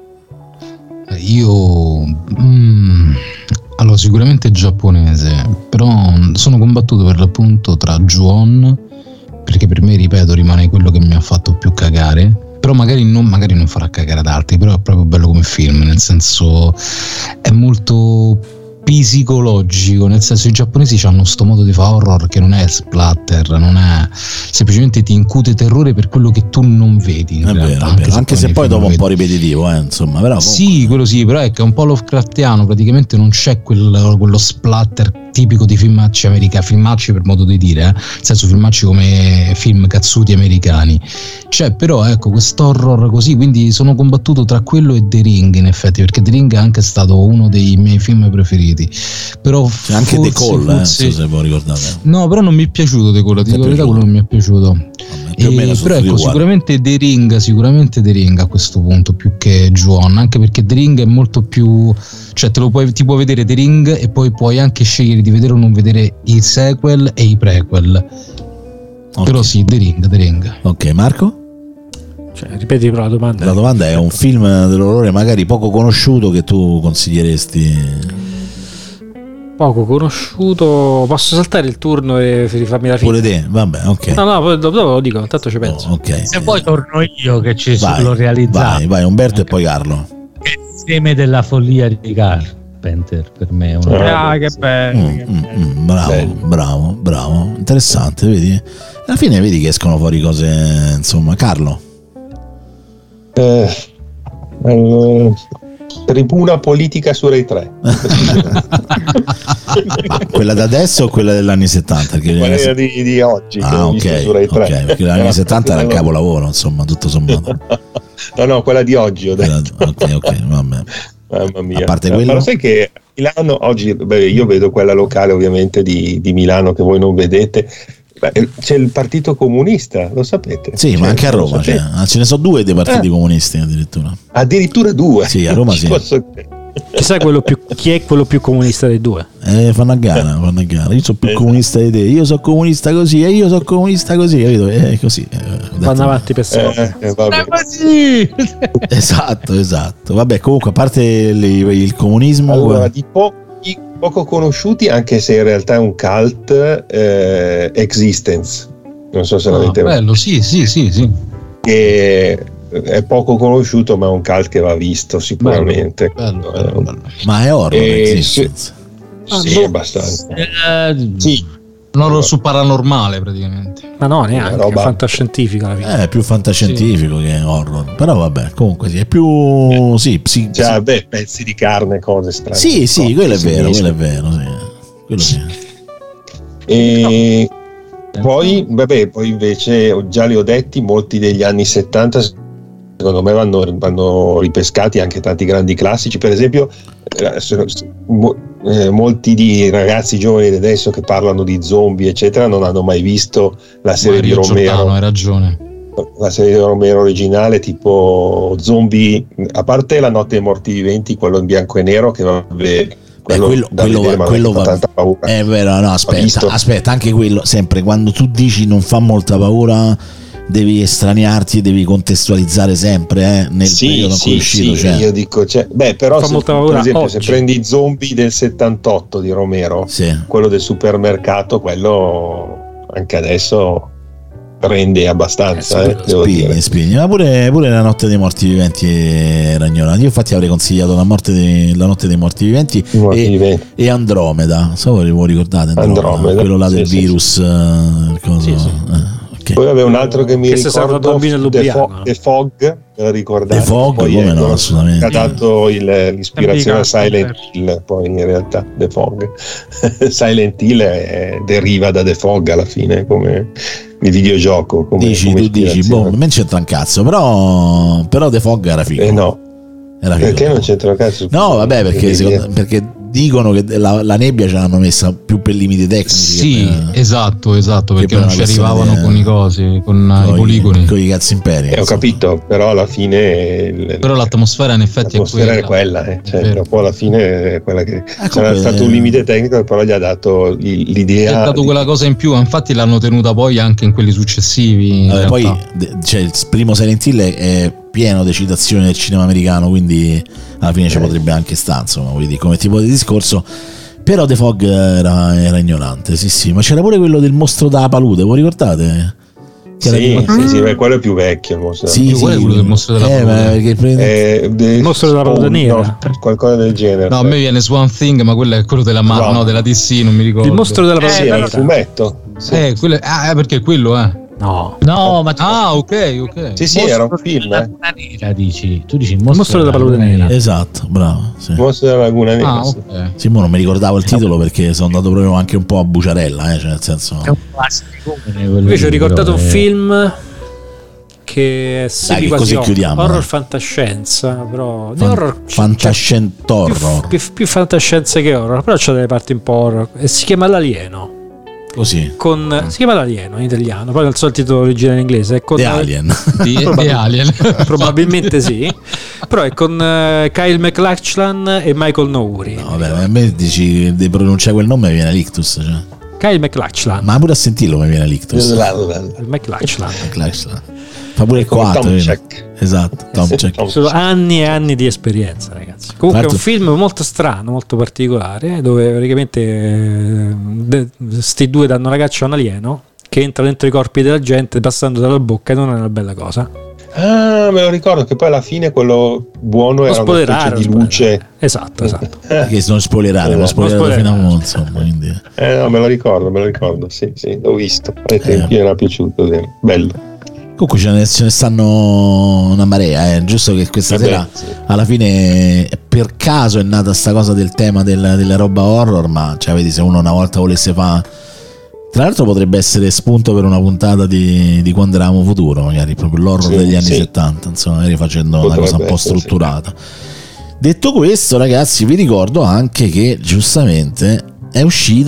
Io mm, allora sicuramente giapponese, però sono combattuto per l'appunto tra Ju-On, perché per me, ripeto, rimane quello che mi ha fatto più cagare, però magari non, magari non farà cagare ad altri, però è proprio bello come film, nel senso è molto psicologico, nel senso i giapponesi hanno sto modo di fare horror che non è splatter, non è, semplicemente ti incute terrore per quello che tu non vedi in È realtà, vero, è vero. Anche se nei poi film dopo un lo po' vedi. ripetitivo, eh, insomma, però Sì, quello sì, però è che è un po' Lovecraftiano, praticamente non c'è quel- quello splatter tipico di filmacci americani, filmacci per modo di dire, eh? Nel senso filmacci come film cazzuti americani. C'è però ecco quest'horror così, quindi sono combattuto tra quello e The Ring in effetti, perché The Ring è anche stato uno dei miei film preferiti. Però c'è anche forse, The Call, forse... eh, non so se voi ricordate. No, però non mi è piaciuto The Call, ti dico la verità, quello non mi è piaciuto. Vabbè, più o meno E, però ecco, uguali. sicuramente The Ring, sicuramente The Ring a questo punto più che Ju-On, anche perché The Ring è molto più, cioè te lo puoi, ti puoi vedere The Ring e poi puoi anche scegliere di vedere o non vedere i sequel e i prequel. Okay. Però sì, The Ring, The Ring. Ok, Marco? Cioè, ripeti però la domanda. La domanda è un film dell'orrore magari poco conosciuto che tu consiglieresti? Poco conosciuto. Posso saltare il turno e rifarmi la fine? Pure te? Vabbè, ok. No, no, poi dopo lo dico, intanto ci penso. Oh, ok. Se poi torno io che ci Vai, l'ho realizzato. Vai, vai Umberto e poi Carlo. Insieme della follia di Carpenter per me è un Ah, che bello. Mm, che mm, bello. mm, bravo, Bello. bravo, bravo. Interessante, vedi? Alla fine vedi che escono fuori cose, insomma. Carlo? Eh, allora, tribuna politica su Rai tre. Quella da adesso o quella degli anni settanta? Perché Quella era di, di oggi che Ah, ho visto ok, su Rai tre. ok, perché negli anni settanta era un capolavoro, insomma, tutto sommato. No, no, quella di oggi ho Quella- detto. ok, ok, vabbè. Mamma mia. A parte No, quello- ma lo sai che Milano oggi, beh, io vedo quella locale ovviamente di, di Milano che voi non vedete. Beh, c'è il Partito Comunista, lo sapete? Sì, Cioè, ma anche a lo Roma sapete? c'è. Ah, ce ne sono due dei partiti Eh. comunisti addirittura. Addirittura due. Sì, a Roma Ci sì. posso- Chissà quello più, chi è quello più comunista dei due? Eh, fanno a gara, fanno a gara. Io sono più Esatto. comunista di te, io sono comunista così e io sono comunista così, capito? Eh, così. eh, ho detto- Vanno avanti per sempre. Eh, eh, vabbè. Esatto, esatto. Vabbè, comunque, a parte il, il comunismo, Allora, di pochi, poco conosciuti, anche se in realtà è un cult, eh, Existence. Non so se Ah, l'avete bello, sì, sì, sì, sì. che è poco conosciuto, ma è un cult che va visto sicuramente. Bello, bello, bello. ma è horror Eh, Existence. Sì, boh. abbastanza. Eh, Sì, Un horror su paranormale praticamente. Ma no, neanche, Una roba- è fantascientifico alla fine. Eh, è più fantascientifico che horror. Però vabbè, comunque sì, è più sì, psi- cioè, beh, pezzi di carne, cose strane. sì, sì, Cose quello è vero, sinistre. quello è vero, sì. Quello sì. E poi, vabbè, poi invece già li ho detti, molti degli anni settanta secondo me vanno, vanno ripescati anche tanti grandi classici. Per esempio, eh, se- se- mo- eh, molti di ragazzi giovani di adesso che parlano di zombie, eccetera, non hanno mai visto la serie Mario di Romero. Giordano, hai ragione. La serie di Romero originale, tipo Zombie, a parte La notte dei morti viventi, quello in bianco e nero, che vabbè, quello, quello- da quello vedere, va- ma quello non fa va- tanta paura. È vero, no, visto. aspetta, aspetta, anche quello, sempre quando tu dici non fa molta paura, devi estraniarti e devi contestualizzare sempre eh, nel sì, periodo in cui è sì, uscito. sì, cioè. io dico, cioè, beh, però Fa se, molta per paura esempio, se oggi. prendi i Zombie del settantotto di Romero, Sì. quello del supermercato, quello anche adesso prende abbastanza, eh, devo Spigni, dire. spigni. Ma pure, pure La notte dei morti viventi era ignorante. Io infatti avrei consigliato La, morte dei, la notte dei morti viventi I morti e, viventi. e Andromeda. So voi voi ricordate Andromeda? Andromeda, Quello là sì, del sì, virus. eh, il coso, Sì, sì. eh, ok. Poi avevo un altro che mi Che si salva il ricordo, bambino in The, Lubiano, Fo- no? The Fog, ve la ricordate? The Fog, Poi come è- no, assolutamente. ha dato il- l'ispirazione a Sempre Silent Hill, poi in realtà The Fog. Silent Hill è- deriva da The Fog alla fine, come il videogioco. Come, Dici, come tu dici, ispirazione. boh, non c'entra un cazzo, però, però The Fog era figo. Eh no, Era figo. perché non c'entra un cazzo? No, vabbè, perché, Quindi, secondo- perché dicono che la, la nebbia ce l'hanno messa più per limiti tecnici. Sì, che per- esatto, esatto, che perché per non una ci questione arrivavano di- con i cosi, con eh, i coi- poligoni. Con i cazzi imperi. Eh, ho insomma. capito, però alla fine il- Però l'atmosfera in effetti l'atmosfera è è quella, eh. Cioè, vero. dopo alla fine è quella che c'era comunque- stato un limite tecnico, però gli ha dato il- È l'idea. dato di- quella cosa in più, infatti l'hanno tenuta poi anche in quelli successivi. in Vabbè, poi realtà. de- cioè, il primo Silent Hill è pieno di citazioni del cinema americano, quindi alla fine ci Eh. potrebbe anche stare, insomma, voglio dire, come tipo di discorso. Però The Fog era, era ignorante, sì sì, ma c'era pure quello del mostro da palude, voi ricordate? Che era Sì, tipo- sì, sì, beh, quello è più vecchio. il mostro. Sì, Qual è sì, quello del mostro della eh, palude? ma perché prende- Eh, de- Il mostro della palude Spawn, nera. no, qualcosa del genere. No, a me viene Swamp Thing, ma quello è quello della, Mar- No. no, della D C, non mi ricordo. Il mostro della Eh, Sì, è palude un nera. fumetto. Sì. Eh, quello è- ah, perché quello è. No. No, ma tu Ah, ok, ok. Sì, sì, Mostro era un film, della eh. Laguna Nera, dici. Tu dici il Il mostro, mostro della palude nera. Esatto, bravo. Sì. Mostro della Laguna Nera. Ah, sì. ok. Sì, mo non mi ricordavo il titolo perché sono andato proprio anche un po' a buciarella, eh, cioè nel senso. È un classico. Invece ho ricordato un film che è sì, che quasi così horror, chiudiamo, horror eh. fantascienza, però di Fan- horror c'è- fantascientorror. più, più, più fantascienza che horror, però c'ha delle parti un po' horror e si chiama L'Alieno. Così. Con, si chiama L'Alieno in italiano, poi non so il titolo originale in inglese. È con, The Alien. Di, di Alien. Probabilmente sì, però è con uh, Kyle MacLachlan e Michael Nouri. No, vabbè, a me dici di pronunciare quel nome mi viene l'ictus, cioè. Kyle MacLachlan. Ma pure a sentirlo mi viene l'ictus. MacLachlan. Fa pure il Come quattro. Tom vedi? Check. Esatto, Tom Check. Tom Sono anni e anni di esperienza, ragazzi. Comunque è un Tra film molto strano, molto particolare, dove praticamente eh, de- sti due danno la caccia a un alieno che entra dentro i corpi della gente passando dalla bocca, e non è una bella cosa. Ah, me lo ricordo che poi alla fine quello buono Non era una spoilerare, specie di non luce. spoilerare. Esatto, esatto. Che non spoilerare, non spoilerare spoilerare. fino a mo', insomma, quindi. Eh no, me lo ricordo, me lo ricordo, sì, sì, l'ho visto. Ai tempi Eh. era piaciuto, vero? Bello. Comunque ce ne, ce ne stanno una marea, eh. Giusto che questa Vabbè, sera sì. alla fine per caso è nata sta cosa del tema del- della roba horror, ma cioè vedi se uno una volta volesse fare. Tra l'altro potrebbe essere spunto per una puntata di, di Quando eravamo futuro, magari proprio l'horror Sì, degli anni sì. settanta, insomma, magari facendo una Potrebbe cosa un po' essere, sì. strutturata. Detto questo, ragazzi, vi ricordo anche che giustamente è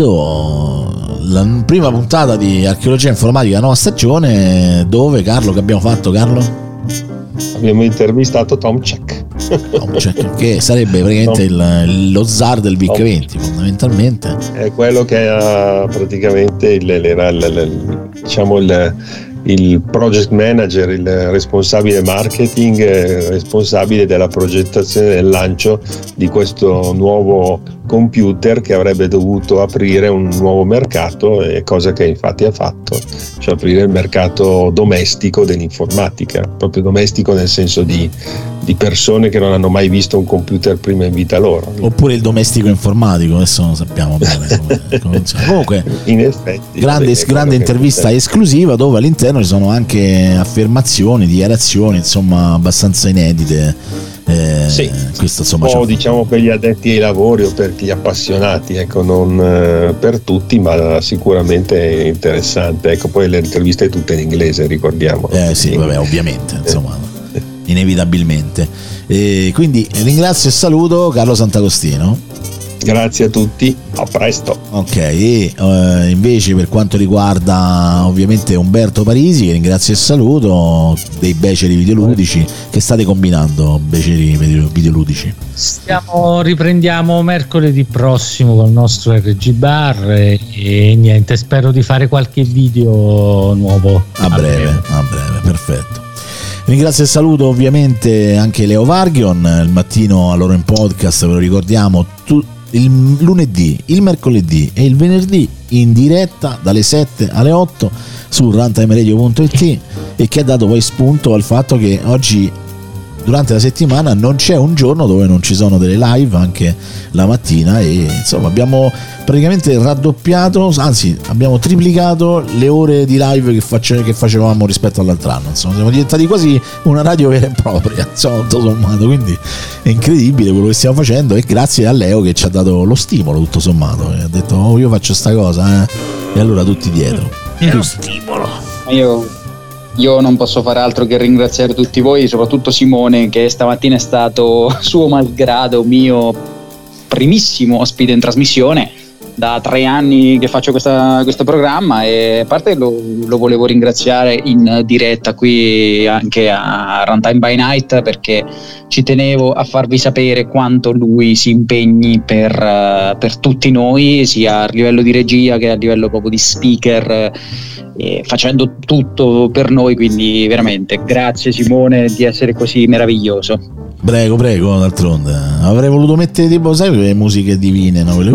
uscito la prima puntata di Archeologia Informatica, nuova stagione, dove Carlo, che abbiamo fatto, Carlo? Abbiamo intervistato Tom Check. Tom Check, che sarebbe praticamente il- lo zar del V I C venti, fondamentalmente. È quello che ha praticamente il, era il, il- diciamo il, il project manager, il responsabile marketing, eh, responsabile della progettazione del lancio di questo nuovo computer che avrebbe dovuto aprire un nuovo mercato, e cosa che infatti ha fatto, cioè aprire il mercato domestico dell'informatica, proprio domestico nel senso di, di persone che non hanno mai visto un computer prima in vita loro. Oppure il domestico informatico, adesso non sappiamo bene come, come funziona. Comunque, In effetti grande, è quello grande che intervista succede. esclusiva dove all'interno ci sono anche affermazioni, dichiarazioni, insomma, abbastanza inedite. Eh, Sì. questo insomma o c'ha- diciamo per gli addetti ai lavori o per gli appassionati, ecco, non eh, per tutti, ma sicuramente è interessante. Ecco, poi le interviste tutte in inglese, ricordiamo. Eh sì, vabbè, ovviamente, insomma, inevitabilmente. E quindi ringrazio e saluto Carlo Sant'Agostino. Grazie a tutti, a presto. Ok, e eh, invece per quanto riguarda ovviamente Umberto Parisi, che ringrazio e saluto, dei beceri videoludici, che state combinando, beceri video- videoludici? Stiamo, riprendiamo mercoledì prossimo con il nostro R G Bar e, e niente, spero di fare qualche video nuovo A breve, a breve, perfetto. Ringrazio e saluto ovviamente anche Leo Varghion, il mattino a loro in podcast, ve lo ricordiamo, tu, il lunedì, il mercoledì e il venerdì in diretta dalle sette alle otto su runtimeradio punto it, e che ha dato poi spunto al fatto che oggi durante la settimana non c'è un giorno dove non ci sono delle live anche la mattina, e insomma abbiamo praticamente raddoppiato, anzi abbiamo triplicato le ore di live che, face- che facevamo rispetto all'altro anno, insomma siamo diventati quasi una radio vera e propria, insomma, tutto sommato, quindi è incredibile quello che stiamo facendo, e grazie a Leo che ci ha dato lo stimolo tutto sommato, e ha detto oh, io faccio sta cosa, eh? E allora tutti dietro. È lo stimolo. Io, io non posso fare altro che ringraziare tutti voi, soprattutto Simone, che stamattina è stato suo malgrado mio primissimo ospite in trasmissione. Da tre anni che faccio questa, questo programma, e a parte lo, lo volevo ringraziare in diretta qui anche a Runtime by Night, perché ci tenevo a farvi sapere quanto lui si impegni per, uh, per tutti noi, sia a livello di regia che a livello proprio di speaker, eh, facendo tutto per noi, quindi veramente grazie Simone di essere così meraviglioso. Prego, prego, d'altronde avrei voluto mettere tipo, sai, quelle musiche divine, no? Quelle...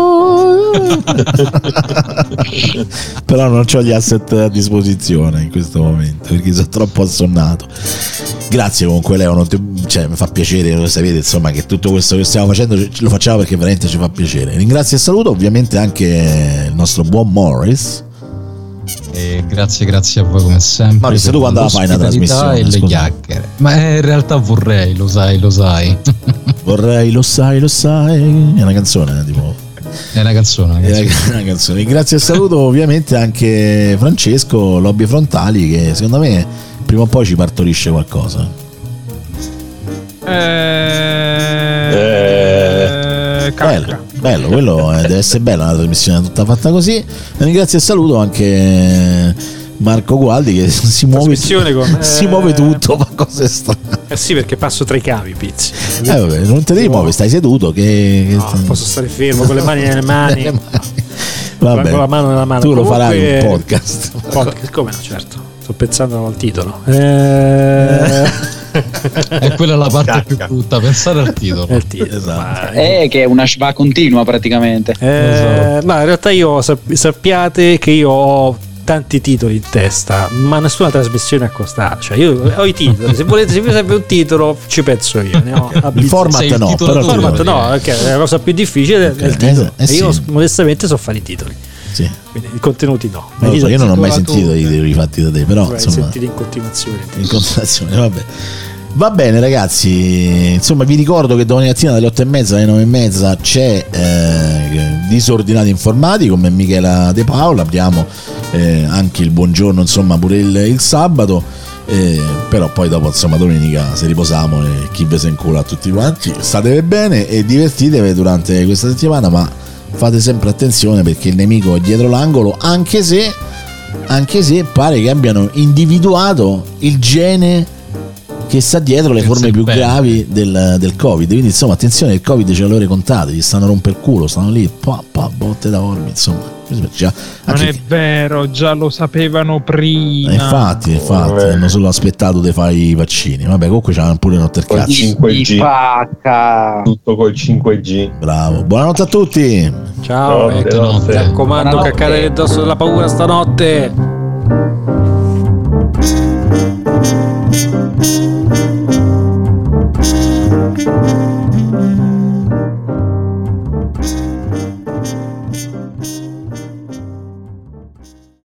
però non ho gli asset a disposizione in questo momento perché sono troppo assonnato. Grazie comunque Leo, non ti... cioè, mi fa piacere, lo sapete insomma che tutto questo che stiamo facendo lo facciamo perché veramente ci fa piacere. Ringrazio e saluto ovviamente anche il nostro buon Morris, E grazie, grazie a voi come sempre. Maurizio, tu quando la fai una trasmissione? E le Scusa. chiacchiere. Ma eh, in realtà vorrei, lo sai, lo sai. Vorrei, lo sai, lo sai. È una canzone, tipo. È una canzone. Una È canzone. una canzone. Grazie e saluto ovviamente anche Francesco, Lobby Frontali, che secondo me prima o poi ci partorisce qualcosa. Eh, Eh, Bello, bello, quello eh, deve essere bella una trasmissione tutta fatta così. E ringrazio e saluto anche Marco Gualdi che si muove, Trasmissione con, si eh, muove tutto, fa cose strane. Eh sì, perché passo tra i cavi, Pizzi. Eh vabbè, non te devi muovere, stai seduto che, che No, posso stare fermo con le mani nelle mani. nelle mani. Vabbè, con la mano nella mano. tu lo Comunque- farai un podcast. Podcast, come no, certo. Sto pensando al titolo. Eh... È quella la parte più brutta, pensare al titolo. è il titolo. Esatto. Ma- È che è una schwa continua praticamente. Eh, ma in realtà io sap- sappiate che io ho tanti titoli in testa, ma nessuna trasmissione accostata. Cioè, io ho i titoli. Se volete, se vi serve un titolo, ci penso io. Ne ho a Il format Sei il no, titolatore. però Il tu- format no, perché la cosa più difficile è il Ok, titolo. eh, eh e io sì. modestamente so fare i titoli. Sì. Quindi i contenuti no. Non lo so, io non ho mai titolato- sentito i titoli fatti da te, però Vai, insomma, sentire in continuazione. in continuazione, vabbè. Va bene ragazzi, insomma vi ricordo che domani mattina dalle otto e mezza alle nove e mezza c'è eh, Disordinati Informati con me e Michela De Paola, abbiamo eh, anche il buongiorno insomma pure il, il sabato, eh, però poi dopo insomma domenica se riposiamo e chi ve se incula a tutti quanti, statevi bene e divertitevi durante questa settimana, ma fate sempre attenzione perché il nemico è dietro l'angolo, anche se, anche se pare che abbiano individuato il gene che sta dietro le Che forme più bene. gravi del, del Covid. Quindi insomma attenzione, il Covid ce le ore contate, gli stanno a rompere il culo, stanno lì, pa, pa, botte da ormi, insomma. Già, non anche- è vero, già lo sapevano prima. eh, infatti, infatti, Eh. hanno solo aspettato di fare i vaccini. Vabbè, comunque c'hanno pure notte il Col cazzo. cinque G, Pacca. tutto col cinque G. Bravo, buonanotte a tutti. Ciao, Notte, e notte. mi raccomando, Buonanotte. caccate addosso della paura stanotte.